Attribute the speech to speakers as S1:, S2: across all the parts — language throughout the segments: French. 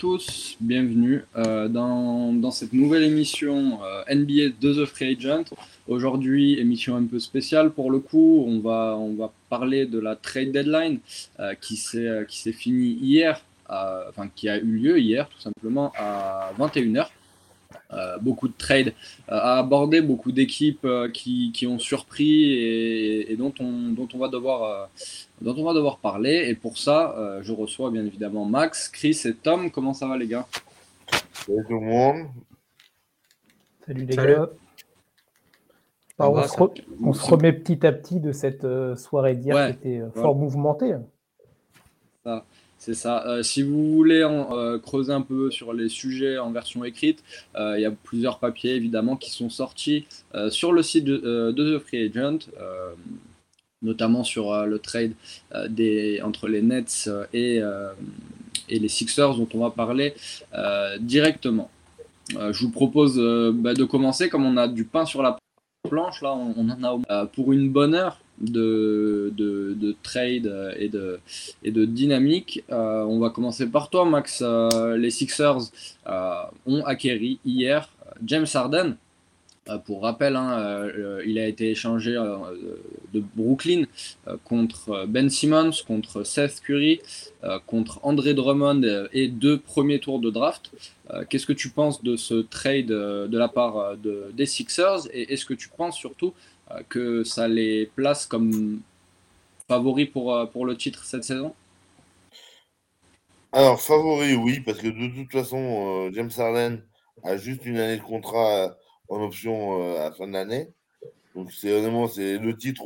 S1: tous, bienvenue dans cette nouvelle émission NBA de The Free Agent. Aujourd'hui, émission un peu spéciale pour le coup, on va parler de la trade deadline qui s'est finie hier, qui a eu lieu hier tout simplement à 21h. Beaucoup de trades à aborder, beaucoup d'équipes qui ont surpris et dont on va devoir parler. Et pour ça, je reçois bien évidemment Max, Chris et Tom. Comment ça va les gars?
S2: Salut tout le monde.
S3: Salut les
S4: Salut.
S3: gars.
S4: Ça va,
S3: on se remet petit à petit de cette soirée d'hier
S1: Ouais,
S3: qui était fort mouvementée.
S1: C'est ça. Si vous voulez creuser un peu sur les sujets en version écrite, il y a plusieurs papiers évidemment qui sont sortis sur le site de The Free Agent, notamment sur le trade entre les Nets et les Sixers dont on va parler directement. Je vous propose de commencer, comme on a du pain sur la planche, là on en a pour une bonne heure de trade et de dynamique. On va commencer par toi Max. Les Sixers ont acquéri hier James Harden. Pour rappel, il a été échangé de Brooklyn contre Ben Simmons, contre Seth Curry, contre Andre Drummond et 2 premiers tours de draft. Qu'est-ce que tu penses de ce trade de la part des Sixers, et est-ce que tu penses surtout que ça les place comme favoris pour le titre cette saison?
S2: Alors, favori, oui, parce que de toute façon, James Harden a juste une année de contrat en option à la fin de l'année. Donc, c'est le titre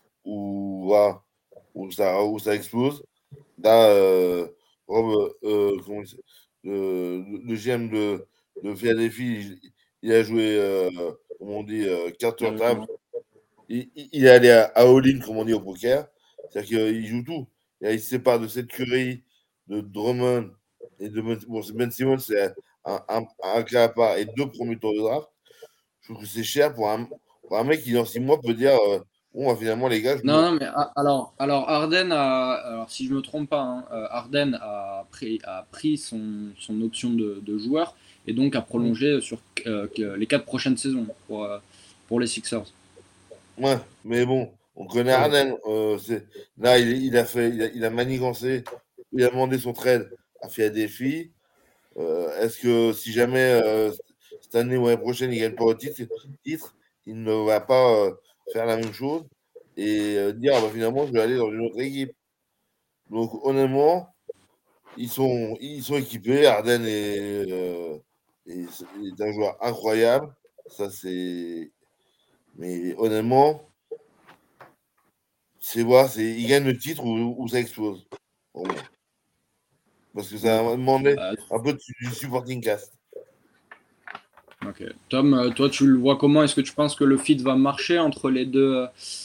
S2: où ça explose. Là, le GM de Philadelphie, il a joué, comme on dit, carte sur table. Il est allé à all-in, comme on dit au poker. C'est-à-dire qu'il joue tout. Il se sépare de cette Curry, de Drummond et de Ben Simmons, c'est un cas à part et 2 premiers tours de draft. Je trouve que c'est cher pour un mec qui, dans 6 mois, peut dire bon, finalement, les gars,
S1: Non, mais alors Harden alors si je me trompe pas, Harden a pris son option de joueur et donc a prolongé sur les 4 prochaines saisons pour les Sixers.
S2: Ouais, mais bon, on connaît Harden. Là, il a manigancé, il a demandé son trade à Philadelphie. Est-ce que si jamais cette année ou l'année prochaine il gagne pas au titre, il ne va pas faire la même chose et dire finalement je vais aller dans une autre équipe. Donc honnêtement, ils sont équipés. Harden est un joueur incroyable. Ça c'est. Mais honnêtement, il gagne le titre ou ça explose. Pour moi. Parce que ça va demander un peu du supporting cast.
S1: Ok. Tom, toi tu le vois comment? Est-ce que tu penses que le fit va marcher entre les deux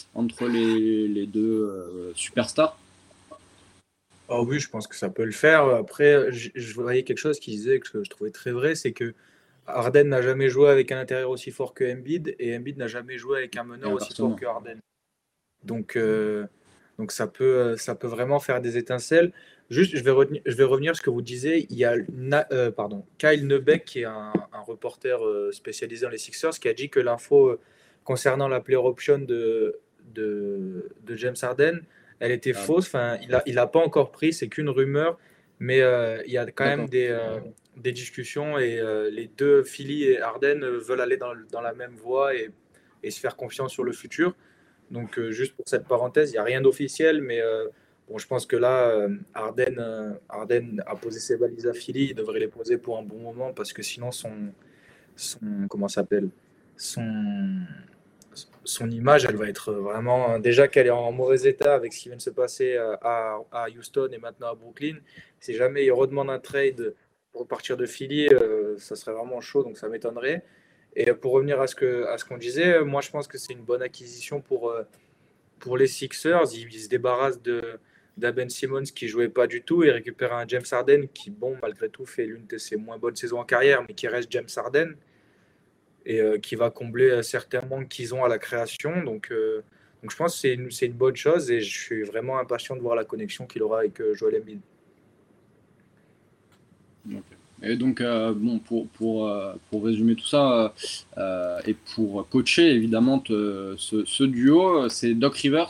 S1: superstars?
S4: Ah oui, je pense que ça peut le faire. Après, je voyais quelque chose qui disait que je trouvais très vrai, c'est que Harden n'a jamais joué avec un intérieur aussi fort que Embiid et Embiid n'a jamais joué avec un meneur aussi fort que Harden. Donc ça peut vraiment faire des étincelles. Juste, je vais revenir sur ce que vous disiez. Il y a Kyle Neubeck, qui est un reporter spécialisé dans les Sixers, qui a dit que l'info concernant la player option de James Harden, elle était fausse. Enfin, il a pas encore pris, c'est qu'une rumeur, mais il y a quand même des discussions et les deux, Philly et Harden, veulent aller dans la même voie et se faire confiance sur le futur. Donc, juste pour cette parenthèse, il n'y a rien d'officiel, mais bon, je pense que là, Harden a posé ses valises à Philly. Il devrait les poser pour un bon moment parce que sinon, comment ça s'appelle, son, son image, elle va être vraiment. Déjà qu'elle est en mauvais état avec ce qui vient de se passer à Houston et maintenant à Brooklyn. Si jamais il redemande un trade pour partir de Philly, ça serait vraiment chaud, donc ça m'étonnerait. Et pour revenir à ce qu'on disait, moi je pense que c'est une bonne acquisition pour les Sixers. Ils se débarrassent d'un Ben Simmons qui jouait pas du tout et récupèrent un James Harden qui, bon, malgré tout, fait l'une de ses moins bonnes saisons en carrière, mais qui reste James Harden et qui va combler certains manques qu'ils ont à la création. Donc je pense que c'est une bonne chose et je suis vraiment impatient de voir la connexion qu'il aura avec Joel Embiid.
S1: Ok. Et donc, pour résumer tout ça, et pour coacher évidemment ce duo, c'est Doc Rivers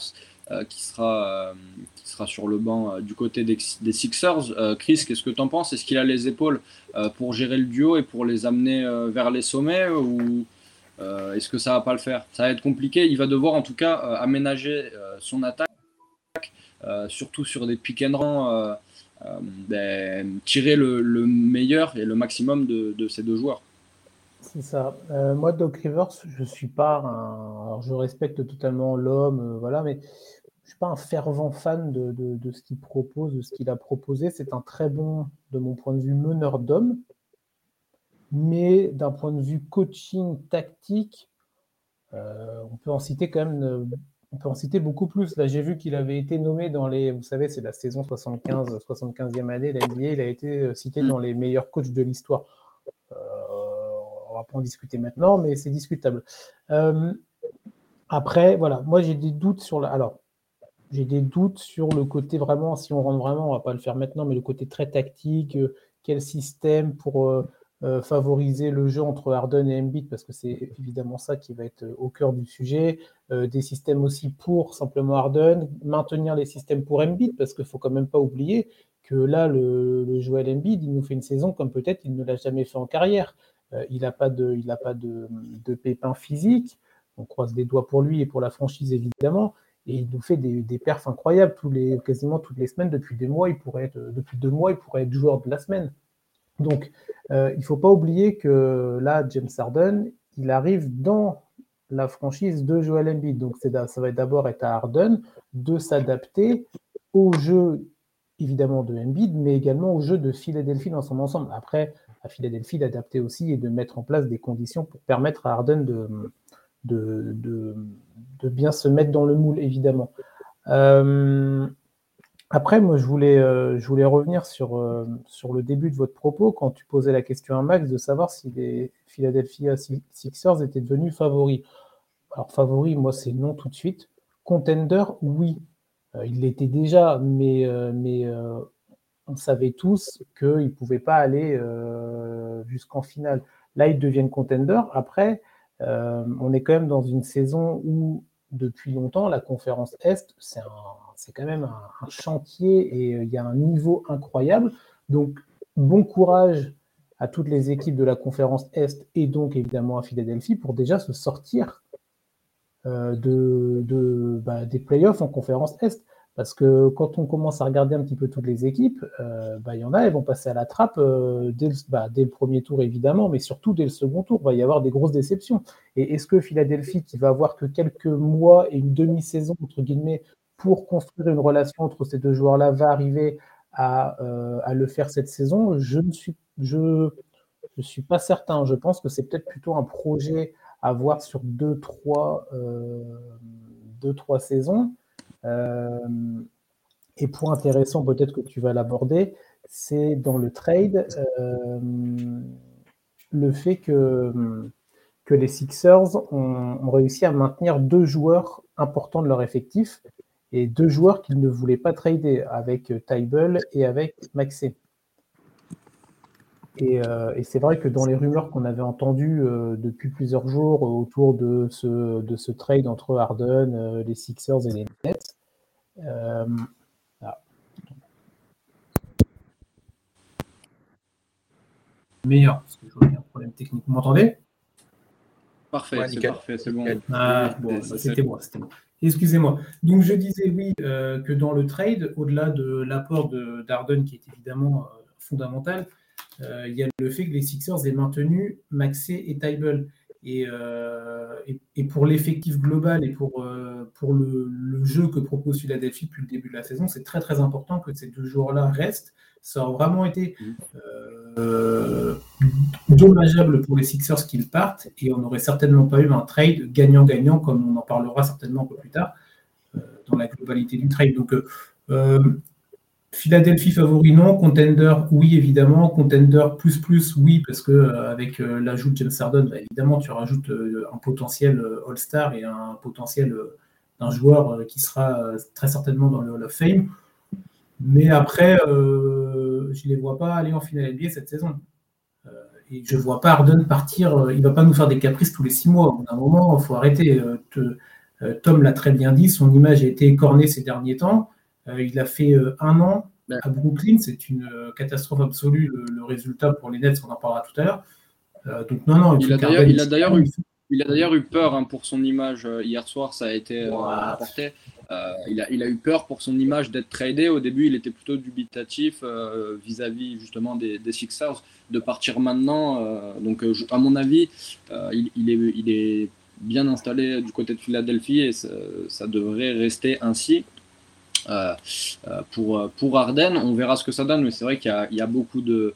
S1: qui sera sur le banc du côté des Sixers. Chris, qu'est-ce que tu en penses? Est-ce qu'il a les épaules pour gérer le duo et pour les amener vers les sommets ou est-ce que ça va pas le faire? Ça va être compliqué. Il va devoir en tout cas aménager son attaque, surtout sur des pick and roll. Tirer le meilleur et le maximum de ces deux joueurs.
S3: C'est ça. Moi, Doc Rivers, je suis pas un. Alors, je respecte totalement l'homme, voilà, mais je suis pas un fervent fan de ce qu'il propose, de ce qu'il a proposé. C'est un très bon, de mon point de vue, meneur d'hommes, mais d'un point de vue coaching tactique, on peut en citer quand même. On peut en citer beaucoup plus. Là, j'ai vu qu'il avait été nommé dans les. Vous savez, c'est la saison 75e année, la NBA. Il a été cité dans les meilleurs coachs de l'histoire. On va pas en discuter maintenant, mais c'est discutable. Après, voilà, moi j'ai des doutes sur la. Alors, j'ai des doutes sur le côté vraiment, si on rentre vraiment, on va pas le faire maintenant, mais le côté très tactique, quel système pour favoriser le jeu entre Harden et Embiid, parce que c'est évidemment ça qui va être au cœur du sujet. Des systèmes aussi pour simplement Harden, maintenir les systèmes pour Embiid, parce qu'il faut quand même pas oublier que là, le Joel Embiid, il nous fait une saison comme peut-être il ne l'a jamais fait en carrière. Il n'a pas de pépins physiques. On croise les doigts pour lui et pour la franchise, évidemment. Et il nous fait des perfs incroyables quasiment toutes les semaines. Depuis 2 mois, depuis 2 mois, il pourrait être joueur de la semaine. Donc, il ne faut pas oublier que là, James Harden, il arrive dans la franchise de Joel Embiid. Donc, ça va d'abord être à Harden de s'adapter au jeu, évidemment, de Embiid, mais également au jeu de Philadelphie dans son ensemble. Après, à Philadelphie, d'adapter aussi et de mettre en place des conditions pour permettre à Harden de bien se mettre dans le moule, évidemment. Après, moi, je voulais revenir sur le début de votre propos, quand tu posais la question à Max, de savoir si les Philadelphia Sixers étaient devenus favoris. Alors, favoris, moi, c'est non tout de suite. Contender, oui. Il l'était déjà, mais on savait tous qu'ils ne pouvaient pas aller jusqu'en finale. Là, ils deviennent contender. Après, on est quand même dans une saison où, depuis longtemps, la conférence Est, c'est quand même un chantier et il y a un niveau incroyable. Donc, bon courage à toutes les équipes de la conférence Est et donc évidemment à Philadelphie pour déjà se sortir des playoffs en conférence Est. Parce que quand on commence à regarder un petit peu toutes les équipes, il y en a, elles vont passer à la trappe dès le premier tour, évidemment, mais surtout dès le second tour. Il va y avoir des grosses déceptions. Et est-ce que Philadelphie, qui va avoir que quelques mois et une demi-saison, entre guillemets, pour construire une relation entre ces deux joueurs-là, va arriver à le faire cette saison? Je suis pas certain. Je pense que c'est peut-être plutôt un projet à voir sur 2-3 saisons. Et point intéressant, peut-être que tu vas l'aborder, c'est dans le trade, le fait que les Sixers ont réussi à maintenir 2 joueurs importants de leur effectif et 2 joueurs qu'ils ne voulaient pas trader, avec Tybal et avec Maxey. Et c'est vrai que dans les rumeurs qu'on avait entendues depuis plusieurs jours autour de ce trade entre Harden, les Sixers et les Nets, meilleur, parce que je vois qu'il y a un problème technique. Vous m'entendez?
S1: Parfait,
S4: Ouais,
S1: c'est
S4: nickel.
S1: parfait, c'est bon.
S3: C'était moi. Excusez-moi. Donc je disais oui que dans le trade, au-delà de l'apport d'Harden qui est évidemment fondamental, il y a le fait que les Sixers aient maintenu Maxey et Tybal. Et pour l'effectif global et pour le jeu que propose Philadelphie depuis le début de la saison, c'est très très important que ces 2 joueurs-là restent. Ça a vraiment été dommageable pour les Sixers qu'ils partent et on n'aurait certainement pas eu un trade gagnant-gagnant comme on en parlera certainement un peu plus tard dans la globalité du trade. Donc Philadelphie favori non, contender oui évidemment, contender plus oui parce que avec l'ajout de James Harden, évidemment tu rajoutes un potentiel All-Star et un potentiel d'un joueur qui sera très certainement dans le Hall of Fame. Mais après, je ne les vois pas aller en finale NBA cette saison. Et je ne vois pas Harden partir. Il ne va pas nous faire des caprices tous les 6 mois. À un moment, il faut arrêter. Tom l'a très bien dit, son image a été écornée ces derniers temps. Il a fait 1 an
S1: Ouais.
S3: à Brooklyn. C'est une catastrophe absolue, le résultat pour les Nets. On en parlera tout à l'heure. Donc non,
S1: Il a d'ailleurs eu peur pour son image. Hier soir, ça a été rapporté. Il a eu peur pour son image d'être tradé. Au début, il était plutôt dubitatif vis-à-vis justement des Sixers de partir maintenant. Donc, à mon avis, il est bien installé du côté de Philadelphie et ça devrait rester ainsi. Pour Harden, on verra ce que ça donne, mais c'est vrai qu'il y a beaucoup de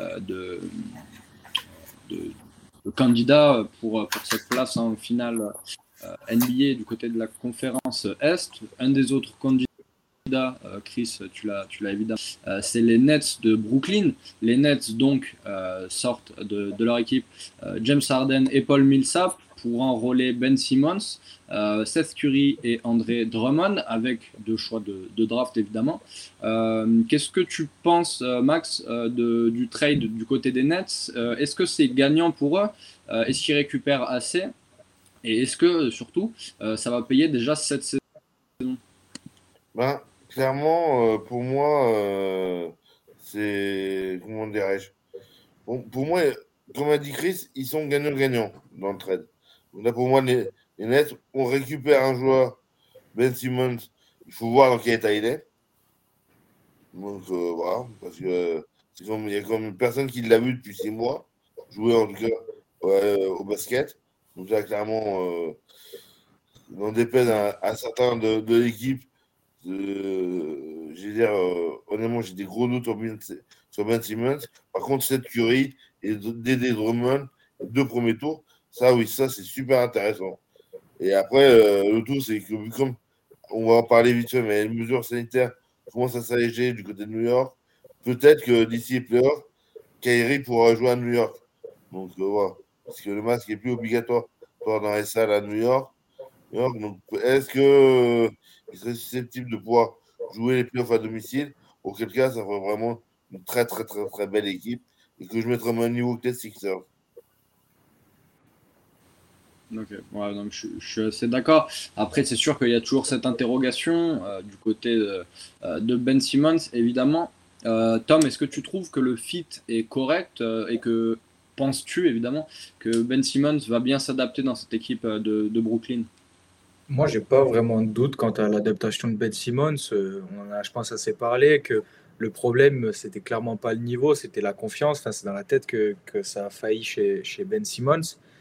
S1: candidats pour cette place en finale NBA du côté de la conférence Est. Un des autres candidats, Chris, tu l'as évidemment, c'est les Nets de Brooklyn. Les Nets donc sortent de leur équipe James Harden et Paul Millsap pour enrôler Ben Simmons, Seth Curry et André Drummond avec 2 choix de draft évidemment. Qu'est-ce que tu penses, Max, du trade du côté des Nets? Est-ce que c'est gagnant pour eux? Est-ce qu'ils récupèrent assez? Et est-ce que surtout ça va payer déjà cette saison?
S2: Ben, clairement, pour moi, c'est. Comment dirais-je? Bon, pour moi, comme a dit Chris, ils sont gagnants-gagnants dans le trade. Donc là, pour moi, les Nets, on récupère un joueur, Ben Simmons, il faut voir dans quel état il est. Donc voilà, parce que il y a comme personne qui l'a vu depuis 6 mois, jouer en tout cas au basket. Donc là, clairement, n'en déplaise à certains de l'équipe. Je veux dire, honnêtement, j'ai des gros doutes sur Ben Simmons. Par contre, Seth Curry et Dédé Drummond, 2 premiers tours, ça, oui, ça, c'est super intéressant. Et après, le tout, c'est que vu comme on va en parler vite fait, mais les mesures sanitaires commencent à s'alléger du côté de New York, peut-être que d'ici les playoffs, Kyrie pourra jouer à New York. Donc, voilà. Parce que le masque est plus obligatoire dans les salles à New York. Donc, est-ce que il serait susceptible de pouvoir jouer les playoffs à domicile? Auquel cas, ça ferait vraiment une très, très, très, très belle équipe et que je mettrais au même niveau que les Sixers.
S1: Ok, ouais, donc je suis assez d'accord. Après, c'est sûr qu'il y a toujours cette interrogation du côté de Ben Simmons, évidemment. Tom, est-ce que tu trouves que le fit est correct et que penses-tu, évidemment, que Ben Simmons va bien s'adapter dans cette équipe de Brooklyn?
S4: Moi, j'ai pas vraiment de doute quant à l'adaptation de Ben Simmons. On en a, je pense, assez parlé que le problème, c'était clairement pas le niveau, c'était la confiance. Enfin, c'est dans la tête que ça a failli chez Ben Simmons.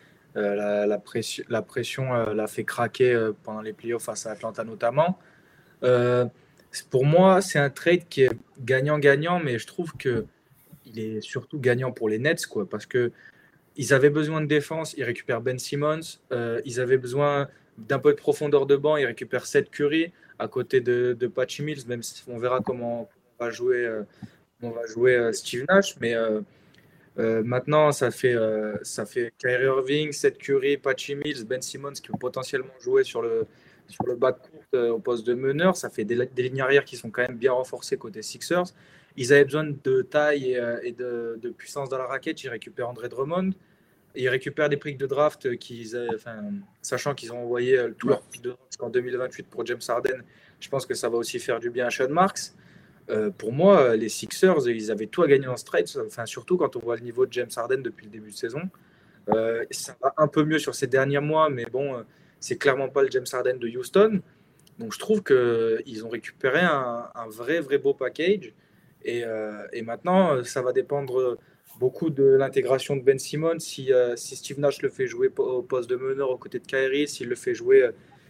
S4: La pression l'a fait craquer pendant les playoffs face à Atlanta notamment. Euh, pour moi, c'est un trade qui est gagnant-gagnant, mais je trouve que il est surtout gagnant pour les Nets, quoi, parce que ils avaient besoin de défense, ils récupèrent Ben Simmons. Ils avaient besoin d'un peu de profondeur de banc, ils récupèrent Seth Curry à côté de Patty Mills, même si on verra comment on va jouer Steve Nash. Mais maintenant, ça fait Kyrie Irving, Seth Curry, Patty Mills, Ben Simmons qui vont potentiellement jouer sur le backcourt au poste de meneur. Ça fait des lignes arrière qui sont quand même bien renforcées côté Sixers. Ils avaient besoin de taille et de puissance dans la raquette. Ils récupèrent André Drummond. Ils récupèrent des pics de draft sachant qu'ils ont envoyé tous
S1: Ouais.
S4: leurs pics de draft jusqu'en 2028 pour James Harden. Je pense que ça va aussi faire du bien à Sean Marks. Pour moi, les Sixers, ils avaient tout à gagner en straight, enfin, surtout quand on voit le niveau de James Harden depuis le début de saison. Ça va un peu mieux sur ces derniers mois, mais bon, c'est clairement pas le James Harden de Houston. Donc je trouve qu'ils ont récupéré un vrai beau package. Et maintenant, ça va dépendre beaucoup de l'intégration de Ben Simmons. Si Steve Nash le fait jouer au poste de meneur aux côtés de Kyrie, s'il le fait jouer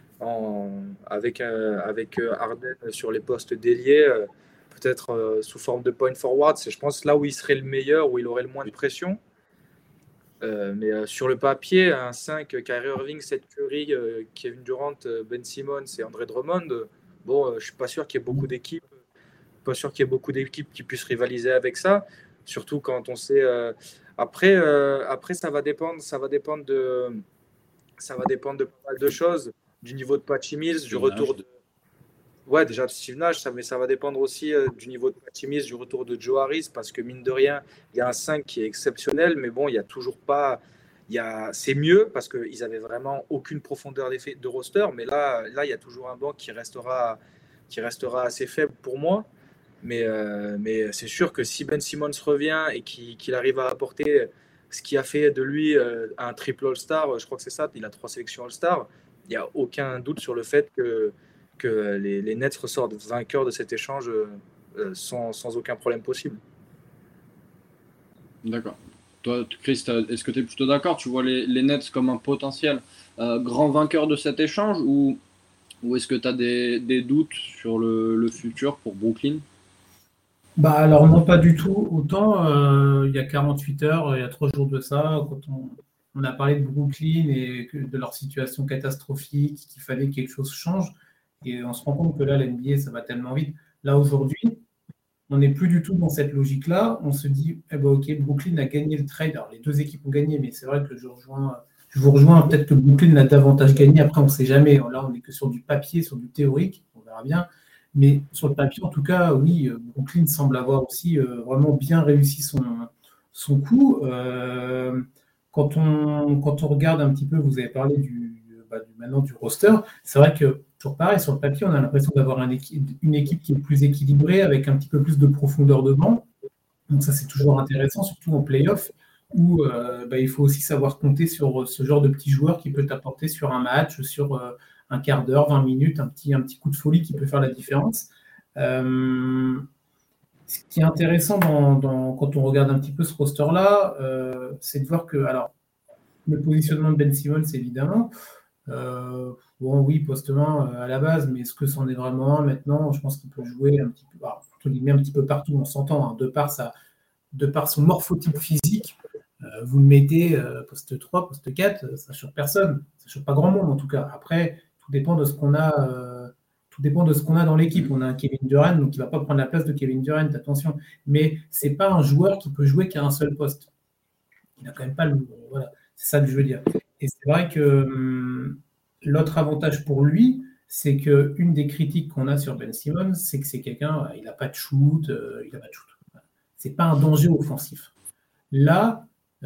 S4: avec Harden sur les postes déliés, peut-être sous forme de point forward. C'est, je pense, là où il serait le meilleur, où il aurait le moins de pression. Mais sur le papier, un 5, Kyrie Irving, Seth Curry, Kevin Durant, Ben Simmons et André Drummond, bon, je suis pas sûr qu'il y ait beaucoup d'équipes, pas sûr qu'il y ait beaucoup d'équipes qui puissent rivaliser avec ça, surtout quand on sait. Après, ça va dépendre de pas mal de choses, du niveau de Patty Mills, du retour de Ouais, déjà de Steve Nash, mais ça va dépendre aussi du niveau de Patty Mills, du retour de Joe Harris, parce que mine de rien, il y a un 5 qui est exceptionnel, mais bon, il y a toujours pas. C'est mieux parce qu'ils avaient vraiment aucune profondeur de roster, mais là, il y a toujours un banc qui restera assez faible pour moi. Mais c'est sûr que si Ben Simmons revient et qu'il arrive à apporter ce qui a fait de lui un triple All-Star, je crois que c'est ça, il a 3 sélections All-Star, il n'y a aucun doute sur le fait que les Nets ressortent vainqueurs de cet échange sans aucun problème possible.
S1: D'accord. Toi, Chris, est-ce que tu es plutôt d'accord? Tu vois les Nets comme un potentiel grand vainqueur de cet échange ou est-ce que tu as des doutes sur le futur pour Brooklyn?
S3: Bah alors non, pas du tout. Autant il y a 48 heures, il y a 3 jours de ça, quand on a parlé de Brooklyn et de leur situation catastrophique, qu'il fallait que quelque chose change. Et on se rend compte que là, l'NBA, ça va tellement vite. Là, aujourd'hui, on n'est plus du tout dans cette logique-là. On se dit, eh ben, ok, Brooklyn a gagné le trade. Alors, les deux équipes ont gagné, mais c'est vrai que je vous rejoins. Peut-être que Brooklyn l'a davantage gagné. Après, on ne sait jamais. Là, on n'est que sur du papier, sur du théorique. On verra bien. Mais sur le papier, en tout cas, oui, Brooklyn semble avoir aussi vraiment bien réussi son coup. Quand on regarde un petit peu, vous avez parlé maintenant du roster, c'est vrai que, toujours pareil, sur le papier, on a l'impression d'avoir une équipe qui est plus équilibrée, avec un petit peu plus de profondeur de banc. Donc ça, c'est toujours intéressant, surtout en playoff, où il faut aussi savoir compter sur ce genre de petit joueur qui peut t'apporter sur un match, sur un quart d'heure, 20 minutes, un petit coup de folie qui peut faire la différence. Euh, Ce qui est intéressant quand on regarde un petit peu ce roster-là, c'est de voir que, alors, le positionnement de Ben Simmons, évidemment, bon, oui, poste-main à la base, mais est-ce que c'en est vraiment un maintenant? Je pense qu'il peut jouer un petit peu, entre guillemets, un petit peu partout, on s'entend, hein, de par son morphotype physique. Vous le mettez poste 3, poste 4, ça ne choque personne, ça ne choque pas grand monde en tout cas. Après, tout dépend de ce qu'on a. Tout dépend de ce qu'on a dans l'équipe. On a un Kevin Durant, donc il ne va pas prendre la place de Kevin Durant, attention. Mais ce n'est pas un joueur qui peut jouer qu'à un seul poste. Il n'a quand même pas le. Voilà, c'est ça que je veux dire. Et c'est vrai que l'autre avantage pour lui, c'est qu'une des critiques qu'on a sur Ben Simmons, c'est que c'est quelqu'un, il n'a pas de shoot, il n'a pas de shoot. C'est pas un danger offensif. Là,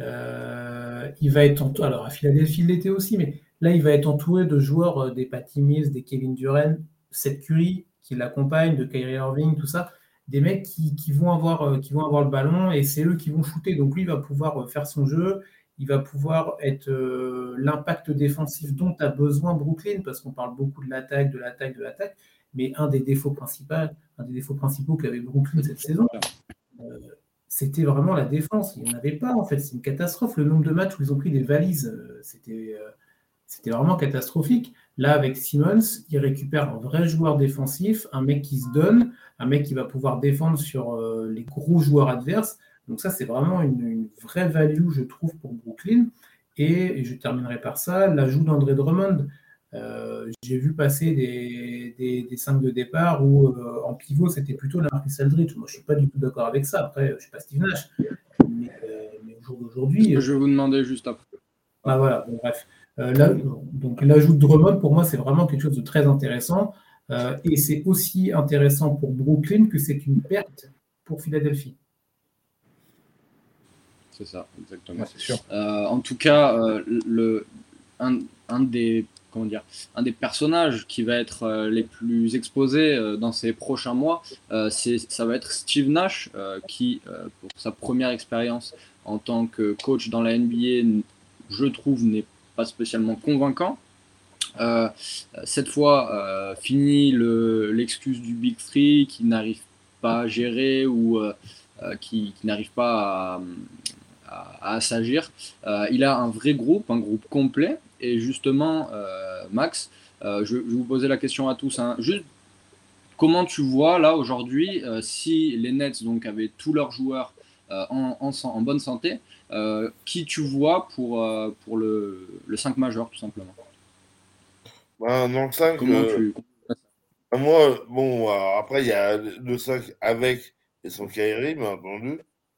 S3: il va être entouré, alors à Philadelphie, il l'était aussi, mais là, il va être entouré de joueurs des Patty Mills, des Kevin Durant, Seth Curry qui l'accompagne, de Kyrie Irving, tout ça, des mecs qui vont avoir le ballon et c'est eux qui vont shooter. Donc lui, il va pouvoir faire son jeu, il va pouvoir être l'impact défensif dont a besoin Brooklyn, parce qu'on parle beaucoup de l'attaque, de l'attaque, de l'attaque, mais un des défauts principaux qu'avait Brooklyn cette saison, euh, c'était vraiment la défense. Il n'y en avait pas, en fait. C'est une catastrophe. Le nombre de matchs où ils ont pris des valises, c'était vraiment catastrophique. Là, avec Simmons, il récupère un vrai joueur défensif, un mec qui se donne, un mec qui va pouvoir défendre sur les gros joueurs adverses. Donc ça, c'est vraiment une vraie value, je trouve, pour Brooklyn. Et je terminerai par ça, l'ajout d'André Drummond. J'ai vu passer des 5 de départ où en pivot c'était plutôt Marcus Aldridge. Moi je suis pas du tout d'accord avec ça. Après, je suis pas Steve Nash, mais au jour d'aujourd'hui,
S1: Je vais vous demander juste après.
S3: voilà. Bon, bref, donc l'ajout de Drummond pour moi c'est vraiment quelque chose de très intéressant et c'est aussi intéressant pour Brooklyn que c'est une perte pour Philadelphie.
S1: C'est ça, exactement.
S4: Ouais, c'est sûr.
S1: En tout cas, un des, comment dire, un des personnages qui va être les plus exposés dans ces prochains mois, ça va être Steve Nash, qui, pour sa première expérience en tant que coach dans la NBA, je trouve, n'est pas spécialement convaincant. Cette fois, fini l'excuse du Big Three qui n'arrive pas à gérer ou qui n'arrive pas à s'agir. Il a un vrai groupe, un groupe complet. Et justement, Max, je vais vous poser la question à tous, hein. Juste, comment tu vois là aujourd'hui si les Nets donc avaient tous leurs joueurs en bonne santé, qui tu vois pour le 5 majeur tout simplement?
S2: Dans le 5,
S1: Comment tu...
S2: moi, bon, après, il y a le 5 avec et sans Kyrie, bien entendu.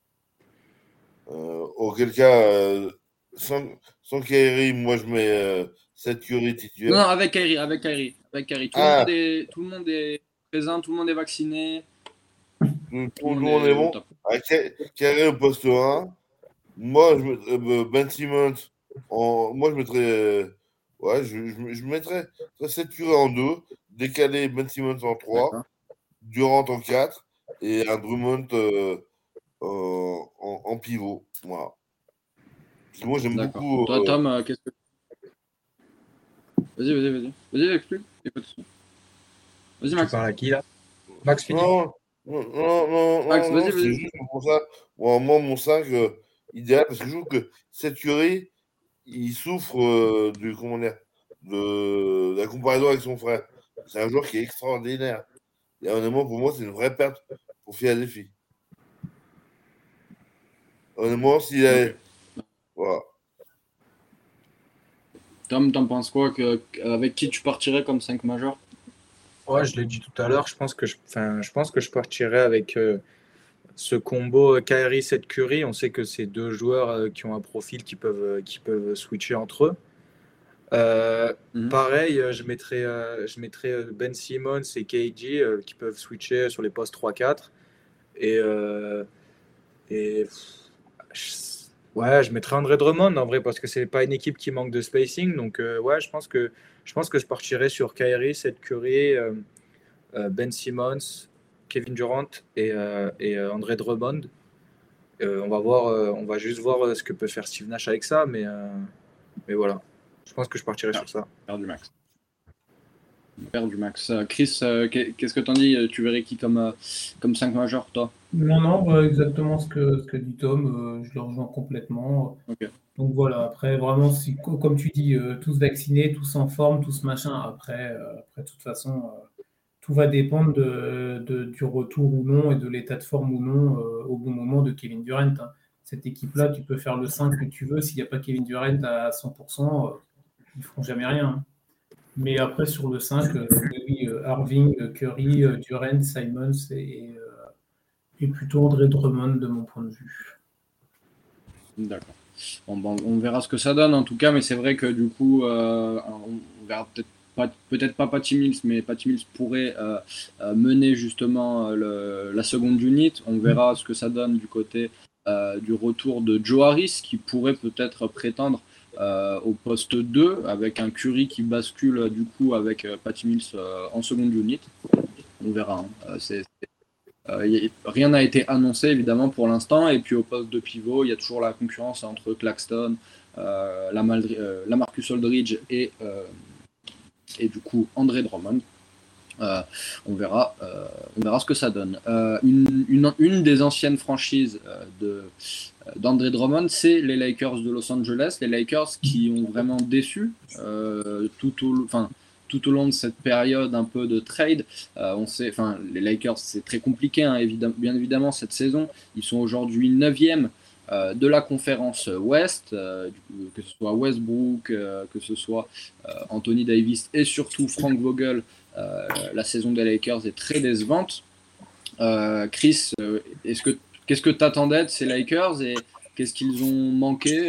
S2: Auquel cas, sans Kyrie, moi, je mets Seth Curry
S1: Non, non,
S2: titulaire.
S1: avec Kyrie, avec Kyrie, avec Kyrie.
S2: Ah,
S1: Tout le monde est présent, tout le monde est vacciné.
S2: Tout le monde est bon. Carré au poste 1. Moi, je mettrais Ben Simmons. Moi, je mettrais. Je mettrais cette Curry en 2, décaler Ben Simmons en 3,
S1: D'accord.
S2: Durant en 4 et un Drummond en pivot. Voilà. Parce que moi, j'aime
S1: D'accord.
S2: beaucoup.
S1: Toi, Tom, qu'est-ce que. Vas-y. Vas-y, explique. Vas-y,
S4: Tu
S1: Max.
S4: parles à qui là? Max Philippe.
S2: Non,
S1: Max, vas-y.
S2: c'est juste pour ça. Moi, mon 5 idéal, parce que je trouve que cette Curry, il souffre de la comparaison avec son frère. C'est un joueur qui est extraordinaire. Et honnêtement, pour moi, c'est une vraie perte pour Philadelphie. Honnêtement, s'il a.
S1: Ok.
S2: Voilà.
S1: Tom, t'en penses quoi avec qui tu partirais comme 5 majeurs?
S4: Ouais, je l'ai dit tout à l'heure, je pense que je partirais avec ce combo Kyrie Seth Curry. On sait que c'est deux joueurs qui ont un profil qui peuvent switcher entre eux. Pareil, je mettrais Ben Simmons et KG qui peuvent switcher sur les postes 3-4. Et ouais, je mettrais André Drummond en vrai parce que c'est pas une équipe qui manque de spacing. Donc ouais, je pense que je partirais sur Kyrie, Seth Curry, Ben Simmons, Kevin Durant et André Drummond. On va juste voir ce que peut faire Steve Nash avec ça, mais voilà. Je pense que je partirais sur ça.
S1: Perdu Max. Chris, qu'est-ce que t'en dis? Tu verrais qui comme 5 majeurs, toi?
S3: Non, exactement ce que dit Tom, je le rejoins complètement.
S1: Ok.
S3: Donc voilà, après, vraiment, si, comme tu dis, tous vaccinés, tous en forme, tous machin, après de toute façon, tout va dépendre du retour ou non et de l'état de forme ou non au bon moment de Kevin Durant, hein. Cette équipe-là, tu peux faire le 5 que tu veux, s'il n'y a pas Kevin Durant à 100%, ils ne feront jamais rien, hein. Mais après, sur le 5, oui, Irving, Curry, Durant, Simons et plutôt André Drummond de mon point de vue.
S1: D'accord. Bon, on verra ce que ça donne en tout cas, mais c'est vrai que du coup, on verra peut-être pas Patty Mills, mais Patty Mills pourrait mener justement la seconde unit. On verra ce que ça donne du côté du retour de Joe Harris, qui pourrait peut-être prétendre au poste 2, avec un Curry qui bascule du coup avec Patty Mills en seconde unit. On verra, hein. Rien n'a été annoncé évidemment pour l'instant, et puis au poste de pivot il y a toujours la concurrence entre Claxton, Lamarcus Aldridge et du coup André Drummond. On verra ce que ça donne. Une des anciennes franchises d'André Drummond, c'est les Lakers de Los Angeles, les Lakers qui ont vraiment déçu tout au long de cette période un peu de trade. Les Lakers, c'est très compliqué, hein, bien évidemment, cette saison. Ils sont aujourd'hui 9e de la conférence Ouest, que ce soit Westbrook, que ce soit Anthony Davis et surtout Frank Vogel. La saison des Lakers est très décevante. Chris, qu'est-ce que tu attendais de ces Lakers et qu'est-ce qu'ils ont manqué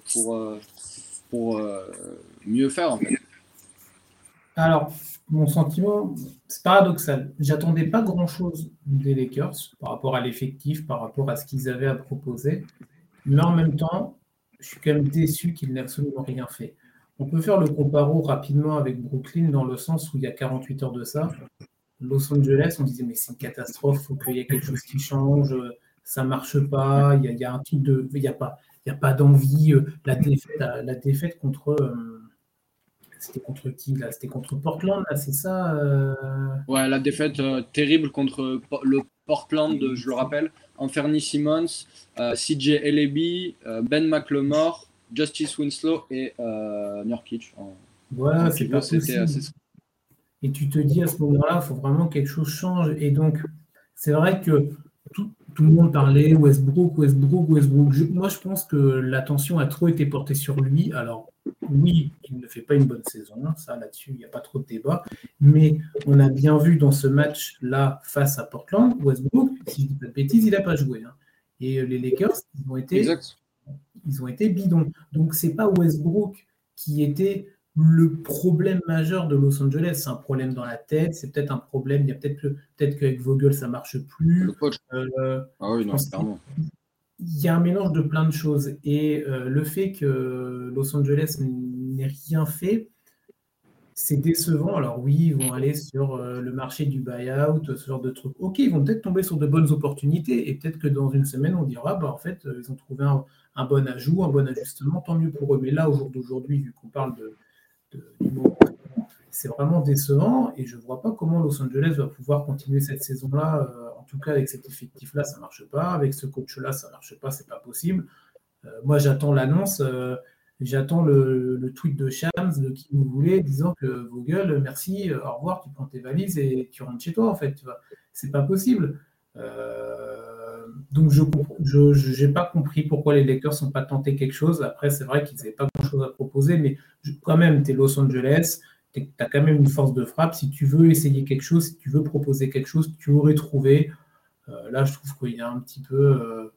S1: pour mieux faire en fait?
S3: Alors, mon sentiment, c'est paradoxal. J'attendais pas grand-chose des Lakers par rapport à l'effectif, par rapport à ce qu'ils avaient à proposer. Mais en même temps, je suis quand même déçu qu'ils n'aient absolument rien fait. On peut faire le comparo rapidement avec Brooklyn dans le sens où il y a 48 heures de ça. Los Angeles, on disait mais c'est une catastrophe, il faut qu'il y ait quelque chose qui change, ça marche pas, il y a un truc de, il y a pas d'envie. La défaite contre, c'était contre qui là? C'était contre Portland là, c'est ça?
S1: Ouais, la défaite terrible contre le Portland, je le rappelle, Anthony Simmons, CJ Elebi, Ben McLemore, Justice Winslow et Nurkic.
S3: Voilà, c'est pas possible. Et tu te dis à ce moment-là, il faut vraiment que quelque chose change. Et donc, c'est vrai que tout le monde parlait Westbrook. Moi, je pense que l'attention a trop été portée sur lui. Alors, oui, il ne fait pas une bonne saison. Ça, là-dessus, il n'y a pas trop de débat. Mais on a bien vu dans ce match-là face à Portland, Westbrook, si je ne dis pas de bêtises, il n'a pas joué, hein. Et les Lakers, ils ont été bidons. Donc, ce n'est pas Westbrook qui était le problème majeur de Los Angeles. C'est un problème dans la tête, c'est peut-être un problème. Il y a peut-être qu'avec Vogel, ça marche plus.
S1: Le coach. Ah oui,
S3: Je
S1: non,
S3: pense
S1: clairement.
S3: qu'il y a un mélange de plein de choses. Et le fait que Los Angeles n'ait rien fait, c'est décevant. Alors oui, ils vont aller sur le marché du buy-out, ce genre de trucs. Ok, ils vont peut-être tomber sur de bonnes opportunités et peut-être que dans une semaine, on dira, bah, en fait, ils ont trouvé un bon ajout, un bon ajustement, tant mieux pour eux. Mais là, au jour d'aujourd'hui, vu qu'on parle du moment présent, c'est vraiment décevant et je ne vois pas comment Los Angeles va pouvoir continuer cette saison-là. En tout cas, avec cet effectif-là, ça ne marche pas. Avec ce coach-là, ça ne marche pas, c'est pas possible. Moi, j'attends l'annonce, j'attends le tweet de Shams, de qui vous voulez, disant que Vogel, merci, au revoir, tu prends tes valises et tu rentres chez toi, en fait. Tu vois. C'est pas possible. Donc, je n'ai pas compris pourquoi les Lakers n'ont pas tenté quelque chose. Après, c'est vrai qu'ils n'avaient pas grand-chose à proposer, mais quand même, tu es Los Angeles, tu as quand même une force de frappe. Si tu veux essayer quelque chose, si tu veux proposer quelque chose, tu aurais trouvé. Là, je trouve qu'il y a un petit peu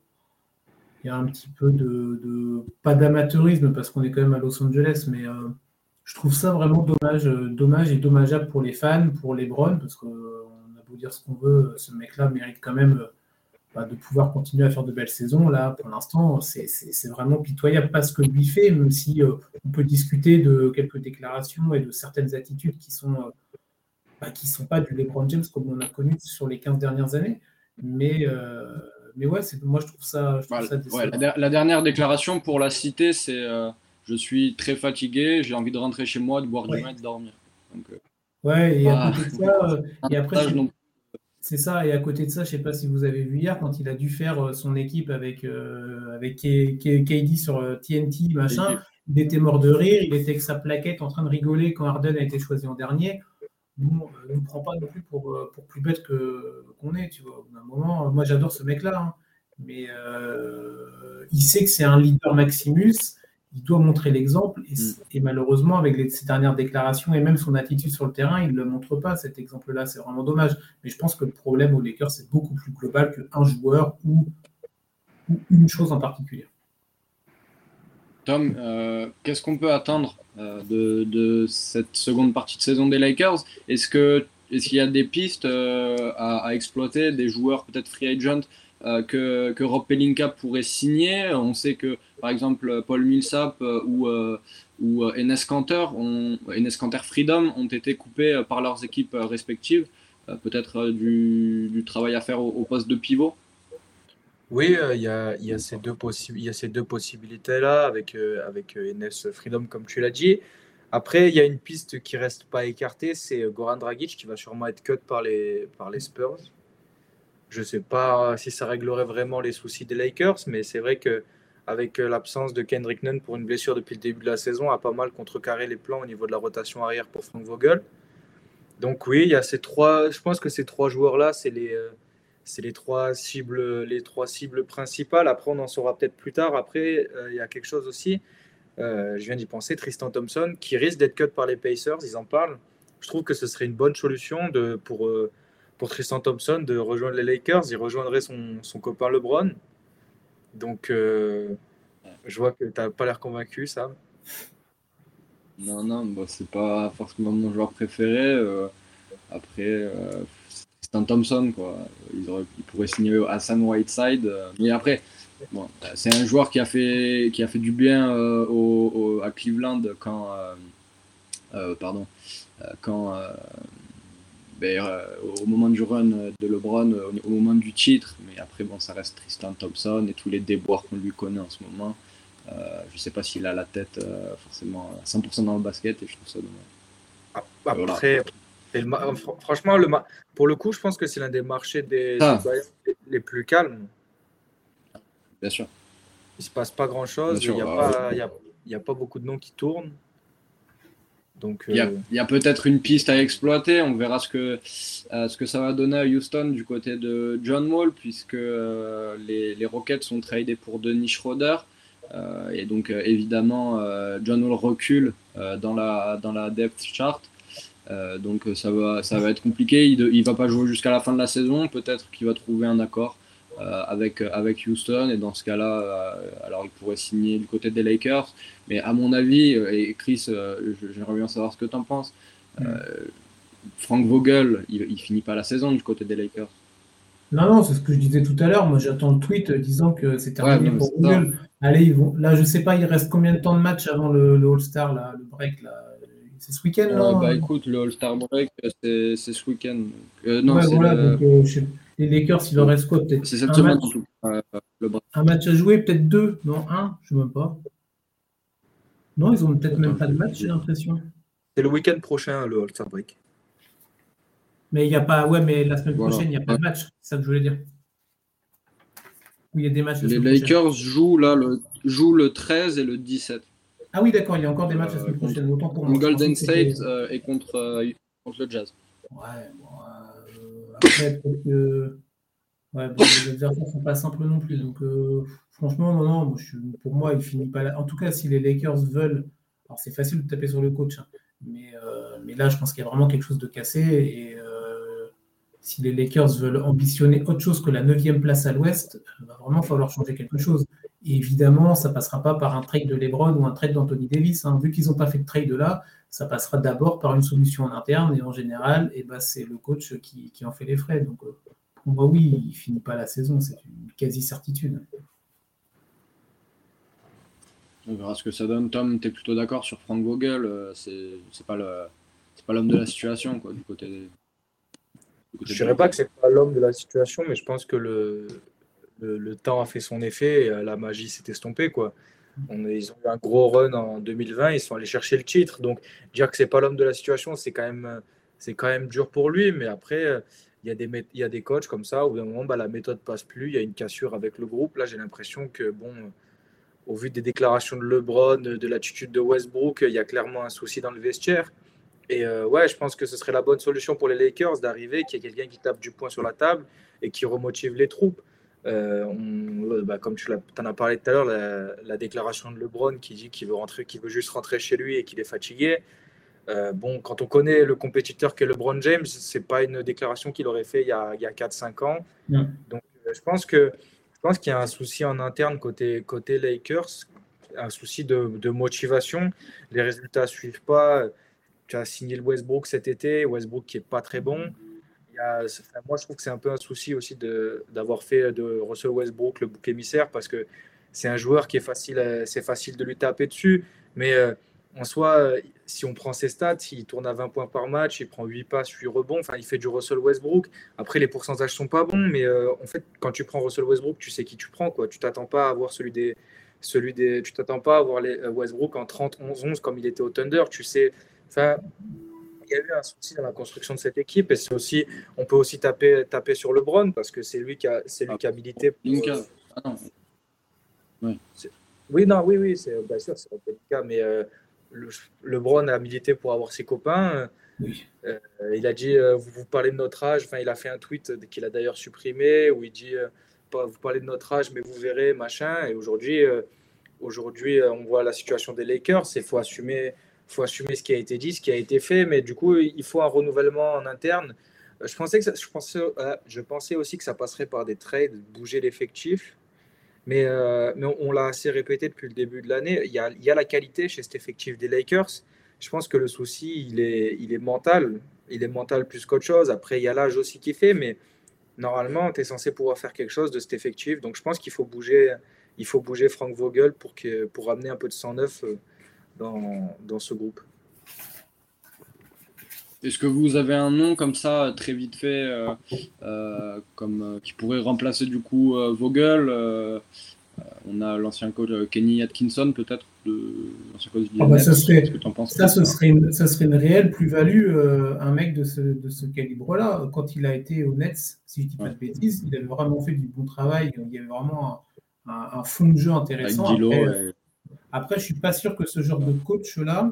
S3: pas d'amateurisme parce qu'on est quand même à Los Angeles, mais je trouve ça vraiment dommage et dommageable pour les fans, pour LeBron, parce qu'on a beau dire ce qu'on veut, ce mec-là mérite quand même de pouvoir continuer à faire de belles saisons. Là, pour l'instant, c'est vraiment pitoyable, pas ce que lui fait, même si on peut discuter de quelques déclarations et de certaines attitudes qui sont pas du LeBron James comme on a connu sur les 15 dernières années. Mais ouais, moi je trouve ça décevant.
S1: Ouais, la dernière déclaration, pour la citer, c'est je suis très fatigué, j'ai envie de rentrer chez moi, de boire du vin et de dormir. Donc,
S3: ouais, et à
S1: pas
S3: côté de ça, et après,
S1: non.
S3: c'est ça, et à côté de ça, je sais pas si vous avez vu hier, quand il a dû faire son équipe avec KD sur TNT, machin, il était mort de rire, il était avec sa plaquette en train de rigoler quand Harden a été choisi en dernier. Nous, ne nous prend pas non plus pour plus bête qu'on est, tu vois. À un moment, moi j'adore ce mec-là, hein, mais il sait que c'est un leader Maximus, il doit montrer l'exemple, et malheureusement, avec ces dernières déclarations et même son attitude sur le terrain, il ne le montre pas, cet exemple-là, c'est vraiment dommage. Mais je pense que le problème aux Lakers, c'est beaucoup plus global qu'un joueur ou une chose en particulier.
S1: Tom, qu'est-ce qu'on peut attendre de cette seconde partie de saison des Lakers? Est-ce qu'il y a des pistes à exploiter, des joueurs peut-être free agent que Rob Pelinka pourrait signer? On sait que, par exemple, Paul Millsap ou Enes Kanter Freedom ont été coupés par leurs équipes respectives. Peut-être du travail à faire au poste de pivot?
S4: Oui, il y a ces deux possibilités-là avec Enes Freedom, comme tu l'as dit. Après, il y a une piste qui reste pas écartée, c'est Goran Dragic qui va sûrement être cut par les Spurs. Je ne sais pas si ça réglerait vraiment les soucis des Lakers, mais c'est vrai que avec l'absence de Kendrick Nunn pour une blessure depuis le début de la saison, a pas mal contrecarré les plans au niveau de la rotation arrière pour Frank Vogel. Donc oui, il y a ces trois. Je pense que ces trois joueurs-là, c'est les trois cibles principales. Après, on en saura peut-être plus tard. Après, il y a quelque chose aussi. Je viens d'y penser. Tristan Thompson, qui risque d'être cut par les Pacers, ils en parlent. Je trouve que ce serait une bonne solution pour Tristan Thompson de rejoindre les Lakers. Il rejoindrait son copain LeBron. Donc, je vois que tu n'as pas l'air convaincu, Sam.
S1: Non, bah, c'est pas forcément mon joueur préféré. Après, Tristan Thompson, quoi. Ils pourraient signer Hassan Whiteside. Mais après, bon, c'est un joueur qui a fait du bien à Cleveland quand, au moment du run de LeBron, au moment du titre. Mais après, bon, ça reste Tristan Thompson et tous les déboires qu'on lui connaît en ce moment. Je ne sais pas s'il a la tête forcément à 100% dans le basket et je trouve ça dommage.
S4: Après, voilà. Franchement, pour le coup, je pense que c'est l'un des marchés des les plus calmes.
S1: Bien sûr.
S4: Il ne se passe pas grand-chose. Il n'y a pas beaucoup de noms qui tournent. Donc,
S1: il y a peut-être une piste à exploiter. On verra ce que ça va donner à Houston du côté de John Wall, puisque les Rockets sont tradés pour Dennis Schroeder. Et donc, évidemment, John Wall recule dans la depth chart. Donc, ça va être compliqué. Il ne va pas jouer jusqu'à la fin de la saison. Peut-être qu'il va trouver un accord avec Houston. Et dans ce cas-là, alors il pourrait signer du côté des Lakers. Mais à mon avis, et Chris, j'aimerais bien savoir ce que tu en penses. Frank Vogel, il finit pas la saison du côté des Lakers.
S3: Non, c'est ce que je disais tout à l'heure. Moi, j'attends le tweet disant que c'est terminé pour Google. Allez, ils vont. Là, je sais pas, il reste combien de temps de match avant le All-Star, là, le break, là. C'est ce week-end, non?
S1: Bah écoute, le All-Star break, c'est ce week-end.
S3: Non, ouais, voilà, donc, les Lakers, il leur reste quoi, peut-être
S1: c'est cette semaine en tout cas, le break.
S3: Un match à jouer, peut-être 2, non, 1, je ne sais même pas. Non, ils ont peut-être même pas de match, j'ai l'impression.
S4: C'est le week-end prochain, le All-Star break.
S3: Mais il n'y a pas. Ouais, mais la semaine prochaine, il n'y a pas de match. C'est ça que je voulais dire. Où il y a des matchs.
S1: Les Lakers jouent le 13 et le 17.
S3: Ah oui, d'accord, il y a encore des matchs la semaine prochaine. Autant pour moi.
S1: Golden State et contre le Jazz.
S3: Ouais, bon, après, peut-être que. Ouais, bon, les adversaires ne sont pas simples non plus. Donc, franchement, non, pour moi, il finit pas là. En tout cas, si les Lakers veulent. Alors, c'est facile de taper sur le coach, hein, mais là, je pense qu'il y a vraiment quelque chose de cassé. Et si les Lakers veulent ambitionner autre chose que la 9e place à l'Ouest, il va vraiment falloir changer quelque chose. Et évidemment, ça ne passera pas par un trade de LeBron ou un trade d'Anthony Davis. Hein. Vu qu'ils n'ont pas fait de trade là, ça passera d'abord par une solution en interne. Et en général, c'est le coach qui en fait les frais. Donc, pour moi, oui, il ne finit pas la saison. C'est une quasi-certitude.
S1: On verra ce que ça donne. Tom, tu es plutôt d'accord sur Frank Vogel. C'est pas l'homme de la situation, quoi, du côté.
S4: Je ne dirais pas que c'est pas l'homme de la situation, mais je pense que le temps a fait son effet et la magie s'est estompée, quoi. Ils ont eu un gros run en 2020, ils sont allés chercher le titre. Donc, dire que c'est pas l'homme de la situation, c'est quand même dur pour lui. Mais après, il y a des coachs comme ça où, d'un moment, la méthode passe plus. Il y a une cassure avec le groupe. Là, j'ai l'impression que, au vu des déclarations de LeBron, de l'attitude de Westbrook, il y a clairement un souci dans le vestiaire. Et je pense que ce serait la bonne solution pour les Lakers d'arriver, qu'il y ait quelqu'un qui tape du poing sur la table et qui remotive les troupes. Comme tu en as parlé tout à l'heure, la déclaration de LeBron qui dit qu'il veut juste rentrer chez lui et qu'il est fatigué. Quand on connaît le compétiteur qu'est LeBron James, c'est pas une déclaration qu'il aurait fait il y a 4-5 ans. Donc, je pense qu'il y a un souci en interne côté Lakers, un souci de motivation. Les résultats ne suivent pas. Tu as signé le Westbrook cet été, Westbrook qui n'est pas très bon. Moi, je trouve que c'est un peu un souci aussi d'avoir fait de Russell Westbrook le bouc émissaire parce que c'est un joueur qui est c'est facile de lui taper dessus. Mais en soi, si on prend ses stats, il tourne à 20 points par match, il prend 8 passes, 8 rebonds. Enfin, il fait du Russell Westbrook. Après, les pourcentages sont pas bons, mais en fait, quand tu prends Russell Westbrook, tu sais qui tu prends, quoi. Tu t'attends pas à avoir tu t'attends pas à avoir les Westbrook en 30-11-11 comme il était au Thunder. Tu sais. Enfin, il y a eu un souci dans la construction de cette équipe et on peut aussi taper sur LeBron parce que c'est lui qui a milité pour. Oui, c'est bien sûr, c'est le cas, mais LeBron a milité pour avoir ses copains.
S3: Oui.
S4: Il a dit vous parlez de notre âge. Enfin, il a fait un tweet qu'il a d'ailleurs supprimé où il dit vous parlez de notre âge, mais vous verrez machin. Et aujourd'hui, on voit la situation des Lakers. Il faut assumer ce qui a été dit, ce qui a été fait, mais du coup, il faut un renouvellement en interne. Je pensais aussi que ça passerait par des trades, bouger l'effectif, mais on l'a assez répété depuis le début de l'année. Il y a la qualité chez cet effectif des Lakers. Je pense que le souci, il est mental. Il est mental plus qu'autre chose. Après, il y a l'âge aussi qui fait, mais normalement, tu es censé pouvoir faire quelque chose de cet effectif. Donc, je pense qu'il faut bouger Frank Vogel pour ramener un peu de sang neuf dans ce groupe.
S1: Est-ce que vous avez un nom comme ça, très vite fait, qui pourrait remplacer du coup Vogel on a l'ancien coach Kenny Atkinson, peut-être, l'ancien coach du Nets.
S3: Qu'est-ce que tu en penses? Ça serait une réelle plus-value, un mec de ce calibre-là. Quand il a été au Nets, si je ne dis pas de bêtises, il avait vraiment fait du bon travail. Il y avait vraiment un fond de jeu intéressant.
S1: Avec Dilo,
S3: après, je ne suis pas sûr que ce genre de coach-là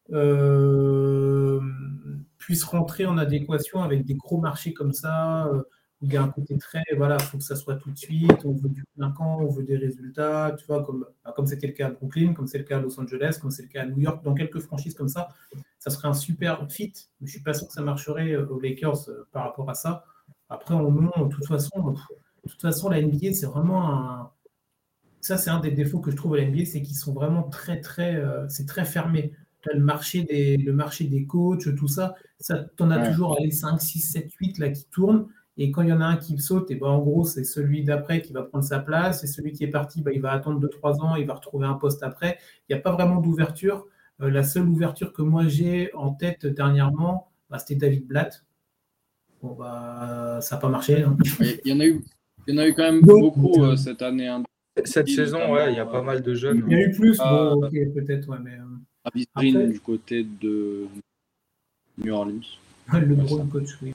S3: puisse rentrer en adéquation avec des gros marchés comme ça, où il y a un côté très, voilà, il faut que ça soit tout de suite, on veut du clinquant, on veut des résultats, tu vois, comme c'était le cas à Brooklyn, comme c'est le cas à Los Angeles, comme c'est le cas à New York, dans quelques franchises comme ça, ça serait un super fit, mais je ne suis pas sûr que ça marcherait aux Lakers par rapport à ça. Après, en nom, de toute façon, De toute façon, la NBA, c'est vraiment un. Ça, c'est un des défauts que je trouve à la NBA, c'est qu'ils sont vraiment c'est très fermé. Tu as le marché des coachs, tout ça. T'en as
S1: Ouais.
S3: toujours 5, 6, 7, 8 là, qui tournent. Et quand il y en a un qui saute, et ben, en gros, c'est celui d'après qui va prendre sa place. Et celui qui est parti, il va attendre 2-3 ans, il va retrouver un poste après. Il n'y a pas vraiment d'ouverture. La seule ouverture que moi j'ai en tête dernièrement, c'était David Blatt. Bon, ça n'a pas marché. Hein.
S1: Il y en a eu quand même beaucoup cette année. Hein,
S4: cette saison, ouais, il y a pas mal de jeunes.
S3: Il y a eu plus, ok, peut-être, ouais, mais.
S1: Travis Green du côté de New Orleans.
S3: Le drone coach, oui.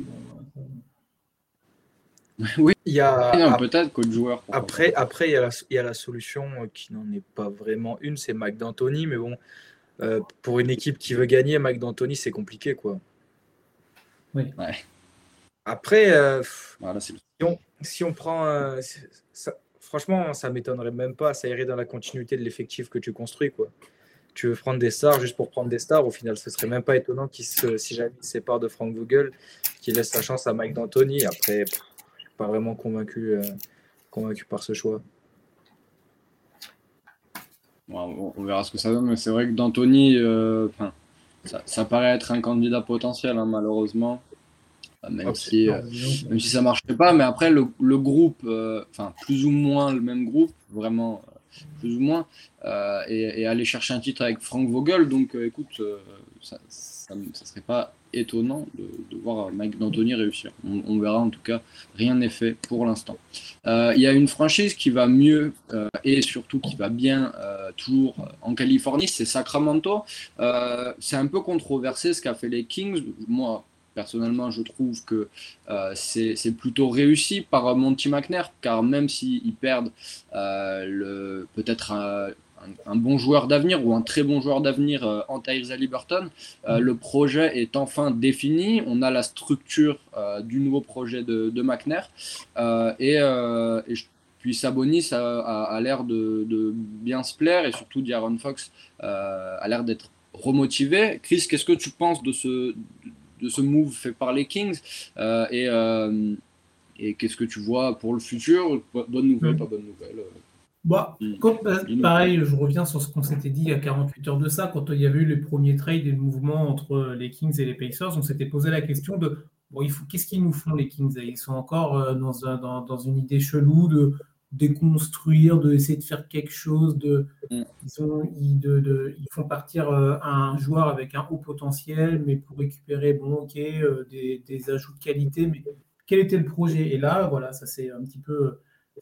S1: Oui,
S4: il y a
S1: peut-être coach joueur.
S4: Après, il y a la solution qui n'en est pas vraiment une, c'est Mike D'Antoni, mais bon, pour une équipe qui veut gagner, Mike D'Antoni, c'est compliqué, quoi.
S3: Oui.
S1: Ouais.
S4: Après,
S1: voilà,
S4: si on prend, franchement, ça m'étonnerait même pas, ça irait dans la continuité de l'effectif que tu construis, quoi. Tu veux prendre des stars juste pour prendre des stars, au final, ce serait même pas étonnant si jamais il se sépare de Frank Vogel, qu'il laisse sa chance à Mike D'Antoni. Après, je suis pas vraiment convaincu par ce choix.
S1: On verra ce que ça donne, mais c'est vrai que D'Antoni, ça paraît être un candidat potentiel, hein, malheureusement. Même si ça ne marchait pas, mais après le groupe, plus ou moins le même groupe, vraiment plus ou moins, et aller chercher un titre avec Frank Vogel, donc écoute, ça ne serait pas étonnant de voir Mike D'Antoni réussir. On verra, en tout cas, rien n'est fait pour l'instant. Il y a une franchise qui va mieux et surtout qui va bien toujours en Californie, c'est Sacramento. C'est un peu controversé ce qu'a fait les Kings. Moi, personnellement, je trouve que c'est plutôt réussi par Monty McNair, car même s'ils perdent peut-être un bon joueur d'avenir ou un très bon joueur d'avenir en Tyrese Haliburton, le projet est enfin défini. On a la structure du nouveau projet de McNair puis Sabonis a l'air de bien se plaire, et surtout De'Aaron Fox a l'air d'être remotivé. Chris, qu'est-ce que tu penses de ce move fait par les Kings et qu'est-ce que tu vois pour le futur? Bonne nouvelle, pas bonne nouvelle?
S3: Pareil, je reviens sur ce qu'on s'était dit il y a 48 heures de ça, quand il y avait eu les premiers trades et le mouvement entre les Kings et les Pacers, on s'était posé la question de qu'est-ce qu'ils nous font les Kings? Ils sont encore dans une idée chelou de déconstruire, d'essayer de faire quelque chose, ils font partir un joueur avec un haut potentiel, mais pour récupérer des ajouts de qualité, mais quel était le projet? Et là, voilà, ça c'est un petit peu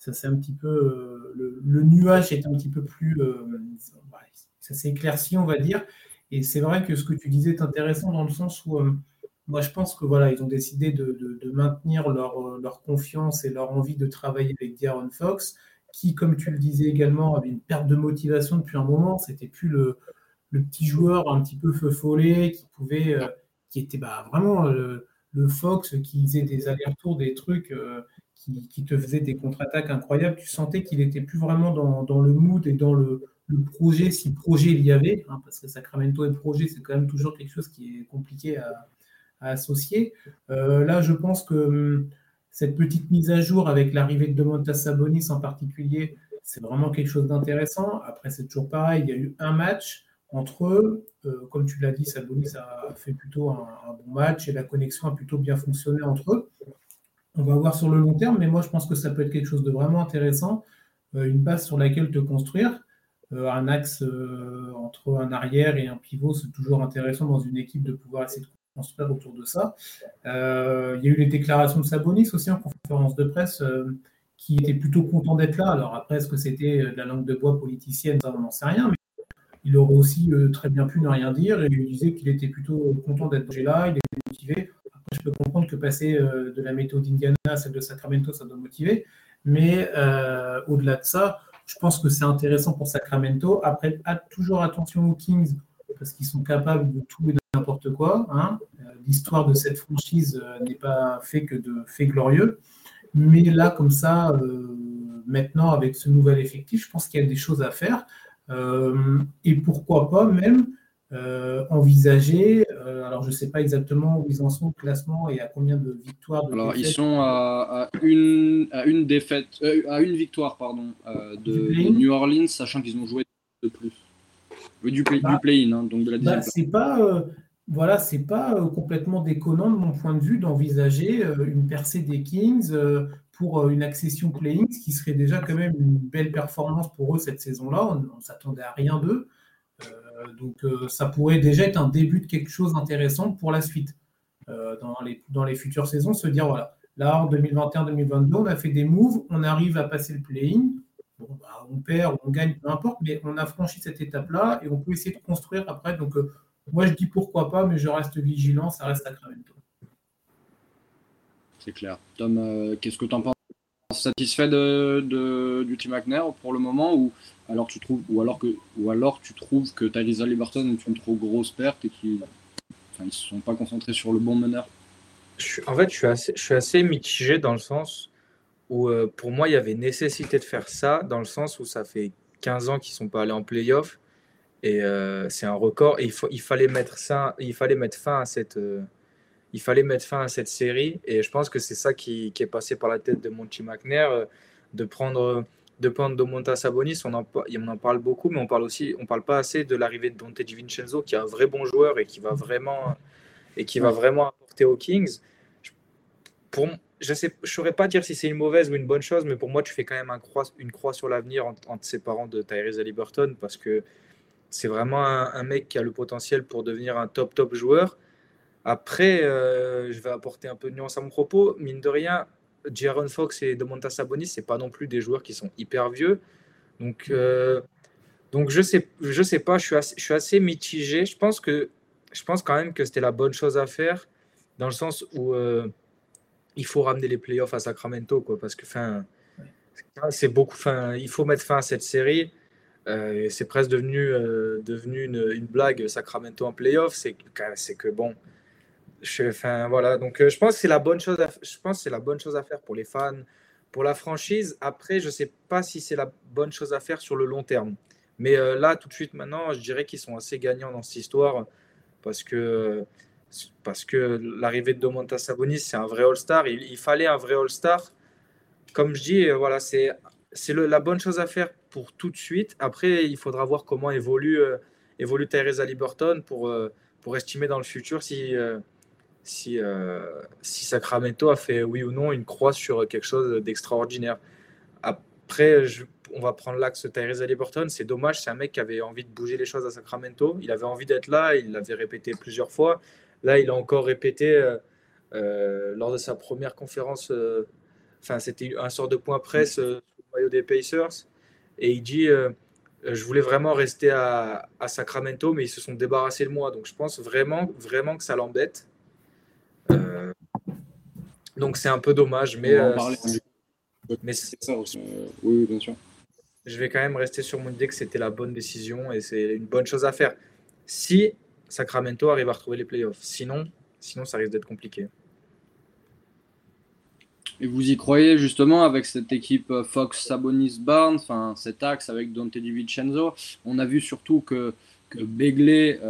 S3: le nuage est un petit peu plus ça s'est éclairci, on va dire. Et c'est vrai que ce que tu disais est intéressant dans le sens où moi je pense que voilà, ils ont décidé de maintenir leur confiance et leur envie de travailler avec De'Aaron Fox, qui, comme tu le disais également, avait une perte de motivation depuis un moment. C'était plus le petit joueur un petit peu feu follet qui était vraiment le Fox qui faisait des allers-retours, des trucs qui te faisait des contre-attaques incroyables. Tu sentais qu'il n'était plus vraiment dans le mood et dans le projet, si projet il y avait, hein, parce que Sacramento et projet, c'est quand même toujours quelque chose qui est compliqué à associer. Là, je pense que cette petite mise à jour avec l'arrivée de Domantas Sabonis en particulier, c'est vraiment quelque chose d'intéressant. Après, c'est toujours pareil, il y a eu un match entre eux. Comme tu l'as dit, Sabonis a fait plutôt un bon match et la connexion a plutôt bien fonctionné entre eux. On va voir sur le long terme, mais moi, je pense que ça peut être quelque chose de vraiment intéressant, une base sur laquelle te construire. Un axe entre un arrière et un pivot, c'est toujours intéressant dans une équipe de pouvoir essayer de construire autour de ça. Il y a eu les déclarations de Sabonis aussi en conférence de presse qui était plutôt content d'être là. Alors après, est-ce que c'était de la langue de bois politicienne? Ça, on n'en sait rien, mais il aurait aussi très bien pu ne rien dire, et il disait qu'il était plutôt content d'être là, il était motivé. Après, je peux comprendre que passer de la méthode d'Indiana à celle de Sacramento, ça doit motiver, mais au-delà de ça, je pense que c'est intéressant pour Sacramento. Après, toujours attention aux Kings, parce qu'ils sont capables de tout et de n'importe quoi. Hein. L'histoire de cette franchise n'est pas fait que de faits glorieux. Mais là, comme ça, maintenant, avec ce nouvel effectif, je pense qu'il y a des choses à faire. Et pourquoi pas même envisagés. Alors, je ne sais pas exactement où ils en sont, le classement, et à combien de victoires, de
S1: Alors, ils
S3: défaites
S1: sont à une défaite, à une victoire, pardon,
S3: du
S1: de
S3: play-in.
S1: New Orleans, sachant qu'ils ont joué de plus. Oui, du
S3: Bah,
S1: play-in, hein, donc de la dixième place.
S3: c'est pas, voilà, c'est pas complètement déconnant de mon point de vue d'envisager une percée des Kings pour une accession play-in, ce qui serait déjà quand même une belle performance pour eux cette saison-là. On ne s'attendait à rien d'eux. Donc ça pourrait déjà être un début de quelque chose d'intéressant pour la suite. Dans les futures saisons, se dire voilà, là en 2021-2022, on a fait des moves, on arrive à passer le play-in. Bon, bah, on perd, on gagne, peu importe, mais on a franchi cette étape-là et on peut essayer de construire après. Donc, moi, je dis pourquoi pas, mais je reste vigilant, ça reste Sacramento.
S1: C'est clair. Tom, qu'est-ce que tu en penses? Satisfait du team Wagner pour le moment, ou alors tu trouves que Tyrese Haliburton est une trop grosse perte et qu'ils ne se sont pas concentrés sur le bon meneur?
S4: En fait, je suis assez mitigé dans le sens où pour moi, il y avait nécessité de faire ça, dans le sens où ça fait 15 ans qu'ils ne sont pas allés en playoff. Et c'est un record. Et il fallait mettre fin à cette série. Et je pense que c'est ça qui est passé par la tête de Monty McNair, de prendre Domantas Sabonis. On en parle beaucoup, mais on parle pas assez de l'arrivée de Donte DiVincenzo, qui est un vrai bon joueur et qui va vraiment apporter aux Kings. Je ne saurais pas dire si c'est une mauvaise ou une bonne chose, mais pour moi, tu fais quand même une croix sur l'avenir en te séparant de Tyrese Haliburton, parce que c'est vraiment un mec qui a le potentiel pour devenir un top joueur. Après, je vais apporter un peu de nuance à mon propos. Mine de rien, Jaren Fox et Domantas Sabonis, c'est pas non plus des joueurs qui sont hyper vieux. Donc je sais pas, je suis assez mitigé. Je pense quand même que c'était la bonne chose à faire, dans le sens où il faut ramener les playoffs à Sacramento, quoi, parce que c'est beaucoup. Il faut mettre fin à cette série. C'est presque devenu une blague, Sacramento en playoff. C'est que bon. Voilà. Donc, je pense que c'est la bonne chose à faire pour les fans, pour la franchise. Après, je ne sais pas si c'est la bonne chose à faire sur le long terme. Mais là, tout de suite, maintenant, je dirais qu'ils sont assez gagnants dans cette histoire parce que, l'arrivée de Domantas Sabonis, c'est un vrai All-Star. Il fallait un vrai All-Star. Comme je dis, voilà, c'est la bonne chose à faire pour tout de suite. Après, il faudra voir comment évolue Tyrese Haliburton pour estimer dans le futur si Sacramento a fait oui ou non une croix sur quelque chose d'extraordinaire. Après, on va prendre l'axe Tyrese Haliburton. C'est dommage, c'est un mec qui avait envie de bouger les choses à Sacramento. Il avait envie d'être là, il l'avait répété plusieurs fois. Là, il a encore répété lors de sa première conférence. C'était un sort de point presse sous le maillot des Pacers. Et il dit je voulais vraiment rester à Sacramento, mais ils se sont débarrassés de moi. Donc, je pense vraiment, vraiment que ça l'embête. Donc c'est un peu dommage, mais,
S1: On va en parler.
S4: mais
S1: C'est ça aussi. Oui, bien sûr.
S4: je vais quand même rester sur mon idée que c'était la bonne décision et c'est une bonne chose à faire. Si Sacramento arrive à retrouver les playoffs, sinon ça risque d'être compliqué.
S1: Et vous y croyez justement avec cette équipe Fox, Sabonis, Barnes, enfin cet axe avec Donte DiVincenzo? On a vu surtout que Begley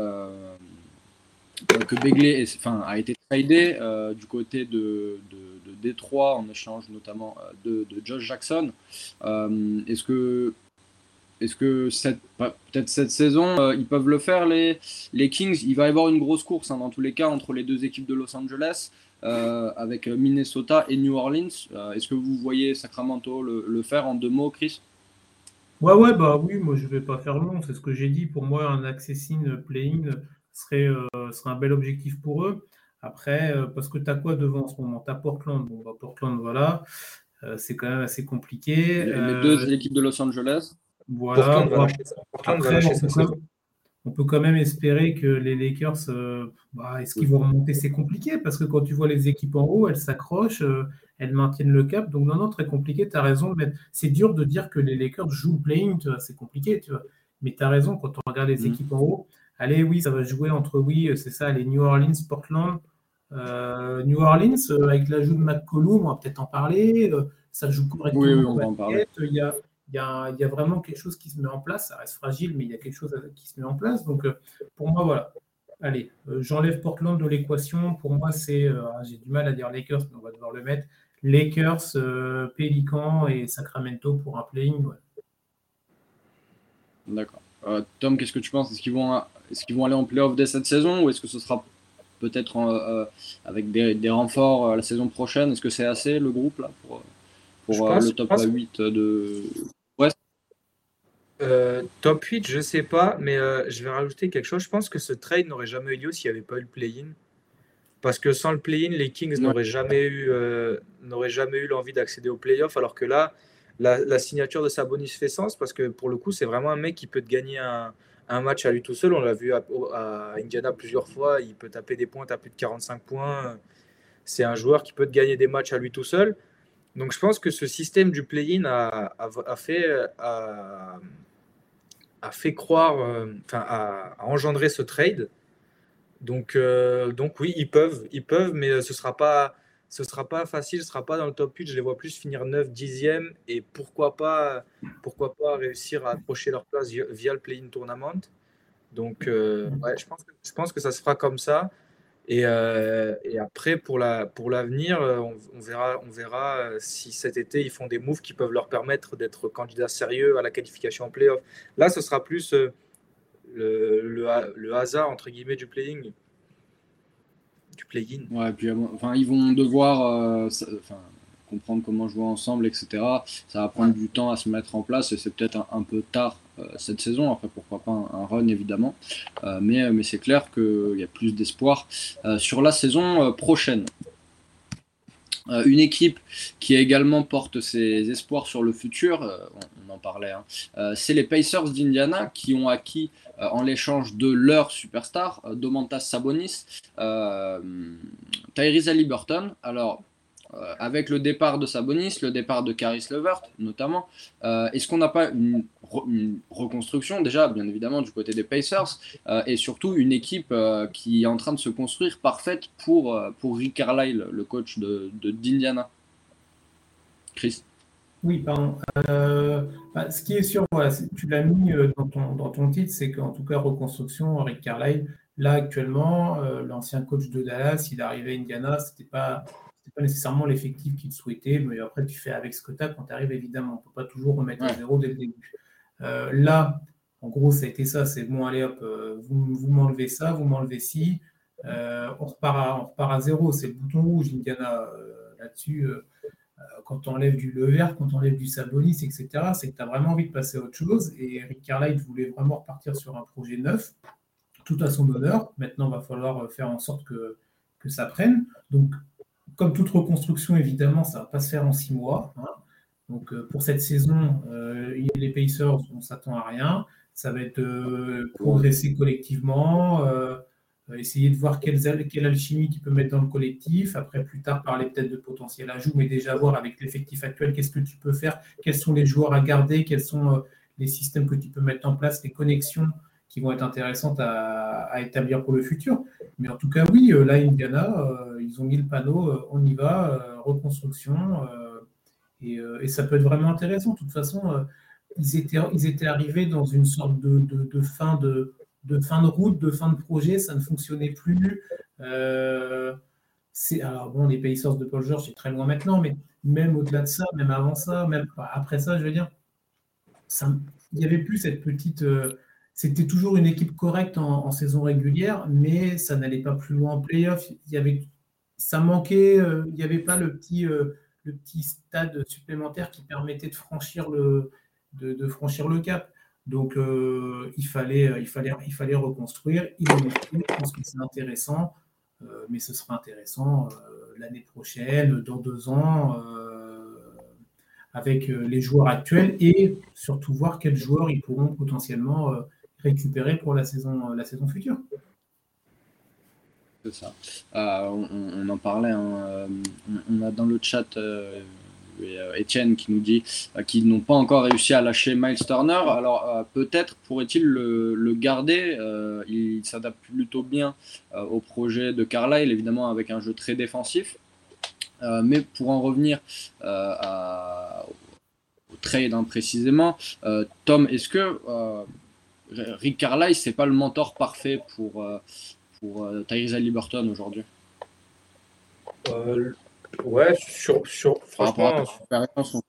S1: a été tradé du côté de Détroit en échange notamment de Josh Jackson. Est-ce que peut-être cette saison, ils peuvent le faire, les Kings? Il va y avoir une grosse course dans tous les cas entre les deux équipes de Los Angeles, avec Minnesota et New Orleans. Est-ce que vous voyez Sacramento le faire en deux mots, Chris?
S3: Ouais, bah oui, moi je vais pas faire long, c'est ce que j'ai dit. Pour moi, un access-in play-in serait un bel objectif pour eux. Après, parce que tu as quoi devant en ce moment? Tu as Portland. Bon, bah, Portland, voilà, c'est quand même assez compliqué.
S1: Les deux équipes de Los Angeles.
S3: Voilà.
S4: Portland va lâcher sa saison.
S3: On peut quand même espérer que les Lakers, est-ce qu'ils vont remonter? C'est compliqué parce que quand tu vois les équipes en haut, elles s'accrochent, elles maintiennent le cap. Donc non, très compliqué, tu as raison. Mais c'est dur de dire que les Lakers jouent le play-in, tu vois, c'est compliqué, tu vois. Mais tu as raison, quand on regarde les équipes en haut, allez, oui, ça va jouer entre, c'est ça, les New Orleans, Portland. New Orleans, avec l'ajout de McCollum, on va peut-être en parler. Ça joue correctement.
S1: Oui, on va en parler.
S3: Il il y a vraiment quelque chose qui se met en place. Ça reste fragile, mais il y a quelque chose qui se met en place. Donc, pour moi, voilà. Allez, j'enlève Portland de l'équation. Pour moi, j'ai du mal à dire Lakers, mais on va devoir le mettre. Lakers, Pelicans et Sacramento pour un play-in. Voilà.
S1: D'accord. Tom, qu'est-ce que tu penses? Est-ce qu'ils vont aller en playoff dès cette saison ou est-ce que ce sera peut-être avec des renforts la saison prochaine? Est-ce que c'est assez le groupe là pour le top 8 de Ouest?
S4: Top 8, je sais pas, mais je vais rajouter quelque chose. Je pense que ce trade n'aurait jamais eu lieu s'il n'y avait pas eu le play-in. Parce que sans le play-in, les Kings n'auraient jamais eu l'envie d'accéder au play-off, alors que là, la signature de Sabonis fait sens, parce que pour le coup, c'est vraiment un mec qui peut te gagner un match à lui tout seul. On l'a vu à Indiana plusieurs fois, il peut taper des points à plus de 45 points. C'est un joueur qui peut te gagner des matchs à lui tout seul. Donc je pense que ce système du play-in a fait croire, a engendré ce trade. Donc oui, ils peuvent, mais ce sera pas facile, ce sera pas dans le top 8. Je les vois plus finir 9, 10e et pourquoi pas réussir à accrocher leur place via le play-in tournament. Donc ouais, je pense que ça se fera comme ça. Et après pour l'avenir, on verra si cet été ils font des moves qui peuvent leur permettre d'être candidats sérieux à la qualification en play-off. Là, ce sera plus le hasard entre guillemets du play-in.
S1: Ouais, puis ils vont devoir comprendre comment jouer ensemble, etc. Ça va prendre du temps à se mettre en place et c'est peut-être un peu tard cette saison. Après, pourquoi pas un run évidemment, mais c'est clair qu'il y a plus d'espoir sur la saison prochaine. Une équipe qui également porte ses espoirs sur le futur, on en parlait, c'est les Pacers d'Indiana qui ont acquis en l'échange de leur superstar, Domantas Sabonis, Tyrese Haliburton. Alors, avec le départ de Sabonis, le départ de Caris LeVert notamment, est-ce qu'on n'a pas une reconstruction déjà, bien évidemment, du côté des Pacers et surtout une équipe qui est en train de se construire parfaite pour Rick Carlisle, le coach d'Indiana? Chris?
S3: Oui, pardon. Ce qui est sûr, voilà, tu l'as mis dans ton titre, c'est qu'en tout cas, reconstruction, Rick Carlisle, là actuellement, l'ancien coach de Dallas, il est arrivé à Indiana, c'était pas nécessairement l'effectif qu'il souhaitait, mais après, tu fais avec ce que tu as quand tu arrives, évidemment. On ne peut pas toujours remettre à zéro dès le début. Là, en gros, ça a été ça, c'est bon, allez hop, vous m'enlevez ça, vous m'enlevez ci, on repart à zéro, c'est le bouton rouge, Indiana, là-dessus. Quand on enlève du Levert, quand on enlève du Sabonis, etc., c'est que tu as vraiment envie de passer à autre chose. Et Rick Carlisle voulait vraiment repartir sur un projet neuf, tout à son honneur. Maintenant, il va falloir faire en sorte que ça prenne. Donc, comme toute reconstruction, évidemment, ça ne va pas se faire en 6 mois. Donc, pour cette saison, les Pacers, on ne s'attend à rien. Ça va être progresser collectivement, essayer de voir quelle alchimie tu peux mettre dans le collectif. Après, plus tard, parler peut-être de potentiel ajout, mais déjà voir avec l'effectif actuel, qu'est-ce que tu peux faire, quels sont les joueurs à garder, quels sont les systèmes que tu peux mettre en place, les connexions qui vont être intéressantes à établir pour le futur. Mais en tout cas, oui, là, Indiana, ils ont mis le panneau, on y va, reconstruction, et ça peut être vraiment intéressant. De toute façon, ils étaient arrivés dans une sorte de fin de route, de fin de projet, ça ne fonctionnait plus. Alors bon, les Pacers de Paul George, c'est très loin maintenant, mais même au-delà de ça, même avant ça, même après ça, je veux dire, il n'y avait plus cette petite... c'était toujours une équipe correcte en saison régulière, mais ça n'allait pas plus loin en playoff. Ça manquait, il n'y avait pas le petit stade supplémentaire qui permettait de franchir le cap. Donc, il fallait reconstruire. Ils l'ont fait. Je pense que c'est intéressant, mais ce sera intéressant l'année prochaine, dans 2 ans, avec les joueurs actuels et surtout voir quels joueurs ils pourront potentiellement récupérer pour la saison future.
S1: C'est ça. On en parlait. On a dans le chat Étienne qui nous dit qu'ils n'ont pas encore réussi à lâcher Miles Turner. Alors peut-être pourrait-il le garder. Il s'adapte plutôt bien au projet de Carlisle, évidemment avec un jeu très défensif. Mais pour en revenir au trade précisément. Tom, est-ce que Rick Carlisle, c'est pas le mentor parfait pour Tyrese Haliburton aujourd'hui?
S4: Ouais,
S1: Par rapport à
S4: franchement,
S1: ta expérience,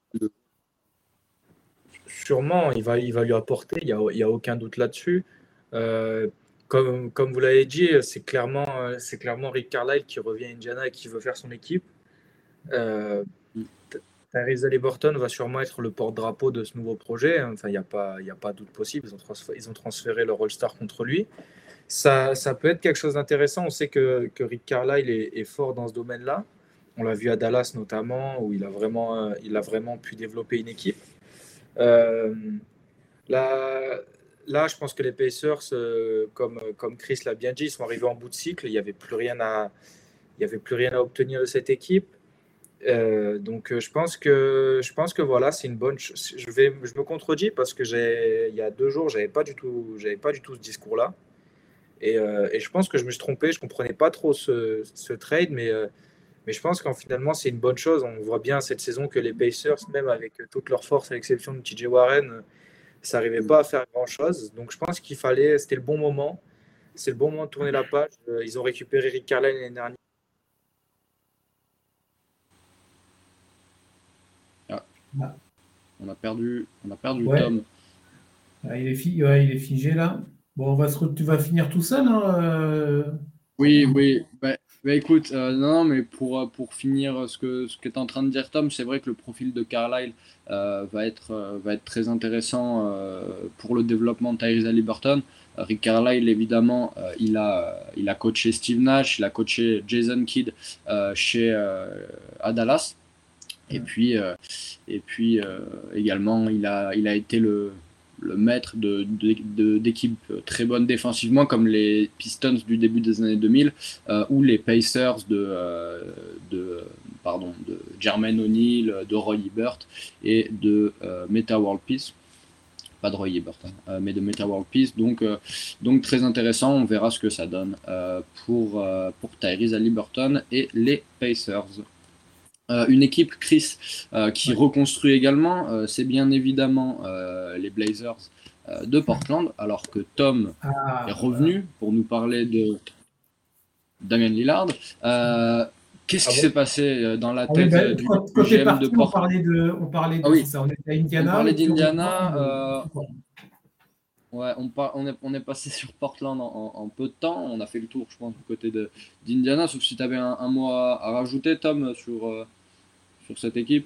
S4: sûrement, il va lui apporter, il y a aucun doute là-dessus. Euh, comme vous l'avez dit, c'est clairement Rick Carlisle qui revient à Indiana et qui veut faire son équipe. Euh, Tyrese Haliburton va sûrement être le porte-drapeau de ce nouveau projet. Enfin, il y a pas doute possible. Ils ont transféré leur All-Star contre lui. Ça peut être quelque chose d'intéressant. On sait que Rick Carlisle est fort dans ce domaine-là. On l'a vu à Dallas notamment, où il a vraiment pu développer une équipe. Euh, là, là, je pense que les Pacers, comme Chris l'a bien dit, ils sont arrivés en bout de cycle. Il y avait plus rien à obtenir de cette équipe. Donc, je pense que voilà, c'est une bonne. Je me contredis parce que il y a 2 jours, j'avais pas du tout ce discours-là. Et je pense que je me suis trompé. Je comprenais pas trop ce trade, mais je pense qu'en finalement, c'est une bonne chose. On voit bien cette saison que les Pacers, même avec toute leur force, à l'exception de TJ Warren, ça n'arrivait pas à faire grand-chose. Donc, je pense c'était le bon moment. C'est le bon moment de tourner la page. Ils ont récupéré Rick Carlisle l'année dernière.
S1: ah,
S3: Ah,
S1: on a perdu
S3: ouais,
S1: Tom.
S3: ouais, il est figé là. Bon, tu vas finir tout seul, hein,
S1: Oui, oui. Écoute, non, mais pour finir ce que tu es en train de dire, Tom, c'est vrai que le profil de Carlisle va être très intéressant pour le développement de Tyrese Haliburton. Rick Carlisle, évidemment, il a coaché Steve Nash, il a coaché Jason Kidd à Dallas. Et puis, également, il a été le maître d'équipes très bonnes défensivement, comme les Pistons du début des années 2000, ou les Pacers de, de Jermaine O'Neal, de Roy Hibbert et de Metta World Peace. Pas de Roy Hibbert, mais de Metta World Peace. Donc très intéressant, on verra ce que ça donne pour Tyrese Haliburton et les Pacers. Une équipe, Chris, qui
S3: ouais.
S1: reconstruit également, c'est bien évidemment les Blazers de Portland, alors que Tom est
S3: Ah, voilà.
S1: revenu pour nous parler de Damian Lillard. Qu'est-ce
S4: Ah
S1: qui
S4: bon?
S1: s'est passé dans la
S3: Ah oui,
S1: tête
S3: ben,
S1: du
S3: quand t'es
S1: GM de
S3: parti,
S1: Portland? Ah
S3: c'est
S1: oui,
S3: ça, on était à
S1: on
S3: Indiana
S1: parlait
S3: et puis on est
S1: d'Indiana.
S3: parti.
S1: Ouais, on est passé sur Portland en peu de temps. On a fait le tour, je pense, du côté d'Indiana, sauf si tu avais un mot à rajouter, Tom, sur cette équipe,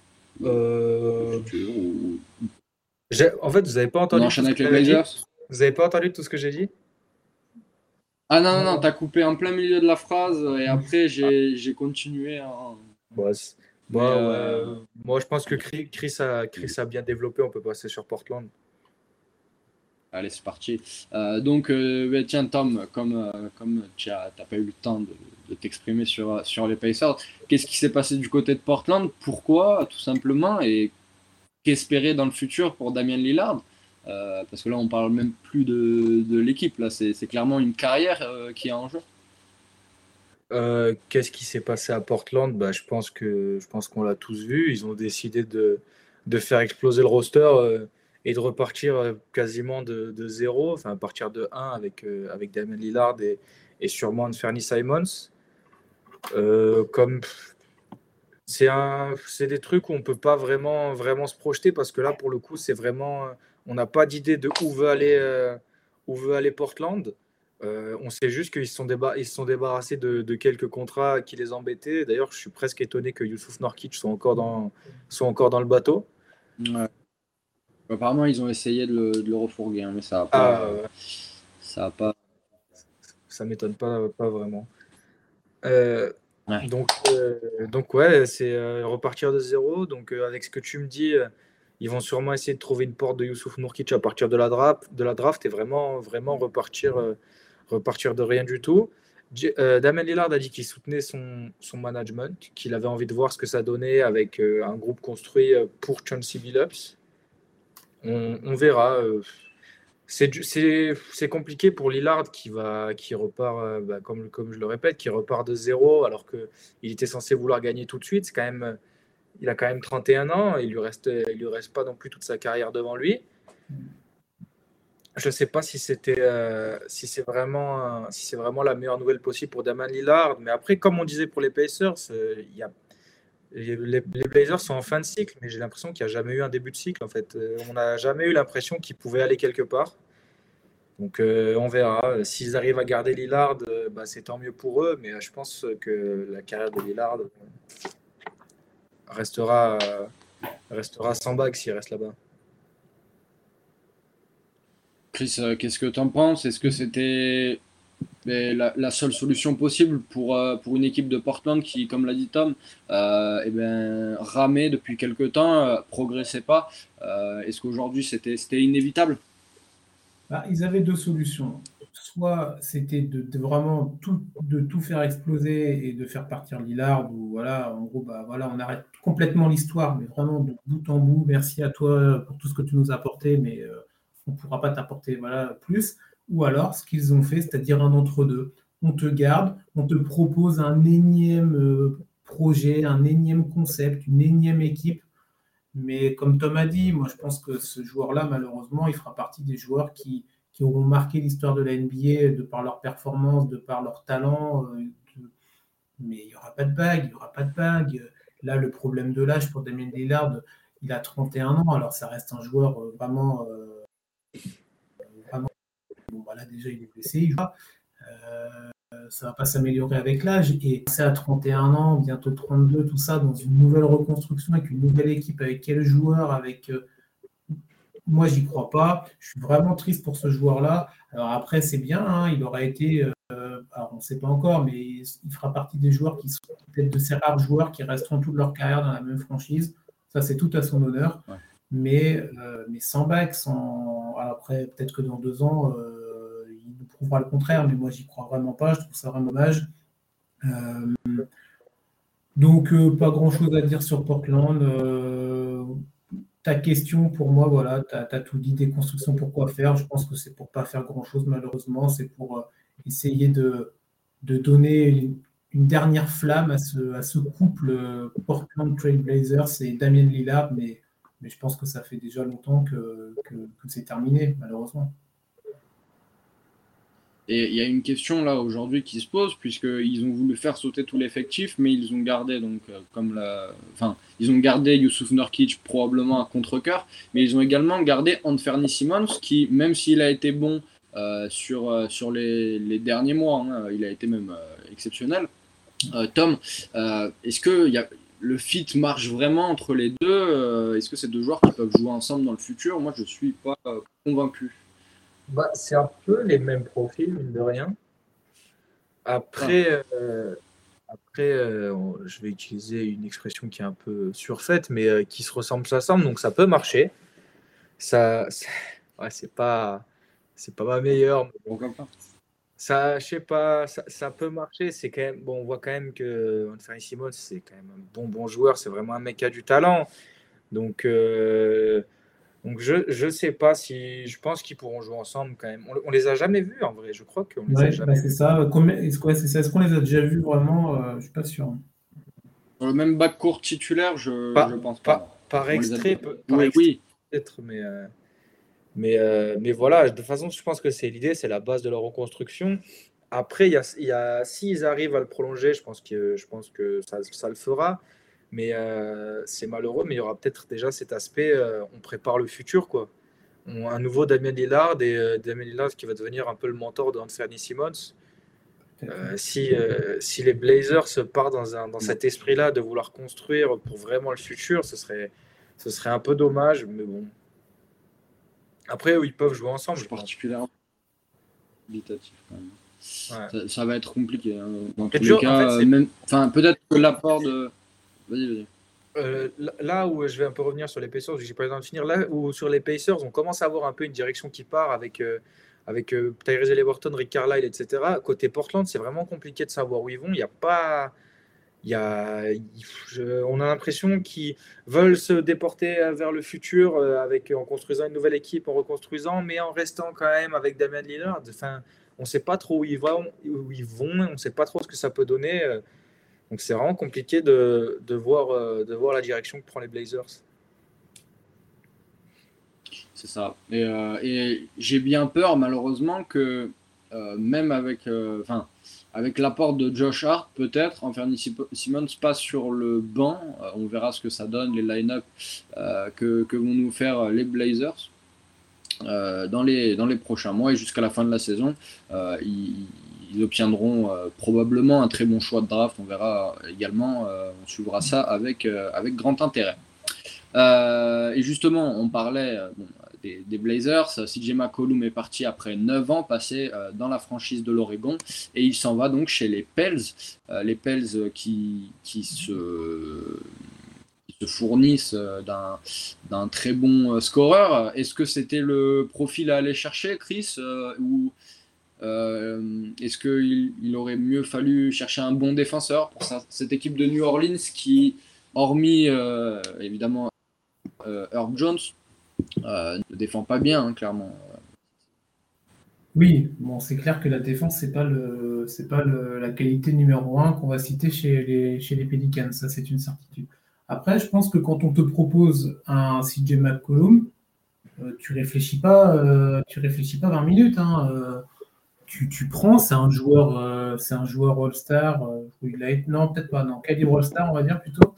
S1: au
S4: Euh,
S1: futur,
S4: En fait, vous n'avez pas
S1: on
S4: entendu tout
S1: enchaîne
S4: ce
S1: avec
S4: que
S1: les
S4: j'avais dit?
S1: Blazers.
S4: Vous n'avez pas entendu tout ce que j'ai dit?
S1: Ah non, non, non, t'as coupé en plein milieu de la phrase et après
S4: Ah,
S1: j'ai continué.
S4: bah,
S1: Mais
S4: ouais. Moi, je pense que Chris a bien développé. On peut passer sur Portland.
S1: allez, c'est parti. Ouais, tiens, Tom, comme tu t'as pas eu le temps de t'exprimer sur les Pacers, qu'est-ce qui s'est passé du côté de Portland? Pourquoi, tout simplement, et qu'espérer dans le futur pour Damian Lillard? Parce que là, on parle même plus de l'équipe, là, c'est clairement une carrière qui est en jeu.
S4: Qu'est-ce qui s'est passé à Portland? Bah, je pense qu'on l'a tous vu. Ils ont décidé de faire exploser le roster et de repartir quasiment de zéro, enfin partir de 1 avec Damian Lillard et sûrement Anthony Simons. Comme c'est des trucs où on peut pas vraiment se projeter parce que là, pour le coup, on n'a pas d'idée de où veut aller Portland. On sait juste ils se sont débarrassés de quelques contrats qui les embêtaient. D'ailleurs, je suis presque étonné que Youssouf Nurkic soit encore dans le bateau.
S1: Ouais. Apparemment, ils ont essayé de le refourguer, hein, mais
S4: Ah,
S1: ça a pas.
S4: ça m'étonne pas vraiment. Euh,
S1: Ouais.
S4: donc ouais, c'est repartir de zéro. Donc avec ce que tu me dis, ils vont sûrement essayer de trouver une porte de Youssouf Nourkic à partir de la draft et vraiment repartir de rien du tout. Damien Lillard a dit qu'il soutenait son management, qu'il avait envie de voir ce que ça donnait avec un groupe construit pour Chauncey Billups. On verra. C'est compliqué pour Lillard qui repart, comme je le répète, qui repart de zéro alors qu'il était censé vouloir gagner tout de suite. C'est quand même, Il a quand même 31 ans, il lui reste pas non plus toute sa carrière devant lui. Je ne sais pas si c'est vraiment la meilleure nouvelle possible pour Damian Lillard. Mais après, comme on disait pour les Pacers, les Blazers sont en fin de cycle, mais j'ai l'impression qu'il n'y a jamais eu un début de cycle. En fait, on n'a jamais eu l'impression qu'ils pouvaient aller quelque part. Donc, on verra. S'ils arrivent à garder Lillard, c'est tant mieux pour eux. Mais je pense que la carrière de Lillard restera sans bague s'il reste là-bas.
S1: Chris, qu'est-ce que tu en penses? Est-ce que c'était la seule solution possible pour une équipe de Portland qui, comme l'a dit Tom, ramait depuis quelques temps, progressait pas? Est-ce qu'aujourd'hui c'était inévitable?
S3: Ils avaient deux solutions. Soit c'était de vraiment tout faire exploser et de faire partir Lillard, ou voilà, en gros, on arrête complètement l'histoire, mais vraiment de bout en bout. Merci à toi pour tout ce que tu nous as apporté, mais on ne pourra pas t'apporter plus. Ou alors, ce qu'ils ont fait, c'est-à-dire un entre-deux. On te garde, on te propose un énième projet, un énième concept, une énième équipe. Mais comme Tom a dit, moi je pense que ce joueur-là, malheureusement, il fera partie des joueurs qui auront marqué l'histoire de la NBA de par leur performance, de par leur talent. Mais il n'y aura pas de bague, il n'y aura pas de bague. Là, le problème de l'âge pour Damian Lillard, il a 31 ans, alors ça reste un joueur vraiment. Bon, voilà, déjà, il est blessé, il joue pas. Ça ne va pas s'améliorer avec l'âge. Et c'est à 31 ans, bientôt 32, tout ça, dans une nouvelle reconstruction, avec une nouvelle équipe, avec quel joueur, avec. Moi, j'y crois pas. Je suis vraiment triste pour ce joueur-là. Alors après, c'est bien, hein, il aurait été. Alors, on ne sait pas encore, mais il fera partie des joueurs qui sont peut-être de ces rares joueurs qui resteront toute leur carrière dans la même franchise. Ça, c'est tout à son honneur.
S1: Ouais.
S3: Mais sans bac, sans. Alors après, peut-être que dans 2 ans, il nous prouvera le contraire, mais moi, j'y crois vraiment pas. Je trouve ça vraiment dommage. Donc, pas grand-chose à dire sur Portland. Ta question, pour moi, voilà, tu as tout dit, des constructions pour quoi faire. Je pense que c'est pour pas faire grand-chose, malheureusement. C'est pour essayer de donner une dernière flamme à ce couple Portland Trail Blazers et Damian Lillard, mais je pense que ça fait déjà longtemps que c'est terminé, malheureusement.
S1: Et il y a une question là aujourd'hui qui se pose, puisqu'ils ont voulu faire sauter tout l'effectif, mais ils ont gardé ils ont gardé Youssouf Nurkic probablement à contre-cœur, mais ils ont également gardé Anthony Simons qui, même s'il a été bon sur les derniers mois, hein, il a été même exceptionnel. Tom, est-ce que le fit marche vraiment entre les deux? Est-ce que c'est deux joueurs qui peuvent jouer ensemble dans le futur? Moi, je suis pas convaincu.
S4: C'est un peu les mêmes profils, mine de rien. Après, je vais utiliser une expression qui est un peu surfaite, mais qui se ressemble, donc ça peut marcher. C'est pas ma meilleure. Mais
S1: Pourquoi pas?
S4: ça, je sais pas, ça peut marcher. C'est quand même bon. On voit quand même que Anthony Simons, c'est quand même un bon joueur. C'est vraiment un mec qui a du talent. Donc je sais pas si je pense qu'ils pourront jouer ensemble quand même. On les a jamais vus en vrai. Je crois qu'on les a jamais.
S3: C'est ça. Est-ce qu'on les a déjà vus vraiment? Je suis pas sûr.
S1: Dans le même backcourt titulaire, je pense pas.
S4: Par extrait,
S1: oui.
S4: Peut-être, mais voilà. De toute façon, je pense que c'est l'idée, c'est la base de leur reconstruction. Après, s'ils arrivent à le prolonger, je pense que ça le fera. Mais c'est malheureux, mais il y aura peut-être déjà cet aspect, on prépare le futur, quoi. Un nouveau Damian Lillard, et Damian Lillard qui va devenir un peu le mentor d'Anthony Simons. Si les Blazers se partent dans cet esprit-là de vouloir construire pour vraiment le futur, ce serait un peu dommage, mais bon. Après, ils peuvent jouer ensemble.
S1: C'est particulièrement qualitatif quand même.
S4: Ouais.
S1: Ça va être compliqué. Hein. Dans tous les cas, peut-être que l'apport de... Vas-y.
S4: Là où je vais un peu revenir sur les Pacers, j'ai pas le temps de finir, là où sur les Pacers, on commence à avoir un peu une direction qui part avec Tyrese Haliburton, Rick Carlisle, etc. Côté Portland, c'est vraiment compliqué de savoir où ils vont. Il y a pas... on a l'impression qu'ils veulent se déporter vers le futur en construisant une nouvelle équipe, en reconstruisant, mais en restant quand même avec Damian Lillard. Enfin, on ne sait pas trop où ils vont, on ne sait pas trop ce que ça peut donner. Donc c'est vraiment compliqué de voir la direction que prend les Blazers.
S1: C'est ça. Et j'ai bien peur, malheureusement, que même avec l'apport de Josh Hart, peut-être, Anthony Simmons passe sur le banc. On verra ce que ça donne, les line-up que vont nous faire les Blazers dans les prochains mois et jusqu'à la fin de la saison. Ils obtiendront probablement un très bon choix de draft. On verra également, on suivra ça avec grand intérêt. Et justement, on parlait des Blazers. CJ McCollum est parti après 9 ans passés dans la franchise de l'Oregon et il s'en va donc chez les Pels. Les Pels qui se fournissent d'un très bon scoreur. Est-ce que c'était le profil à aller chercher, Chris, ou est-ce qu'il aurait mieux fallu chercher un bon défenseur pour cette équipe de New Orleans qui, hormis évidemment Herb Jones, ne défend pas bien, hein, clairement.
S3: Oui, bon, c'est clair que la défense, c'est pas la qualité numéro un qu'on va citer chez les Pelicans, ça c'est une certitude. Après, je pense que quand on te propose un CJ McCollum, tu réfléchis pas 20 minutes, hein. Tu prends, c'est un joueur All-Star. Non, peut-être pas, non, calibre All-Star, on va dire plutôt.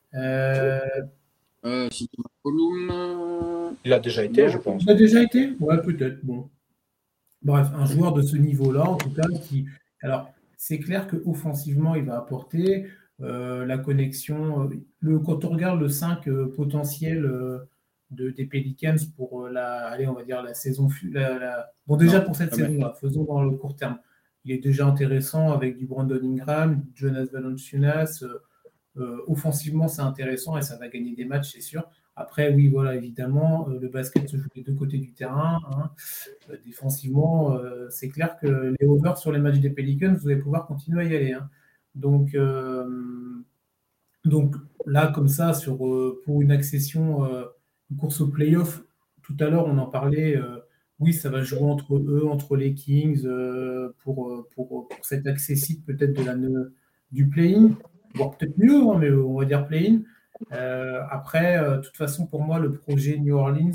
S1: CJ McCollum,
S4: Il a déjà été,
S1: non,
S4: je pense.
S3: Il a déjà été? Ouais, peut-être. Bon. Bref, un joueur de ce niveau-là, en tout cas, alors, c'est clair qu'offensivement, il va apporter la connexion. Quand on regarde le 5 potentiel des Pelicans pour allez, on va dire la saison. Bon, déjà
S1: Non,
S3: pour cette
S1: jamais.
S3: saison-là, faisons dans le court terme. Il est déjà intéressant avec du Brandon Ingram, Jonas Valanciunas. Offensivement, c'est intéressant et ça va gagner des matchs, c'est sûr. Après, oui, voilà, évidemment, le basket se joue des deux côtés du terrain, hein. Défensivement, c'est clair que les overs sur les matchs des Pelicans, vous allez pouvoir continuer à y aller, hein. Donc là, comme ça, pour une accession, une course au playoff, tout à l'heure, on en parlait. Oui, ça va jouer entre eux, entre les Kings, pour cette accessible peut-être du play-in, voire peut-être mieux, hein, mais on va dire play-in. Après, de toute façon, pour moi, le projet New Orleans,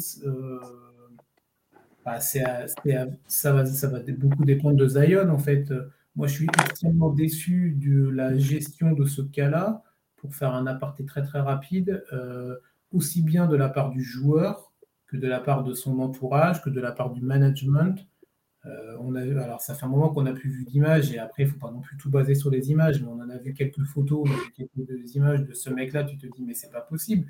S3: ça va beaucoup dépendre de Zion, en fait. Moi, je suis extrêmement déçu de la gestion de ce cas-là, pour faire un aparté très très rapide, aussi bien de la part du joueur que de la part de son entourage, que de la part du management. Alors, ça fait un moment qu'on n'a plus vu d'images, et après, il ne faut pas non plus tout baser sur les images, mais on en a vu quelques photos, on a vu quelques images de ce mec-là, tu te dis, mais c'est pas possible.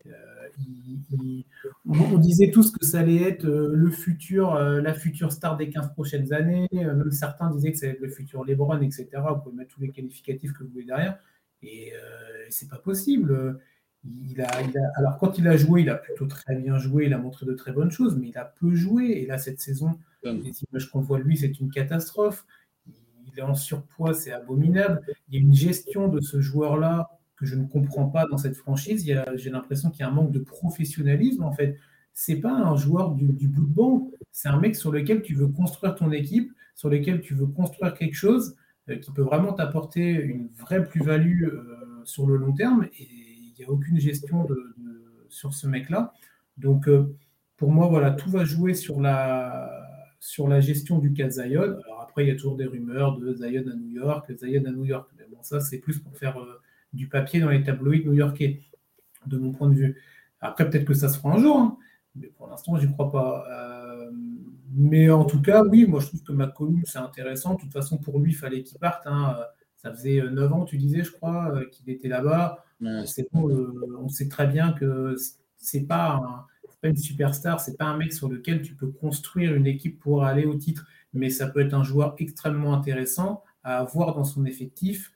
S3: On disait tous que ça allait être la future star des 15 prochaines années. Même certains disaient que ça allait être le futur LeBron, etc. Vous pouvez mettre tous les qualificatifs que vous voulez derrière. Et c'est pas possible. Alors, quand il a joué, il a plutôt très bien joué. Il a montré de très bonnes choses, mais il a peu joué. Et là, cette saison, les images qu'on voit de lui, c'est une catastrophe. Il est en surpoids, c'est abominable. Il y a une gestion de ce joueur-là que je ne comprends pas dans cette franchise. J'ai l'impression qu'il y a un manque de professionnalisme, en fait. C'est pas un joueur du bout de banc, c'est un mec sur lequel tu veux construire ton équipe, sur lequel tu veux construire quelque chose qui peut vraiment t'apporter une vraie plus-value sur le long terme. Et il n'y a aucune gestion sur ce mec-là. Donc, pour moi, voilà, tout va jouer sur la gestion du cas Zion. Alors après, il y a toujours des rumeurs de Zion à New York, Zion à New York. Mais bon, ça, c'est plus pour faire du papier dans les tabloïds new-yorkais, de mon point de vue. Après, peut-être que ça se fera un jour, hein, mais pour l'instant, j'y crois pas. Mais en tout cas, oui, moi, je trouve que McCollum, c'est intéressant. De toute façon, pour lui, il fallait qu'il parte, hein. Ça faisait 9 ans, tu disais, je crois, qu'il était là-bas. C'est bon, on sait très bien que c'est pas une superstar, c'est pas un mec sur lequel tu peux construire une équipe pour aller au titre, mais ça peut être un joueur extrêmement intéressant à avoir dans son effectif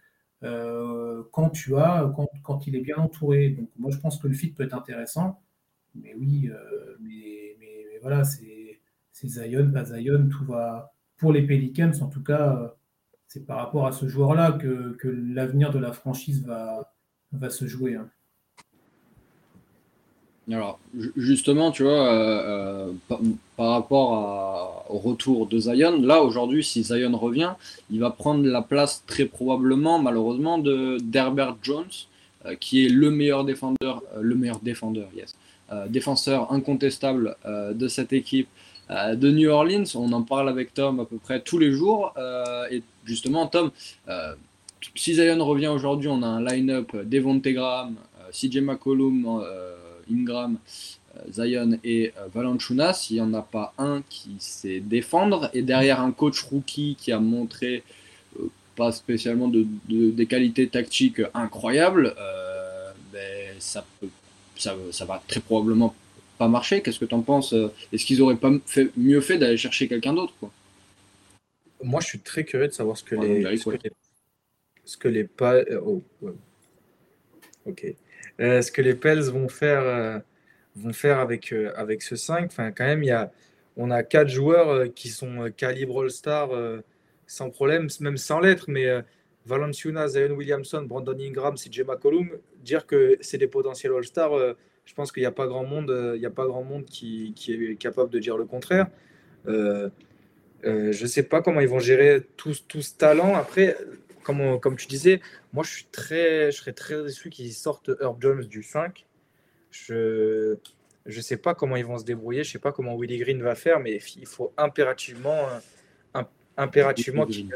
S3: quand il est bien entouré. Donc moi je pense que le fit peut être intéressant, mais oui, mais voilà, c'est Zion, pas Zion, tout va pour les Pelicans en tout cas. C'est par rapport à ce joueur-là que l'avenir de la franchise va se jouer, hein.
S1: Alors, justement, tu vois, par rapport au retour de Zion, là, aujourd'hui, si Zion revient, il va prendre la place très probablement, malheureusement, d'Herbert Jones, qui est le meilleur défendeur, yes, défenseur incontestable de cette équipe de New Orleans. On en parle avec Tom à peu près tous les jours. Et justement, Tom, euh, si Zion revient aujourd'hui, on a un line-up Devontae Graham, CJ McCollum, Ingram, Zion et Valanciunas. Il n'y en a pas un qui sait défendre. Et derrière un coach rookie qui a montré pas spécialement des qualités tactiques incroyables, ben, ça va très probablement pas marcher. Qu'est-ce que tu en penses? Est-ce qu'ils auraient pas mieux fait d'aller chercher quelqu'un d'autre, quoi?
S4: Moi, je suis très curieux de savoir
S1: Par exemple, Derrick White.
S4: ce que les oh, ouais, ok. Ce que les Pels vont faire avec ce 5. Enfin, quand même, on a 4 joueurs qui sont calibre All-Star sans problème, même sans l'être, mais Valanciunas, Zion Williamson, Brandon Ingram, CJ McCollum, dire que c'est des potentiels All-Star, je pense qu'il n'y a pas grand monde, il y a pas grand monde qui est capable de dire le contraire. Euh, je ne sais pas comment ils vont gérer tout ce talent. Après, comme tu disais, moi je serais très déçu qu'ils sortent Herb Jones du 5. Je ne sais pas comment ils vont se débrouiller, je ne sais pas comment Willie Green va faire, mais il faut impérativement qu'il.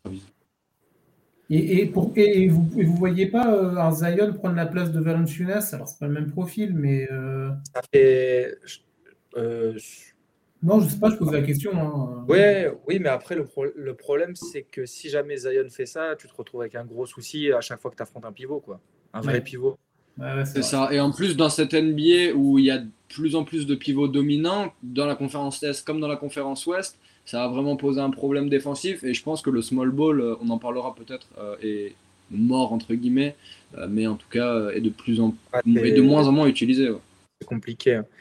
S3: Et vous voyez pas un Zion prendre la place de Valanciunas? Alors, c'est pas le même profil, mais.
S4: Ça fait, euh,
S3: Non, je sais pas, je pose la question, hein.
S4: ouais, oui, mais après, le problème, c'est que si jamais Zion fait ça, tu te retrouves avec un gros souci à chaque fois que tu affrontes un pivot, quoi. Un vrai
S3: Ouais.
S4: pivot.
S3: Ouais, c'est
S1: C'est
S3: vrai.
S1: ça. Et en plus, dans cette NBA où il y a de plus en plus de pivots dominants, dans la conférence Est comme dans la conférence Ouest, ça va vraiment poser un problème défensif. Et je pense que le small ball, on en parlera peut-être, est mort, entre guillemets, mais en tout cas,
S4: Ah,
S1: est de moins en moins utilisé. Ouais.
S4: c'est compliqué, hein.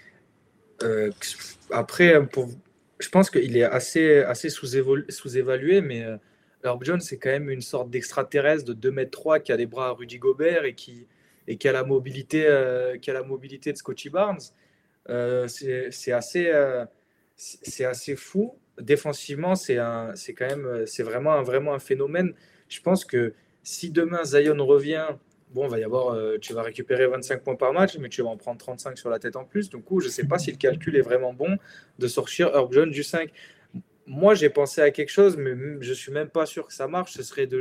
S4: Après, je pense qu'il est assez sous-évalué, mais Herb Jones, c'est quand même une sorte d'extraterrestre de 2,3 m qui a les bras à Rudy Gobert et qui qui a la mobilité de Scotty Barnes. C'est assez fou. Défensivement, c'est vraiment un phénomène. Je pense que si demain Zion revient, bon, va y avoir, tu vas récupérer 25 points par match, mais tu vas en prendre 35 sur la tête en plus. Du coup, je ne sais pas si le calcul est vraiment bon de sortir Herb Jones du 5. Moi, j'ai pensé à quelque chose, mais je ne suis même pas sûr que ça marche. Ce serait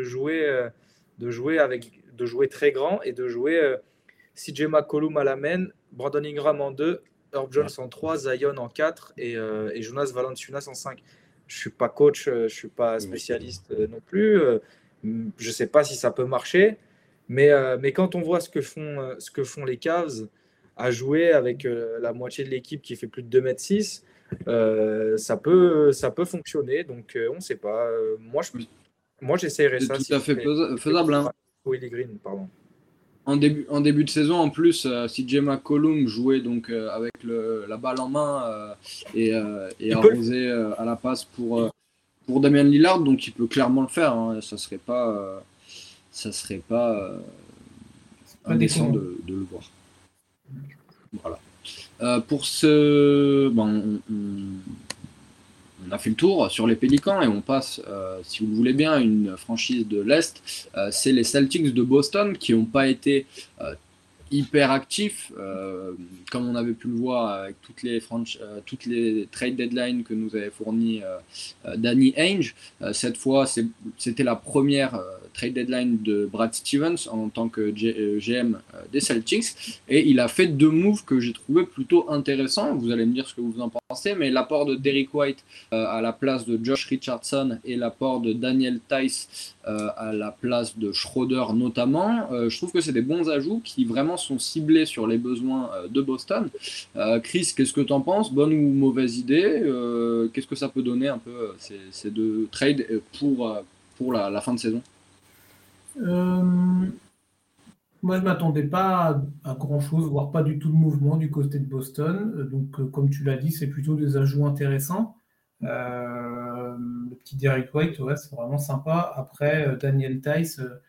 S4: de jouer très grand et de jouer CJ McCollum à la main, Brandon Ingram en 2, Herb Jones en 3, Zion en 4 et Jonas Valanciunas en 5. Je ne suis pas coach, je ne suis pas spécialiste non plus. Je ne sais pas si ça peut marcher, mais quand on voit ce que font les Cavs à jouer avec la moitié de l'équipe qui fait plus de 2,6 m, ça peut fonctionner. Donc, on ne sait pas. Moi, j'essayerais
S1: C'est
S4: ça
S1: tout
S4: si
S1: à
S4: je
S1: fait
S4: fais
S1: faisable, hein.
S4: Willie Green, pardon.
S1: En début de saison, en plus, CJ McCollum jouait donc avec la balle en main et
S4: Il peut le
S1: arrosé à la passe pour Damian Lillard, donc il peut clairement le faire, hein. Ça serait pas
S3: Pas
S1: indécent
S3: déconnant.
S1: de le voir. Voilà. Pour ce, on a fait le tour sur les Pélicans et on passe, si vous le voulez bien, à une franchise de l'Est. C'est les Celtics de Boston qui n'ont pas été hyper actif, comme on avait pu le voir avec toutes les trade deadlines que nous avait fourni Danny Ainge. Cette fois, c'était la première trade deadline de Brad Stevens en tant que GM des Celtics, et il a fait 2 moves que j'ai trouvé plutôt intéressants. Vous allez me dire ce que vous en pensez, mais l'apport de Derrick White à la place de Josh Richardson et l'apport de Daniel Theis à la place de Schroeder notamment, je trouve que c'est des bons ajouts qui vraiment sont ciblés sur les besoins de Boston. Chris, qu'est-ce que tu en penses? Bonne ou mauvaise idée? Qu'est-ce que ça peut donner un peu ces 2 trades pour la fin de saison?
S3: Euh, Moi, je ne m'attendais pas à grand-chose, voire pas du tout de mouvement du côté de Boston. Donc, comme tu l'as dit, c'est plutôt des ajouts intéressants. Le petit Derrick White, ouais, c'est vraiment sympa. Après, Daniel Theis,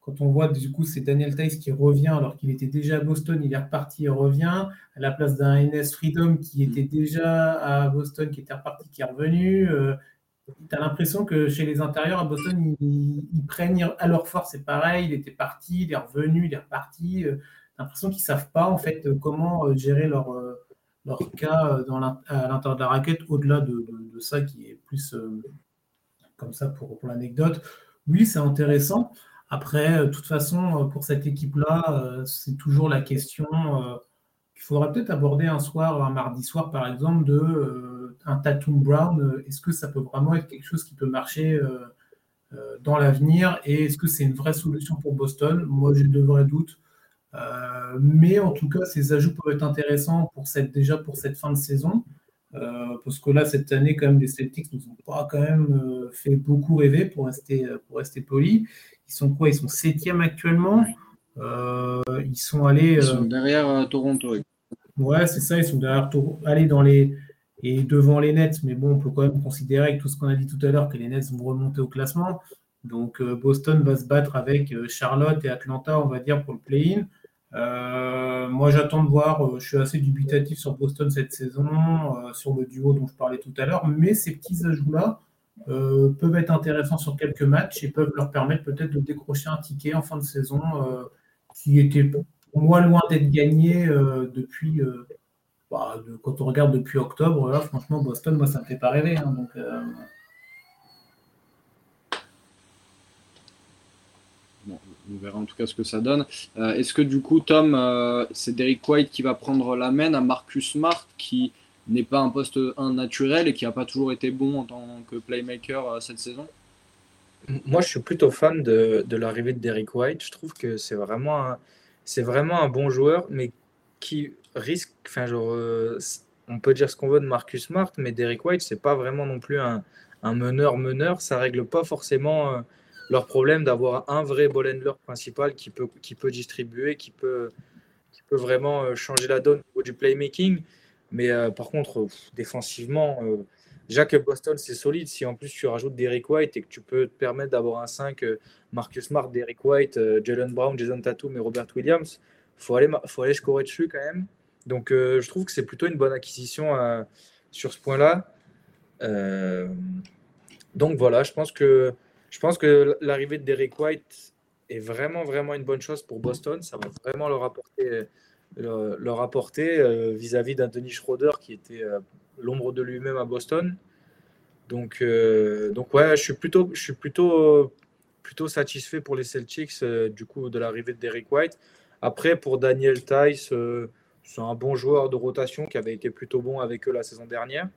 S3: quand on voit du coup c'est Daniel Tice qui revient alors qu'il était déjà à Boston, il est reparti, il revient, à la place d'un NS Freedom qui était déjà à Boston, qui était reparti, qui est revenu. Tu as l'impression que chez les intérieurs à Boston, ils prennent à leur force, c'est pareil, il était parti, il est revenu, il est reparti. Tu as l'impression qu'ils ne savent pas en fait comment gérer leur cas à l'intérieur de la raquette, au-delà de ça qui est plus comme ça pour l'anecdote. Oui, c'est intéressant. Après, de toute façon, pour cette équipe-là, c'est toujours la question qu'il faudra peut-être aborder un mardi soir, par exemple, un Tatum Brown. Est-ce que ça peut vraiment être quelque chose qui peut marcher dans l'avenir? Et est-ce que c'est une vraie solution pour Boston? Moi, j'ai de vrais doutes. Mais en tout cas, ces ajouts peuvent être intéressants déjà pour cette fin de saison. Parce que là, cette année, quand même, les Celtics nous ont pas quand même fait beaucoup rêver pour rester polis. Ils sont quoi? Ils sont 7e actuellement. Ils sont allés.
S1: Ils sont derrière Toronto.
S3: Ouais, c'est ça. Ils sont derrière Toronto. Allez et devant les Nets. Mais bon, on peut quand même considérer avec tout ce qu'on a dit tout à l'heure que les Nets vont remonter au classement. Donc Boston va se battre avec Charlotte et Atlanta, on va dire, pour le play-in. Moi, j'attends de voir. Je suis assez dubitatif sur Boston cette saison, sur le duo dont je parlais tout à l'heure, mais ces petits ajouts-là peuvent être intéressants sur quelques matchs et peuvent leur permettre peut-être de décrocher un ticket en fin de saison qui était pour moi loin d'être gagné depuis. Quand on regarde depuis octobre, là, franchement, Boston, moi, ça me fait pas rêver. Hein, donc,
S1: Bon, on verra en tout cas ce que ça donne. Est-ce que du coup, Tom, c'est Derrick White qui va prendre la main à Marcus Smart, qui n'est pas un poste 1 naturel et qui n'a pas toujours été bon en tant que playmaker cette saison?
S4: Moi, je suis plutôt fan de l'arrivée de Derrick White. Je trouve que c'est vraiment un bon joueur, mais qui risque. Enfin, on peut dire ce qu'on veut de Marcus Smart, mais Derrick White, c'est pas vraiment non plus un meneur. Ça règle pas forcément leur problème d'avoir un vrai ball handler principal qui peut distribuer, qui peut vraiment changer la donne au niveau du playmaking. Mais par contre, défensivement, déjà que Boston, c'est solide. Si en plus tu rajoutes Derrick White et que tu peux te permettre d'avoir un 5, Marcus Smart, Derrick White, Jalen Brown, Jason Tatum et Robert Williams, faut aller scorer dessus quand même. Donc je trouve que c'est plutôt une bonne acquisition sur ce point-là. Donc voilà, je pense que l'arrivée de Derrick White est vraiment, vraiment une bonne chose pour Boston. Ça va vraiment leur apporter vis-à-vis d'Anthony Schroeder qui était l'ombre de lui-même à Boston. Donc ouais, je suis plutôt satisfait pour les Celtics du coup de l'arrivée de Derrick White. Après, pour Daniel Tice, c'est un bon joueur de rotation qui avait été plutôt bon avec eux la saison dernière.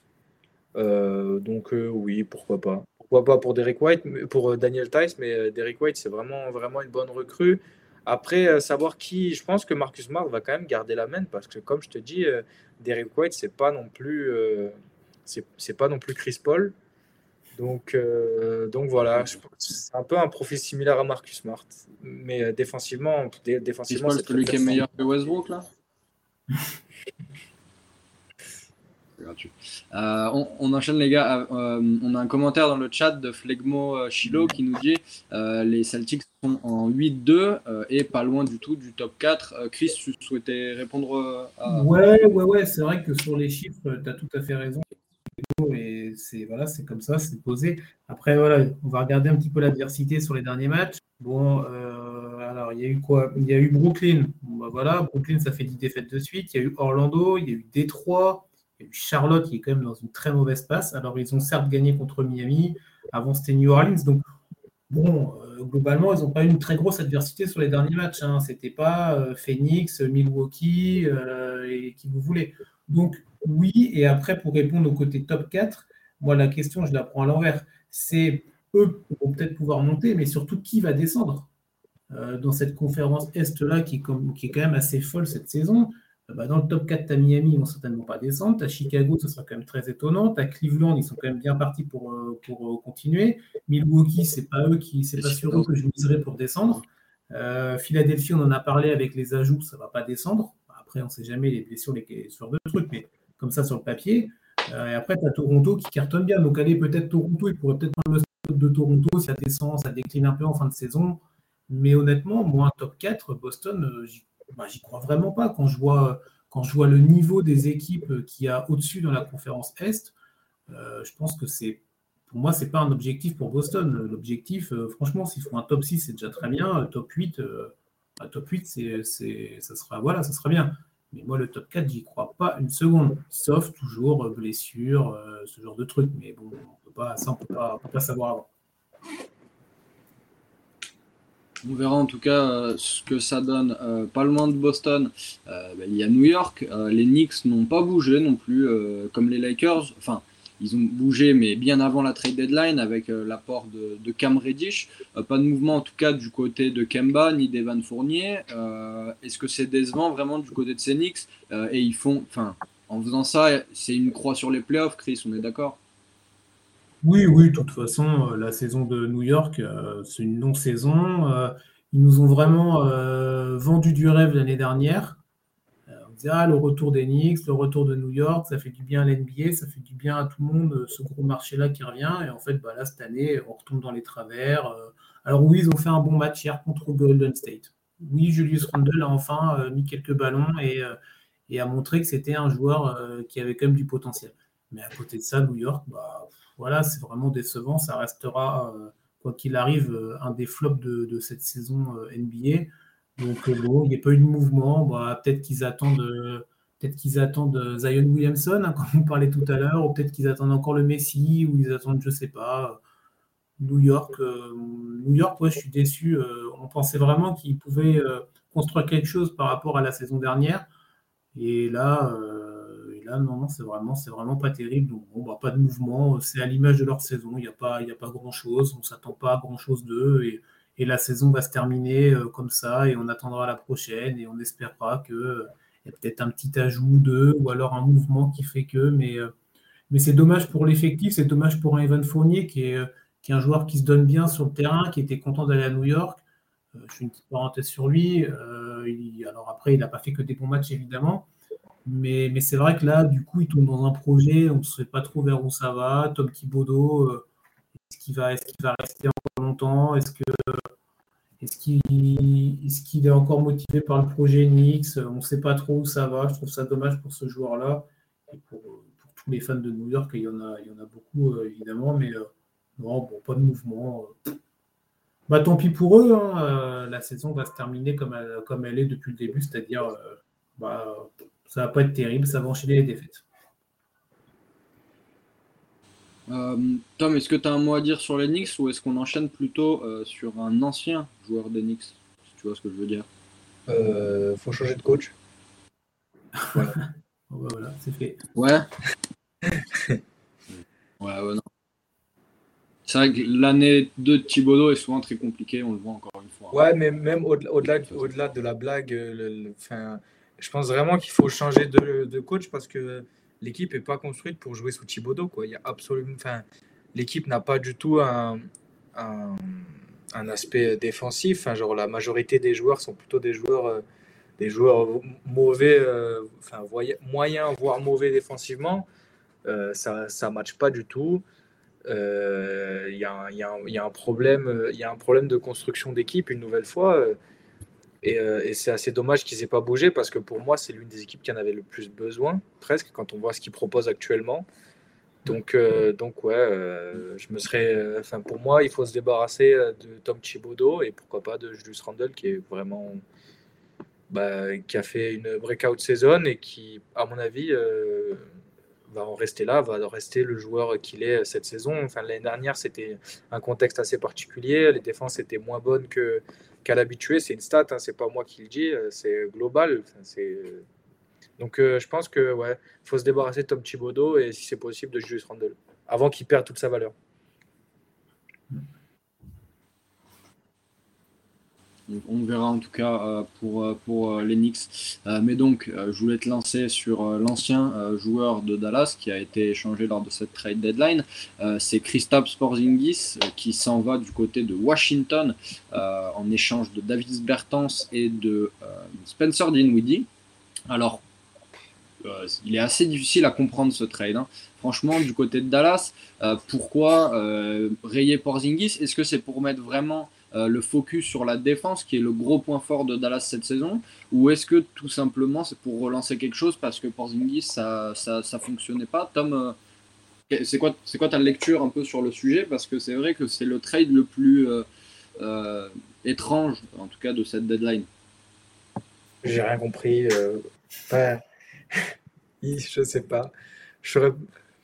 S4: Donc oui, pourquoi pas. Pourquoi pas pour Derrick White, pour Daniel Tice, mais Derrick White, c'est vraiment, vraiment une bonne recrue. Après, savoir qui, je pense que Marcus Smart va quand même garder la main parce que, comme je te dis, Derrick White, c'est pas non plus Chris Paul. Donc voilà, je pense que c'est un peu un profil similaire à Marcus Smart. Mais défensivement,
S1: Chris Paul, c'est celui qui est meilleur que Westbrook, là? Gratuit. On enchaîne les gars. On a un commentaire dans le chat de Flegmo Chilo qui nous dit les Celtics sont en 8-2 et pas loin du tout du top 4. Chris, tu souhaitais répondre à...
S3: Ouais, c'est vrai que sur les chiffres, tu as tout à fait raison. Et c'est comme ça, c'est posé. Après, voilà, on va regarder un petit peu l'adversité sur les derniers matchs. Bon, alors, il y a eu quoi? Il y a eu Brooklyn. Bon, voilà, Brooklyn, ça fait 10 défaites de suite. Il y a eu Orlando, il y a eu Détroit. Il y a eu Charlotte qui est quand même dans une très mauvaise passe. Alors, ils ont certes gagné contre Miami. Avant, c'était New Orleans. Donc, bon, globalement, ils n'ont pas eu une très grosse adversité sur les derniers matchs. Hein. Ce n'était pas Phoenix, Milwaukee et qui vous voulez. Donc, oui. Et après, pour répondre au côté top 4, moi, la question, je la prends à l'envers. C'est eux qui vont peut-être pouvoir monter, mais surtout qui va descendre dans cette conférence Est-là qui est quand même assez folle cette saison. Dans le top 4, tu as Miami, ils ne vont certainement pas descendre. Tu as Chicago, ça sera quand même très étonnant. Tu as Cleveland, ils sont quand même bien partis pour continuer. Milwaukee, c'est pas sur eux que je miserais pour descendre. Philadelphie, on en a parlé avec les ajouts, ça ne va pas descendre. Après, on ne sait jamais les blessures sur deux trucs, mais comme ça sur le papier. Et après, tu as Toronto qui cartonne bien. Donc, allez, peut-être Toronto, il pourrait peut-être prendre le stade de Toronto, ça descend, ça décline un peu en fin de saison. Mais honnêtement, moi, un top 4, Boston, j'y crois vraiment pas. Quand je vois le niveau des équipes qu'il y a au-dessus dans la conférence Est, je pense que pour moi, c'est pas un objectif pour Boston. L'objectif, franchement, s'ils font un top 6, c'est déjà très bien. Top 8, top 8 ça sera bien. Mais moi, le top 4, j'y crois pas une seconde. Sauf toujours blessure, ce genre de truc. Mais bon, on peut pas savoir avant.
S1: On verra en tout cas ce que ça donne. Pas loin de Boston, il y a New York. Les Knicks n'ont pas bougé non plus, comme les Lakers. Enfin, ils ont bougé, mais bien avant la trade deadline, avec l'apport de Cam Reddish. Pas de mouvement en tout cas du côté de Kemba ni d'Evan Fournier. Est-ce que c'est décevant vraiment du côté de ces Knicks et ils font, enfin, en faisant ça, c'est une croix sur les playoffs, Chris, on est d'accord?
S3: Oui, oui, de toute façon, la saison de New York, c'est une non-saison. Ils nous ont vraiment vendu du rêve l'année dernière. On disait, le retour des Knicks, le retour de New York, ça fait du bien à l'NBA, ça fait du bien à tout le monde, ce gros marché-là qui revient. Et en fait, là, cette année, on retombe dans les travers. Alors oui, ils ont fait un bon match hier contre Golden State. Oui, Julius Randle a enfin mis quelques ballons et a montré que c'était un joueur qui avait quand même du potentiel. Mais à côté de ça, New York, voilà, c'est vraiment décevant. Ça restera, quoi qu'il arrive, un des flops de cette saison NBA. Donc bon, il n'y a pas eu de mouvement. Peut-être qu'ils attendent Zion Williamson, hein, comme on parlait tout à l'heure, ou peut-être qu'ils attendent encore le Messi, ou ils attendent, je sais pas, New York, ouais, je suis déçu. On pensait vraiment qu'ils pouvaient construire quelque chose par rapport à la saison dernière. Et là, non, non, c'est vraiment pas terrible. Donc, bon, pas de mouvement. C'est à l'image de leur saison. Il y a pas grand-chose. On ne s'attend pas à grand-chose d'eux. Et la saison va se terminer comme ça. Et on attendra la prochaine. Et on espérera qu'il y a peut-être un petit ajout d'eux ou alors un mouvement qui fait que. Mais c'est dommage pour l'effectif. C'est dommage pour un Evan Fournier qui est un joueur qui se donne bien sur le terrain, qui était content d'aller à New York. Je fais une petite parenthèse sur lui. Alors après, il n'a pas fait que des bons matchs, évidemment. Mais c'est vrai que là, du coup, il tombe dans un projet, on ne sait pas trop vers où ça va. Tom Thibodeau, est-ce qu'il va rester encore longtemps? Est-ce qu'il est encore motivé par le projet Knicks? On ne sait pas trop où ça va. Je trouve ça dommage pour ce joueur-là. Et pour tous les fans de New York, il y en a beaucoup, évidemment. Mais non, bon, pas de mouvement. Tant pis pour eux, hein. La saison va se terminer comme elle est depuis le début, c'est-à-dire ça va pas être terrible, ça va enchaîner les défaites.
S1: Tom, est-ce que tu as un mot à dire sur les Knicks ou est-ce qu'on enchaîne plutôt sur un ancien joueur des Knicks, si tu vois ce que je veux dire?
S4: Faut changer de coach. Voilà.
S3: Voilà, c'est fait.
S1: Ouais. Ouais, non. C'est vrai que l'année 2 de Thibodeau est souvent très compliquée, on le voit encore une fois.
S4: Ouais, mais même au-delà de la blague, je pense vraiment qu'il faut changer de coach parce que l'équipe n'est pas construite pour jouer sous Thibodeau, quoi. Il y a absolument, l'équipe n'a pas du tout un, un aspect défensif. Genre la majorité des joueurs sont plutôt des joueurs mauvais, moyens, voire mauvais défensivement. Ça ne matche pas du tout. Il y a un problème, de construction d'équipe une nouvelle fois. Et c'est assez dommage qu'ils n'aient pas bougé parce que pour moi, c'est l'une des équipes qui en avait le plus besoin, presque, quand on voit ce qu'ils proposent actuellement. Donc ouais, pour moi, il faut se débarrasser de Tom Thibodeau et pourquoi pas de Julius Randle qui est vraiment, qui a fait une breakout saison et qui, à mon avis, va en rester là, va rester le joueur qu'il est cette saison. L'année dernière, c'était un contexte assez particulier. Les défenses étaient moins bonnes qu'à l'habitué. C'est une stat, hein, c'est pas moi qui le dis, c'est global. Donc je pense que ouais, faut se débarrasser de Tom Thibodeau et si c'est possible de Julius Randle avant qu'il perde toute sa valeur.
S1: On verra en tout cas pour les Knicks. Mais donc, je voulais te lancer sur l'ancien joueur de Dallas qui a été échangé lors de cette trade deadline. C'est Kristaps Porzingis qui s'en va du côté de Washington en échange de Davis Bertans et de Spencer Dinwiddie. Alors, il est assez difficile à comprendre ce trade, hein. Franchement, du côté de Dallas, pourquoi rayer Porzingis? Est-ce que c'est pour mettre vraiment le focus sur la défense, qui est le gros point fort de Dallas cette saison, ou est-ce que tout simplement c'est pour relancer quelque chose parce que Porzingis ça fonctionnait pas? Tom, c'est quoi ta lecture un peu sur le sujet? Parce que c'est vrai que c'est le trade le plus euh, étrange, en tout cas, de cette deadline.
S4: J'ai rien compris. Enfin, je sais pas. Je serais-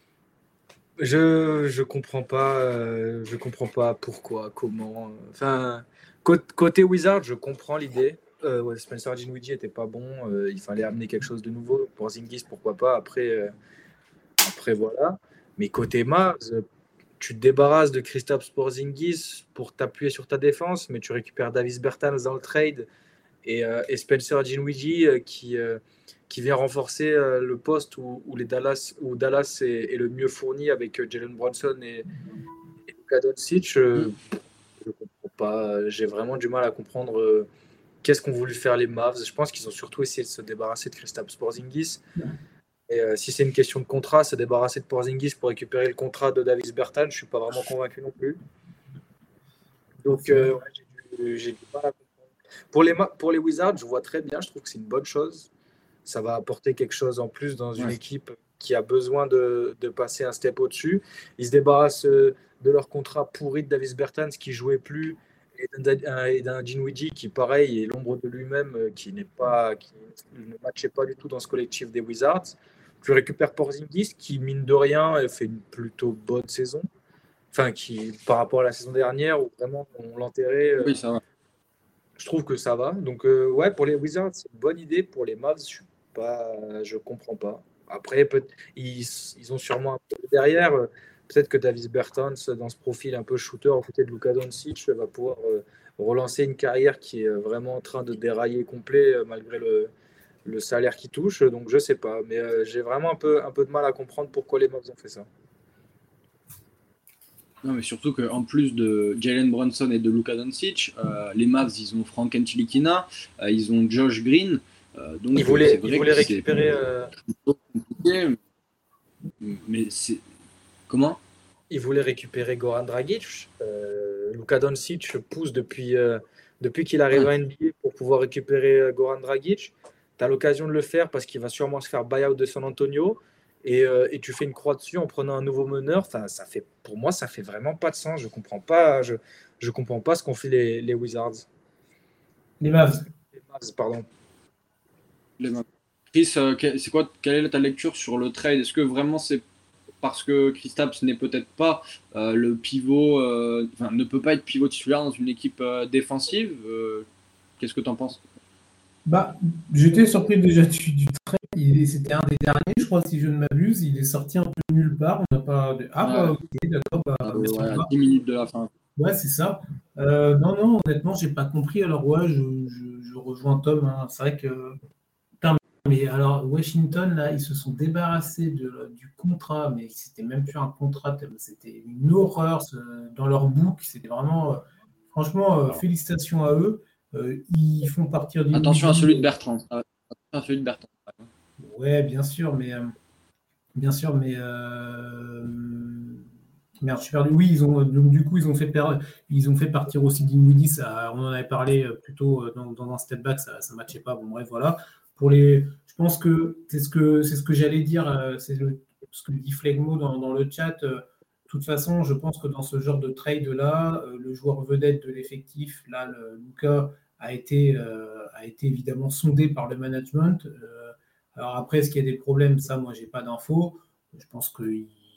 S4: je comprends pas pourquoi, comment. Enfin, côté Wizard, je comprends l'idée. Ouais, Spencer Dinwiddie était pas bon. Il fallait amener quelque chose de nouveau. Pour Zingis, pourquoi pas. Après voilà. Mais côté Mavs, tu te débarrasses de Kristaps Porzingis pour t'appuyer sur ta défense, mais tu récupères Davis Bertans dans le trade et Spencer Dinwiddie qui vient renforcer le poste où Dallas est le mieux fourni avec Jalen Brunson et Luka Doncic. Je comprends pas. J'ai vraiment du mal à comprendre qu'est-ce qu'ont voulu faire les Mavs. Je pense qu'ils ont surtout essayé de se débarrasser de Kristaps Porzingis. Et si c'est une question de contrat, se débarrasser de Porzingis pour récupérer le contrat de Davis Bertans, je suis pas vraiment convaincu non plus. Donc ouais, j'ai du mal à comprendre. Pour les Wizards, je vois très bien. Je trouve que c'est une bonne chose. Ça va apporter quelque chose en plus dans une équipe qui a besoin de passer un step au-dessus. Ils se débarrassent de leur contrat pourri de Davis Bertans qui jouait plus et d'un Dinwiddie qui, pareil, est l'ombre de lui-même qui ne matchait pas du tout dans ce collectif des Wizards. Tu récupères Porzingis qui, mine de rien, fait une plutôt bonne saison. Enfin, qui, par rapport à la saison dernière où vraiment on l'enterrait,
S1: Oui, ça va.
S4: je trouve que ça va. Donc, ouais, pour les Wizards, c'est une bonne idée. Pour les Mavs, je comprends pas. Après, ils ont sûrement un peu derrière. Peut-être que Davis Bertans, dans ce profil un peu shooter aux côtés de Luka Doncic, va pouvoir relancer une carrière qui est vraiment en train de dérailler complet malgré le salaire qu'il touche. Donc, je sais pas. Mais j'ai vraiment un peu de mal à comprendre pourquoi les Mavs ont fait ça.
S1: Non, mais surtout qu'en plus de Jalen Brunson et de Luka Doncic, les Mavs, ils ont Frank Ntilikina, ils ont Josh Green. Donc, c'est
S4: Ils
S1: vrai
S4: voulaient
S1: que c'est
S4: récupérer.
S1: compliqué. Mais c'est. Comment?
S4: Il voulait récupérer Goran Dragic. Luka Doncic pousse depuis qu'il arrive
S1: Ouais.
S4: à NBA pour pouvoir récupérer Goran Dragic. Tu as l'occasion de le faire parce qu'il va sûrement se faire buy-out de San Antonio. Et tu fais une croix dessus en prenant un nouveau meneur. Enfin, pour moi, ça fait vraiment pas de sens. Je comprends pas ce qu'ont fait les Wizards.
S3: Les Mavs.
S4: Les Mavs, pardon.
S1: Les Mavs. Chris, quelle est ta lecture sur le trade? Est-ce que vraiment c'est parce que Kristaps n'est peut-être pas le pivot, enfin, ne peut pas être pivot titulaire dans une équipe défensive? Qu'est-ce que tu en penses?
S3: Bah, j'étais surpris déjà du trade. C'était un des derniers, je crois, si je ne m'abuse. Il est sorti un peu nulle part. On n'a pas. Ah, bah,
S1: Ouais,
S3: ok, d'accord. Bah, merci, au
S1: ouais, à
S3: revoir.
S1: 10 minutes de la fin.
S3: Ouais, c'est ça. Non, non, honnêtement, j'ai pas compris. Alors, ouais, je rejoins Tom, hein. C'est vrai que. Putain, mais alors, Washington, là, ils se sont débarrassés du contrat, mais c'était même plus un contrat, c'était une horreur dans leur book. C'était vraiment. Franchement, félicitations à eux. Ils font partir
S1: Attention à celui de
S3: Dinwiddie.
S1: Bertrand. Attention à celui de Bertrand.
S3: Ouais, bien sûr, mais merde, je suis perdu. Oui, donc du coup ils ont fait partir aussi Dinwiddie. On en avait parlé plus tôt dans un step back, ça matchait pas. Bon bref, voilà. Je pense que c'est ce que j'allais dire. Ce que dit Flegmo dans le chat. De toute façon, je pense que dans ce genre de trade là, le joueur vedette de l'effectif, là, Luka a été évidemment sondé par le management. Alors après, est-ce qu'il y a des problèmes? Ça, moi, j'ai pas d'infos. Je pense que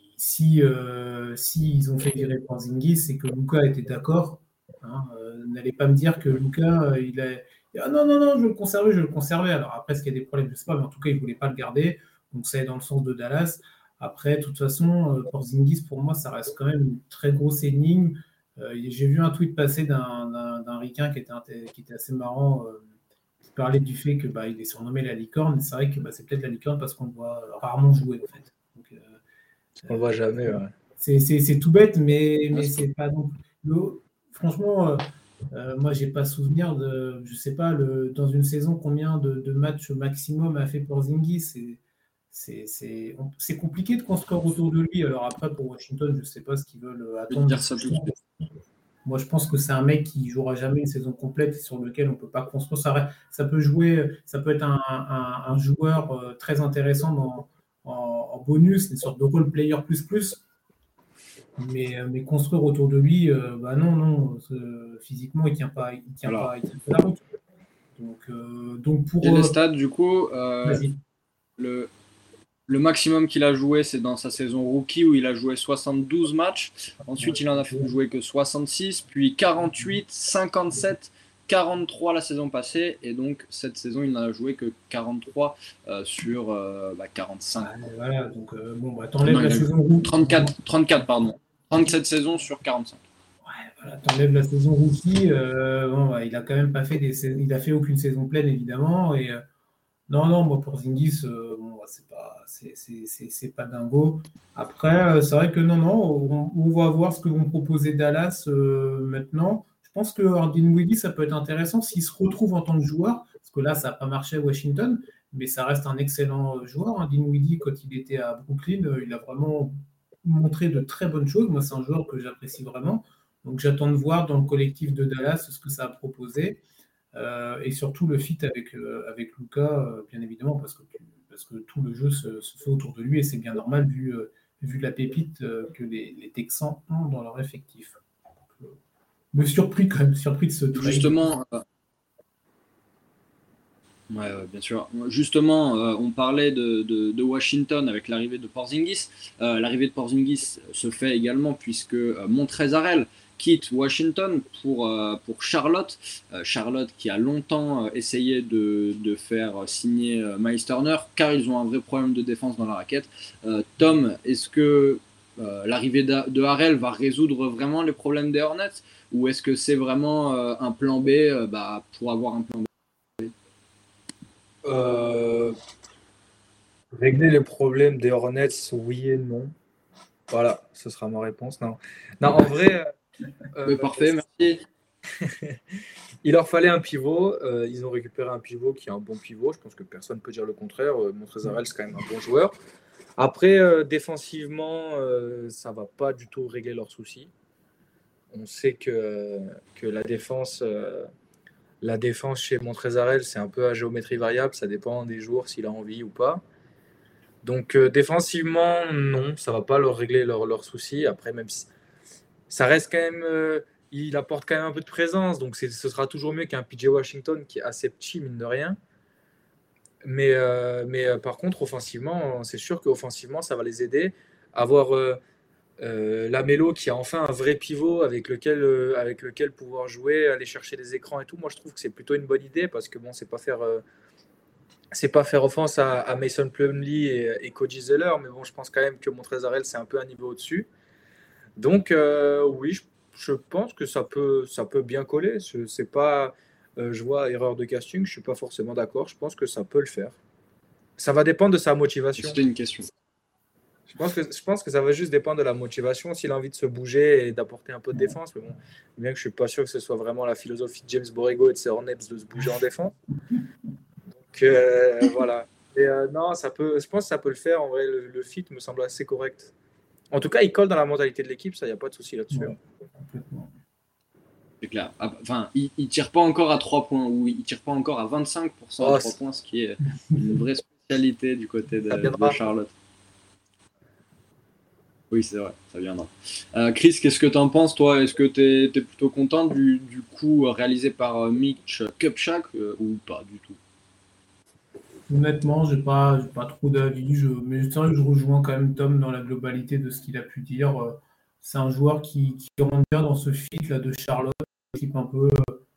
S3: si ils ont fait virer Porzingis, c'est que Luka était d'accord. Hein. N'allez pas me dire que Luka, il a. Ah non, non, non, je le conservais, je le conservais. Alors après, est-ce qu'il y a des problèmes? Je ne sais pas, mais en tout cas, il ne voulait pas le garder. Donc ça est dans le sens de Dallas. Après, de toute façon, Porzingis, pour moi, ça reste quand même une très grosse énigme. J'ai vu un tweet passer d'un ricain qui était assez marrant. Qui parlait du fait que il est surnommé la licorne, mais c'est vrai que c'est peut-être la licorne parce qu'on le voit rarement jouer en fait. Donc,
S4: On le voit jamais. Ouais.
S3: c'est tout bête, mais
S1: Ouais,
S3: c'est pas non plus. Franchement, moi j'ai pas souvenir de, je sais pas, dans une saison combien de matchs maximum a fait Porzingis. C'est compliqué de construire autour de lui. Alors après pour Washington, je sais pas ce qu'ils veulent
S1: je vais te
S3: attendre.
S1: dire ça tout de suite.
S3: Moi, je pense que c'est un mec qui jouera jamais une saison complète et sur lequel on ne peut pas construire. Ça peut être un joueur très intéressant en bonus, une sorte de role player plus. Mais construire autour de lui, non, physiquement, il tient pas la route. Donc pour
S1: Et les stats, du coup,
S3: vas-y.
S1: le maximum qu'il a joué, c'est dans sa saison rookie où il a joué 72 matchs. Ensuite, il en a joué que 66, puis 48, 57, 43 la saison passée. Et donc, cette saison, il n'en a joué que 43 sur 45.
S3: Voilà, donc t'enlèves la saison rookie.
S1: 34, pardon. 37 saisons sur 45.
S3: Voilà, t'enlèves la saison rookie. Il a quand même pas fait il a fait aucune saison pleine, évidemment. Et non, moi, pour Porzingis, c'est pas dingo. Après, c'est vrai que non, on va voir ce que vont proposer Dallas maintenant. Je pense que Dinwiddie, ça peut être intéressant s'il se retrouve en tant que joueur, parce que là, ça n'a pas marché à Washington, mais ça reste un excellent joueur. Dinwiddie, quand il était à Brooklyn, il a vraiment montré de très bonnes choses. Moi, c'est un joueur que j'apprécie vraiment. Donc, j'attends de voir dans le collectif de Dallas ce que ça a proposé. Et surtout le fit avec Luka, bien évidemment, parce que tout le jeu se fait autour de lui et c'est bien normal vu la pépite que les Texans ont dans leur effectif. Me surpris de ce trade.
S1: Justement, bien sûr. Justement, on parlait de Washington avec l'arrivée de Porzingis. L'arrivée de Porzingis se fait également puisque Montrezl Harrell quitte Washington pour Charlotte. Charlotte qui a longtemps essayé de faire signer Miles Turner car ils ont un vrai problème de défense dans la raquette. Tom, est-ce que l'arrivée de Harrell va résoudre vraiment les problèmes des Hornets ou est-ce que c'est vraiment un plan B pour avoir un plan B?
S4: Régler les problèmes des Hornets, oui et non. Voilà, ce sera ma réponse. Non, en vrai.
S1: Oui, parfait, merci.
S4: Il leur fallait un pivot. Ils ont récupéré un pivot qui est un bon pivot. Je pense que personne ne peut dire le contraire. Montrezl Harrell, c'est quand même un bon joueur. Après, défensivement, ça ne va pas du tout régler leurs soucis. On sait que la défense chez Montrezl Harrell, c'est un peu à géométrie variable. Ça dépend des jours s'il a envie ou pas. Donc, défensivement, non, ça ne va pas leur régler leurs soucis. Après, même si ça reste quand même, il apporte quand même un peu de présence, donc ce sera toujours mieux qu'un PJ Washington qui est assez petit, mine de rien. Mais par contre, offensivement, c'est sûr qu'offensivement, ça va les aider. Avoir Lamelo qui a enfin un vrai pivot avec lequel pouvoir jouer, aller chercher des écrans et tout, moi je trouve que c'est plutôt une bonne idée parce que bon, c'est pas faire offense à Mason Plumlee et Cody Zeller, mais bon, je pense quand même que Montrezl Harrell, c'est un peu un niveau au-dessus. Donc, oui, je pense que ça peut bien coller. C'est pas, je vois erreur de casting, je suis pas forcément d'accord. Je pense que ça peut le faire. Ça va dépendre de sa motivation.
S1: C'était une question.
S4: Je pense que ça va juste dépendre de la motivation, s'il a envie de se bouger et d'apporter un peu de défense. Mais bon, bien que je suis pas sûr que ce soit vraiment la philosophie de James Borrego et de ses Hornets de se bouger en défense. Donc, voilà. Et, non, je pense que ça peut le faire. En vrai, le fit me semble assez correct. En tout cas, il colle dans la mentalité de l'équipe, ça, il n'y a pas de souci là-dessus.
S3: Ouais.
S1: C'est clair. Enfin, il ne tire pas encore à 3 points, ou il ne tire pas encore à 25% à 3 points, ce qui est une vraie spécialité du côté de Charlotte. Oui, c'est vrai, ça viendra. Chris, qu'est-ce que tu en penses, toi? Est-ce que tu es plutôt content du coup réalisé par Mitch Kupchak ou pas du tout?
S3: Honnêtement, j'ai pas trop d'avis, mais c'est vrai que je rejoins quand même Tom dans la globalité de ce qu'il a pu dire. C'est un joueur qui rentre bien dans ce fit là de Charlotte, équipe un peu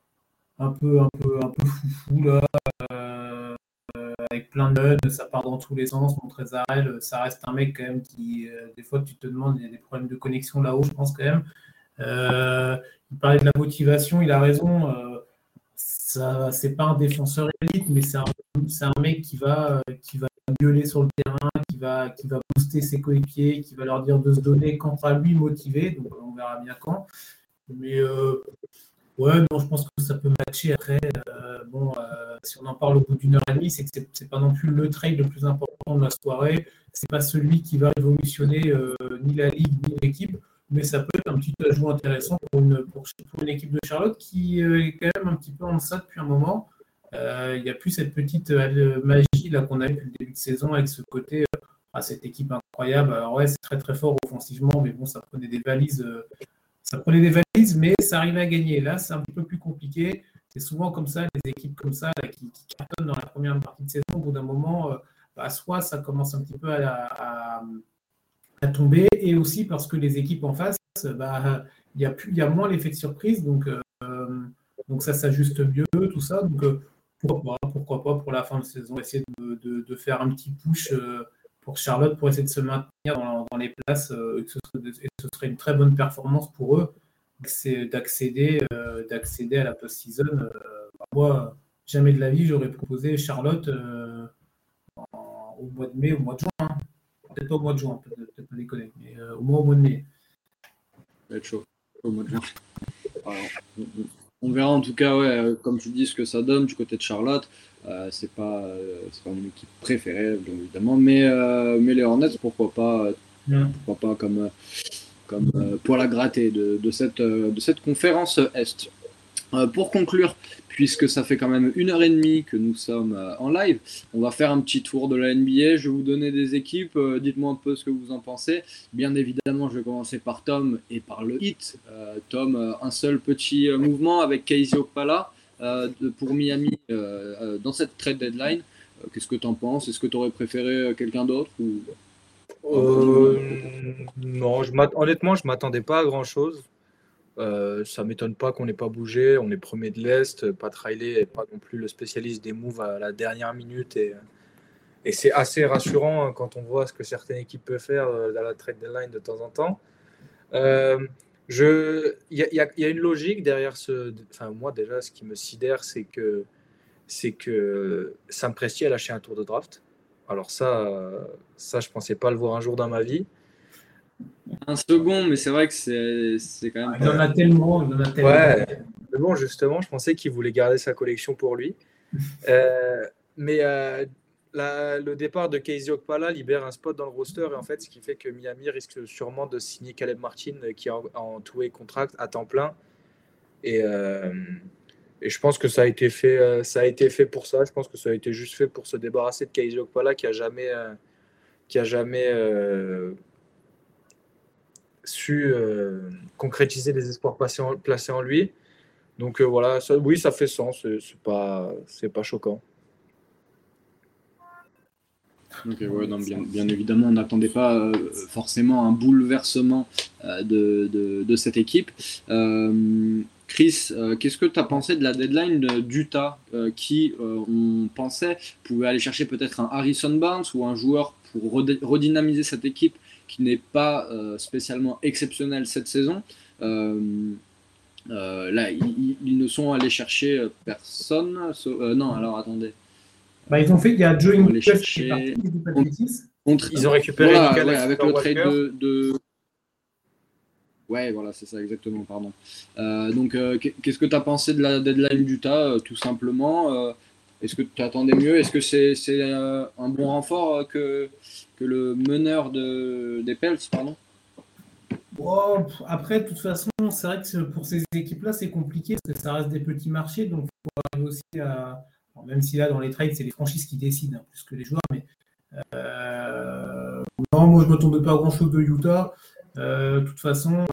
S3: foufou là, avec plein de jeunes, ça part dans tous les sens. Montrezl Harrell, ça reste un mec quand même qui, des fois, tu te demandes, il y a des problèmes de connexion là-haut, je pense quand même. Il parlait de la motivation, il a raison. C'est pas un défenseur élite, mais c'est un mec qui va gueuler sur le terrain, qui va booster ses coéquipiers, qui va leur dire de se donner quant à lui motivé. Donc on verra bien quand. Mais ouais, non, je pense que ça peut matcher après. Si on en parle au bout d'une heure et demie, c'est que c'est pas non plus le trade le plus important de la soirée. C'est pas celui qui va révolutionner ni la ligue ni l'équipe. mais ça peut être un petit ajout intéressant pour une équipe de Charlotte qui est quand même un petit peu en deçà depuis un moment. Il n'y a plus cette petite magie là, qu'on a eu depuis le début de saison avec ce côté cette équipe incroyable. Alors ouais, c'est très très fort offensivement, mais bon, ça prenait des valises, mais ça arrivait à gagner. Là, c'est un petit peu plus compliqué. C'est souvent comme ça, les équipes comme ça là, qui cartonnent dans la première partie de saison. Au bout d'un moment, soit ça commence un petit peu à tomber, et aussi parce que les équipes en face, il y a moins l'effet de surprise, donc ça s'ajuste mieux, tout ça. Donc pourquoi pas pour la fin de saison essayer de faire un petit push pour Charlotte pour essayer de se maintenir dans les places, et ce serait une très bonne performance pour eux d'accéder à la post-season. Moi, jamais de la vie, j'aurais proposé Charlotte au mois de mai, au mois de juin. Hein. Peut-être pas au mois de juin, peut-être pas déconner, mais au moins au mois de mai.
S1: Ça va être chaud au mois de juin. Alors, on verra en tout cas, ouais, comme tu dis, ce que ça donne du côté de Charlotte. C'est pas mon équipe préférée, bien évidemment, mais les Hornets, pourquoi pas comme poil à gratter de cette conférence Est. Pour conclure, puisque ça fait quand même 1h30 que nous sommes en live, on va faire un petit tour de la NBA. Je vais vous donner des équipes. Dites-moi un peu ce que vous en pensez. Bien évidemment, je vais commencer par Tom et par le Heat. Tom, un seul petit mouvement avec Casey Okpala pour Miami dans cette trade deadline. Qu'est-ce que tu en penses? Est-ce que tu aurais préféré quelqu'un d'autre ou...
S4: Non, honnêtement, je ne m'attendais pas à grand-chose. Ça ne m'étonne pas qu'on n'ait pas bougé. On est premier de l'Est. Pat Riley n'est pas non plus le spécialiste des moves à la dernière minute. Et c'est assez rassurant quand on voit ce que certaines équipes peuvent faire dans la trade deadline de temps en temps. Il y a une logique derrière ce... Enfin, moi, déjà, ce qui me sidère, c'est que Sam Presti a lâché un tour de draft. Alors ça, je ne pensais pas le voir un jour dans ma vie.
S1: Un second, mais c'est vrai que c'est quand même...
S3: Il en a tellement.
S4: Ouais, mais bon, justement, je pensais qu'il voulait garder sa collection pour lui. Mais le départ de Casey Okpala libère un spot dans le roster, et en fait, ce qui fait que Miami risque sûrement de signer Caleb Martin, qui est en two-way contract à temps plein. Et je pense que ça a été fait pour ça. Je pense que ça a été juste fait pour se débarrasser de Casey Okpala, qui a jamais su concrétiser les espoirs placés en lui. Donc voilà, oui, ça fait sens. C'est pas choquant.
S1: Ok, ouais, non, bien évidemment, on n'attendait pas forcément un bouleversement de cette équipe. Chris, qu'est-ce que tu as pensé de la deadline d'Utah qui, on pensait, pouvait aller chercher peut-être un Harrison Barnes ou un joueur pour redynamiser cette équipe qui n'est pas spécialement exceptionnelle cette saison. Là, ils ne sont allés chercher personne. Non, alors attendez.
S3: Ils ont fait, il y a Joe Ingles
S1: qui est parti,
S4: ils ont récupéré
S1: avec le trade de... Ouais, voilà, c'est ça, exactement, pardon. Donc, qu'est-ce que tu as pensé de la deadline d'Utah, tout simplement? Est-ce que tu attendais mieux? Est-ce que c'est un bon renfort que le meneur des Pels, pardon?
S3: Bon, après, de toute façon, c'est vrai que pour ces équipes-là, c'est compliqué parce que ça reste des petits marchés, donc il faut arriver aussi à... Alors, même si là, dans les trades, c'est les franchises qui décident plus que les joueurs, mais non, moi, je ne m'attendais pas à grand-chose de Utah. De toute façon,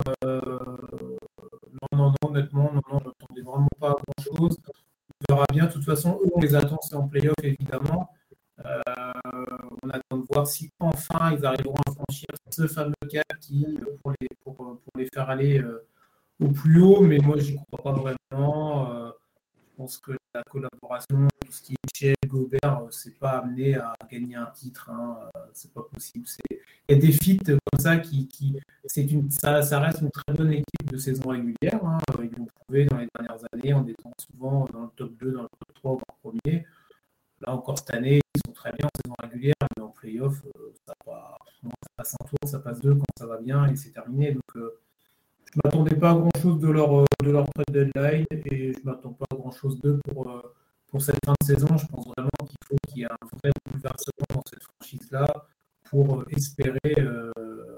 S3: non, honnêtement, non, je ne m'attendais vraiment pas à grand-chose. On verra bien. De toute façon, eux, on les attend, c'est en play-off, évidemment. On attend de voir si enfin ils arriveront à franchir ce fameux cap qui pour les faire aller au plus haut, mais moi j'y crois pas vraiment. Je pense que la collaboration, tout ce qui est Michel, Gobert, c'est pas amené à gagner un titre, hein, c'est pas possible. Il y a des feats comme ça ça reste une très bonne équipe de saison régulière. Hein. Ils l'ont prouvé dans les dernières années en étant souvent dans le top 2, dans le top 3 voire premier. Là encore cette année, ils sont très bien en saison régulière, mais en play-off, ça passe un tour, ça passe deux quand ça va bien et c'est terminé. Donc je ne m'attendais pas à grand-chose de leur trade deadline et je ne m'attends pas à grand-chose d'eux pour cette fin de saison. Je pense vraiment qu'il faut qu'il y ait un vrai bouleversement dans cette franchise-là pour espérer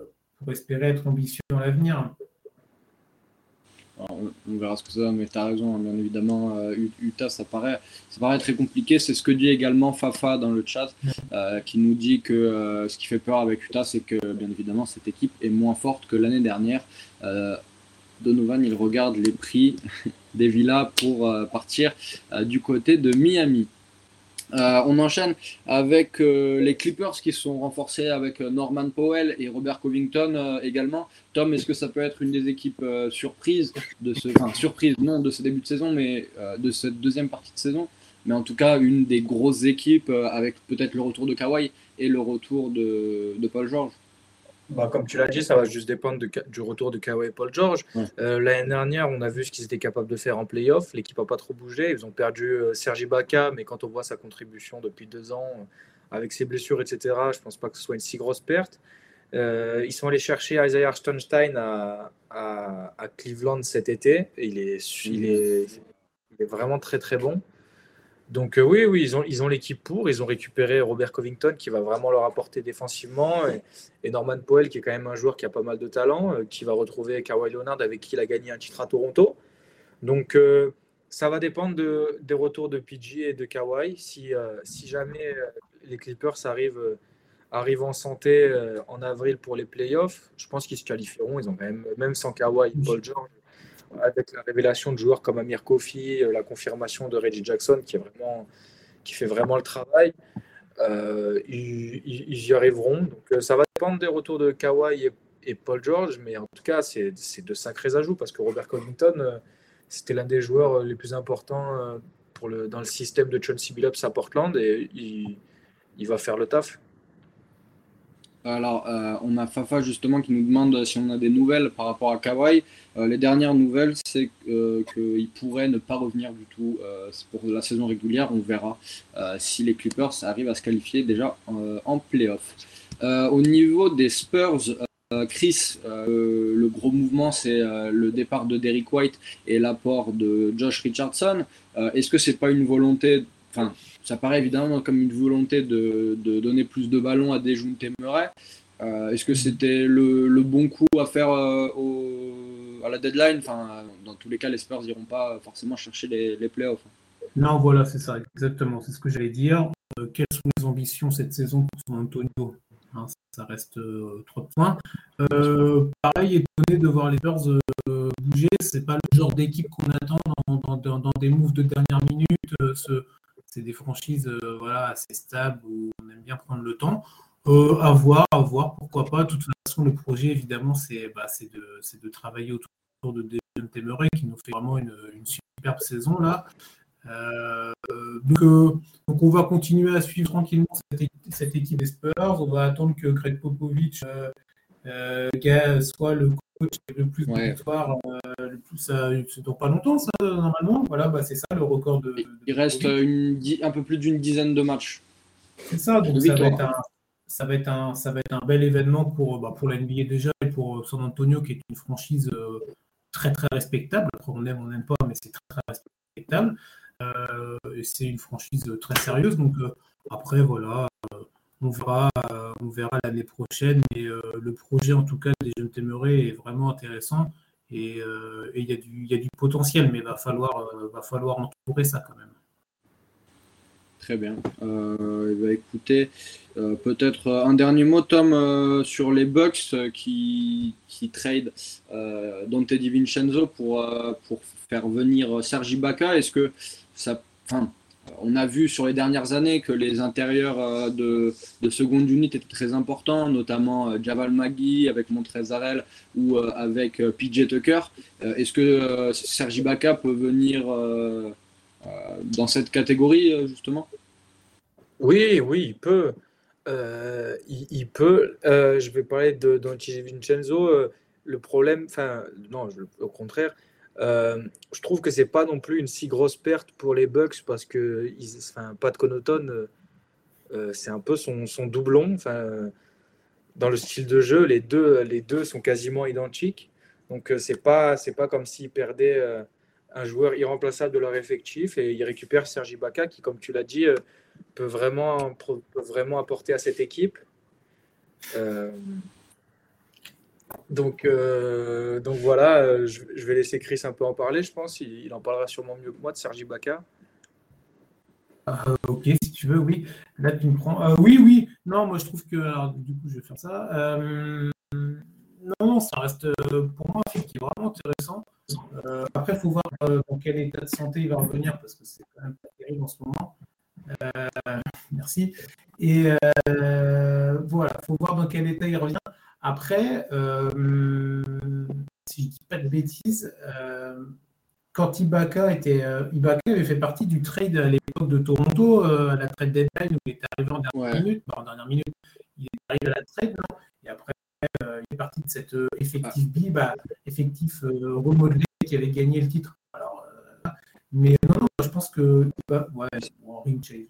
S3: espérer être ambitieux dans l'avenir.
S1: Alors, on verra ce que ça donne, mais tu as raison, hein, bien évidemment. Utah, ça paraît très compliqué. C'est ce que dit également Fafa dans le chat, qui nous dit que ce qui fait peur avec Utah, c'est que, bien évidemment, cette équipe est moins forte que l'année dernière. Donovan, il regarde les prix des villas pour partir du côté de Miami. On enchaîne avec les Clippers qui sont renforcés avec Norman Powell et Robert Covington également. Tom, est-ce que ça peut être une des équipes surprises surprise non de ce début de saison, mais de cette deuxième partie de saison, mais en tout cas une des grosses équipes avec peut-être le retour de Kawhi et le retour de Paul George?
S4: Comme tu l'as dit, ça va juste dépendre du retour de Kawhi et Paul George.
S1: Ouais.
S4: L'année dernière, on a vu ce qu'ils étaient capables de faire en play-off. L'équipe n'a pas trop bougé. Ils ont perdu Serge Ibaka, mais quand on voit sa contribution depuis 2 ans, avec ses blessures, etc., je ne pense pas que ce soit une si grosse perte. Ils sont allés chercher Isaiah Hartenstein à Cleveland cet été. Et il est vraiment très, très bon. Donc oui, ils ont l'équipe pour. Ils ont récupéré Robert Covington qui va vraiment leur apporter défensivement et Norman Powell qui est quand même un joueur qui a pas mal de talent, qui va retrouver Kawhi Leonard avec qui il a gagné un titre à Toronto. Donc ça va dépendre des retours de PG et de Kawhi. Si jamais les Clippers arrivent en santé en avril pour les playoffs, je pense qu'ils se qualifieront. Ils ont même sans Kawhi et Paul George, avec la révélation de joueurs comme Amir Kofi, la confirmation de Reggie Jackson qui fait vraiment le travail, ils y arriveront. Donc ça va dépendre des retours de Kawhi et Paul George, mais en tout cas c'est de sacrés ajouts parce que Robert Covington, c'était l'un des joueurs les plus importants dans le système de Chauncey Billups à Portland et il va faire le taf.
S1: Alors, on a Fafa justement qui nous demande si on a des nouvelles par rapport à Kawhi. Les dernières nouvelles, c'est qu'il pourrait ne pas revenir du tout pour la saison régulière. On verra si les Clippers arrivent à se qualifier déjà en playoff. Au niveau des Spurs, Chris, le gros mouvement, c'est le départ de Derrick White et l'apport de Josh Richardson. Est-ce que c'est pas une volonté, enfin, ça paraît évidemment comme une volonté de donner plus de ballons à Dejounte Murray. Est-ce que c'était le bon coup à faire à la deadline? Enfin, dans tous les cas, les Spurs n'iront pas forcément chercher les playoffs.
S3: Non, voilà, c'est ça, exactement. C'est ce que j'allais dire. Quelles sont les ambitions cette saison pour San Antonio? Ça reste 3 points. Pareil, étonné de voir les Spurs bouger. C'est pas le genre d'équipe qu'on attend dans des moves de dernière minute. C'est des franchises assez stables où on aime bien prendre le temps. À voir, pourquoi pas. De toute façon, le projet, évidemment, c'est de travailler autour de Dejounte Murray qui nous fait vraiment une superbe saison là. Donc on va continuer à suivre tranquillement cette équipe des Spurs. On va attendre que Greg Popovich soit le coach avec le plus de victoires. C'est dans pas longtemps, ça, normalement. Voilà, c'est ça le record de
S1: il reste un peu plus d'une dizaine de matchs.
S3: C'est ça, donc ça va être un bel événement pour la NBA déjà et pour San Antonio qui est une franchise très très respectable. Après on n'aime pas, mais c'est très très respectable. Et c'est une franchise très sérieuse, donc après voilà, on verra l'année prochaine, mais le projet en tout cas des Dejounte Murray est vraiment intéressant et il y a du potentiel, mais va falloir entourer ça quand même.
S1: Très bien. Écoutez, peut-être un dernier mot, Tom, sur les Bucks qui trade Dante DiVincenzo pour faire venir Serge Ibaka. Est-ce que on a vu sur les dernières années que les intérieurs de seconde unité étaient très importants, notamment Javal Magui avec Montrezl Harrell ou avec PJ Tucker. Est-ce que Serge Ibaka peut venir dans cette catégorie, justement?
S4: Oui, il peut. Il peut. Je vais parler de Dante DiVincenzo. Le problème, non, au contraire, je trouve que c'est pas non plus une si grosse perte pour les Bucks parce que Pat Connaughton, c'est un peu son doublon. Dans le style de jeu, les deux sont quasiment identiques. Donc c'est pas comme s'ils perdaient un joueur irremplaçable de leur effectif et ils récupèrent Serge Ibaka qui, comme tu l'as dit, peut vraiment apporter à cette équipe. Donc voilà, je vais laisser Chris un peu en parler, je pense. Il en parlera sûrement mieux que moi de Serge Ibaka.
S3: Ok, si tu veux, oui. Là, tu me prends. Oui. Non, moi, je trouve que. Alors, du coup, je vais faire ça. Non, ça reste pour moi un film qui est vraiment intéressant. Après, il faut voir dans quel état de santé il va revenir parce que c'est quand même pas terrible en ce moment. Merci. Et voilà, il faut voir dans quel état il revient. Après, si je ne dis pas de bêtises, quand Ibaka avait fait partie du trade à l'époque de Toronto, à la trade deadline, où il était arrivé en dernière minute. Il est arrivé à la trade, non? Et après, il est parti de cette effectif remodelé qui avait gagné le titre. Alors, mais non, je pense que Ring Chase.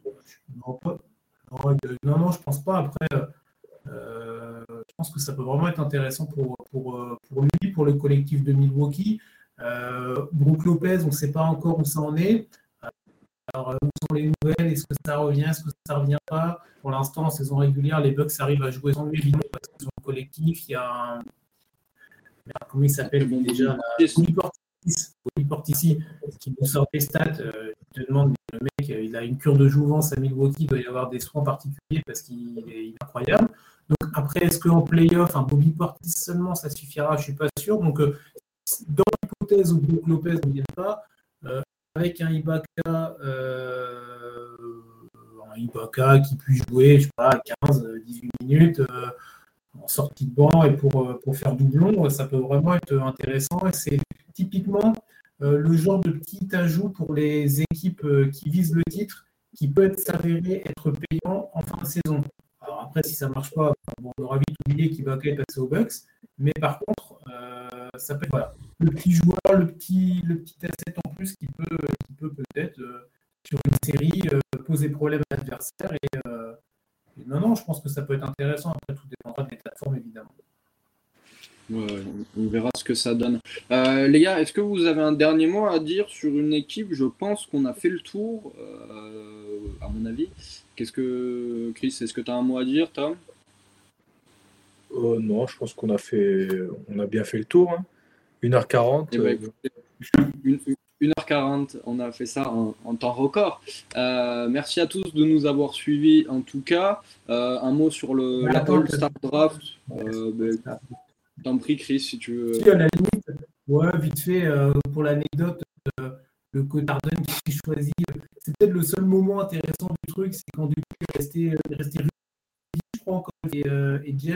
S3: Non, je pense pas. Après, je pense que ça peut vraiment être intéressant pour lui, pour le collectif de Milwaukee. Brook Lopez, on ne sait pas encore où ça en est. Alors, où sont les nouvelles? Est-ce que ça revient? Est-ce que ça ne revient pas? Pour l'instant, en saison régulière, les Bucks arrivent à jouer sans lui, évidemment, parce qu'ils ont un collectif. Il y a un. Comment il s'appelle déjà? Bobby Portis, qui nous sort des stats. Je te demande, le mec, il a une cure de jouvence à Milwaukee, il doit y avoir des soins particuliers parce qu'il est incroyable. Donc, après, est-ce qu'en playoff, un Bobby Portis seulement, ça suffira? Je ne suis pas sûr. Donc, dans l'hypothèse où Brook Lopez ne vient pas, avec un Ibaka qui puisse jouer, je sais pas, 15-18 minutes en sortie de banc et pour faire doublon, ça peut vraiment être intéressant. Et c'est typiquement le genre de petit ajout pour les équipes qui visent le titre qui peut s'avérer être payant en fin de saison. Alors après, si ça ne marche pas, on aura vite oublié qu'Ibaka est passé aux Bucks. Mais par contre, ça peut être le petit joueur, le petit asset en plus qui peut peut-être, sur une série, poser problème à l'adversaire. Et non, je pense que ça peut être intéressant. Après, tout dépendra de l'état de forme, évidemment.
S1: Ouais, on verra ce que ça donne. Les gars, est-ce que vous avez un dernier mot à dire sur une équipe? Je pense qu'on a fait le tour, à mon avis. Chris, est-ce que tu as un mot à dire, Tom?
S4: Non, je pense qu'on a bien fait le tour. 1h40.
S1: Eh ben, 1h40, on a fait ça en temps record. Merci à tous de nous avoir suivis en tout cas. Un mot sur la All-Star Draft. T'en prie, Chris, si tu veux.
S3: Si, à la limite, vite fait, pour l'anecdote, le coach Harden qui choisit, c'est peut-être le seul moment intéressant du truc, c'est quand du coup il restait je crois encore, et James.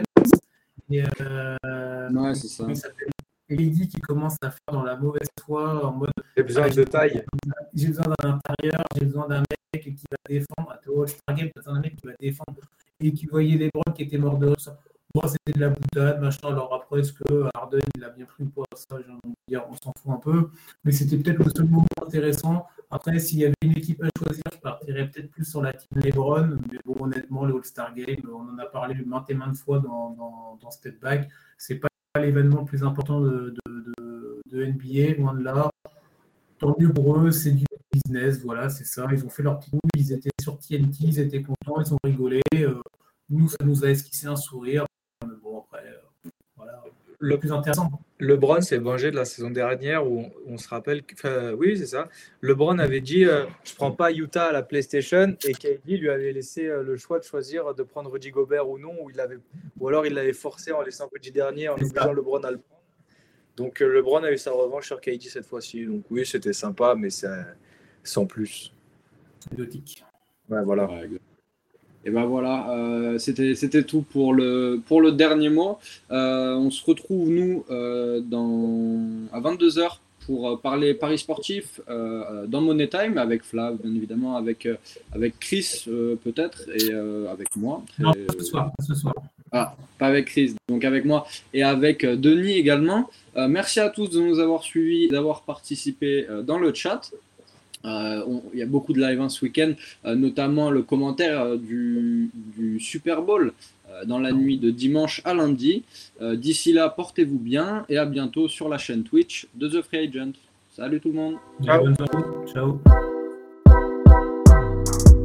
S1: Ouais, c'est ça.
S3: Il s'appelle Lady qui commence à faire dans la mauvaise foi en mode
S4: j'ai besoin de taille.
S3: J'ai besoin d'un intérieur, j'ai besoin d'un mec qui va défendre. À All-Star Game, t'as un mec qui va défendre. Et tu voyais les Browns qui étaient morts de ça. Moi, c'était de la boutade, machin. Alors après, est-ce que Harden, il a bien pris ou pas? Ça, j'ai envie de dire, on s'en fout un peu. Mais c'était peut-être le seul moment intéressant. Après, s'il y avait une équipe à choisir, je partirais peut-être plus sur la team LeBron. Mais bon, honnêtement, le All-Star Game, on en a parlé maintes et maintes fois dans Step Back. C'est pas l'événement le plus important de NBA, loin de là. Tant mieux pour eux, c'est du business, voilà, c'est ça. Ils ont fait leur petit coup, ils étaient sur TNT, ils étaient contents, ils ont rigolé. Nous, ça nous a esquissé un sourire. Mais bon, après, voilà, le plus intéressant.
S4: LeBron s'est vengé de la saison dernière où on se rappelle, oui, c'est ça. LeBron avait dit je prends pas Utah à la PlayStation et KD lui avait laissé le choix de choisir de prendre Rudy Gobert ou non, ou alors il l'avait forcé en laissant Rudy dernier en obligeant LeBron à le prendre. Donc LeBron a eu sa revanche sur KD cette fois-ci. Donc oui, c'était sympa, mais sans plus.
S3: Anecdotique.
S4: Ouais, voilà.
S1: Ouais, et ben voilà, c'était tout pour le dernier mot. On se retrouve, nous, à 22h pour parler paris sportif dans Money Time, avec Flav, bien évidemment, avec Chris, peut-être, et avec moi.
S3: Non, ce soir.
S1: Ah, pas avec Chris, donc avec moi et avec Denis également. Merci à tous de nous avoir suivis, d'avoir participé dans le chat. Il y a beaucoup de live ce week-end, notamment le commentaire du Super Bowl dans la nuit de dimanche à lundi. D'ici là, portez-vous bien et à bientôt sur la chaîne Twitch de The Free Agent. Salut tout le monde.
S3: Ciao.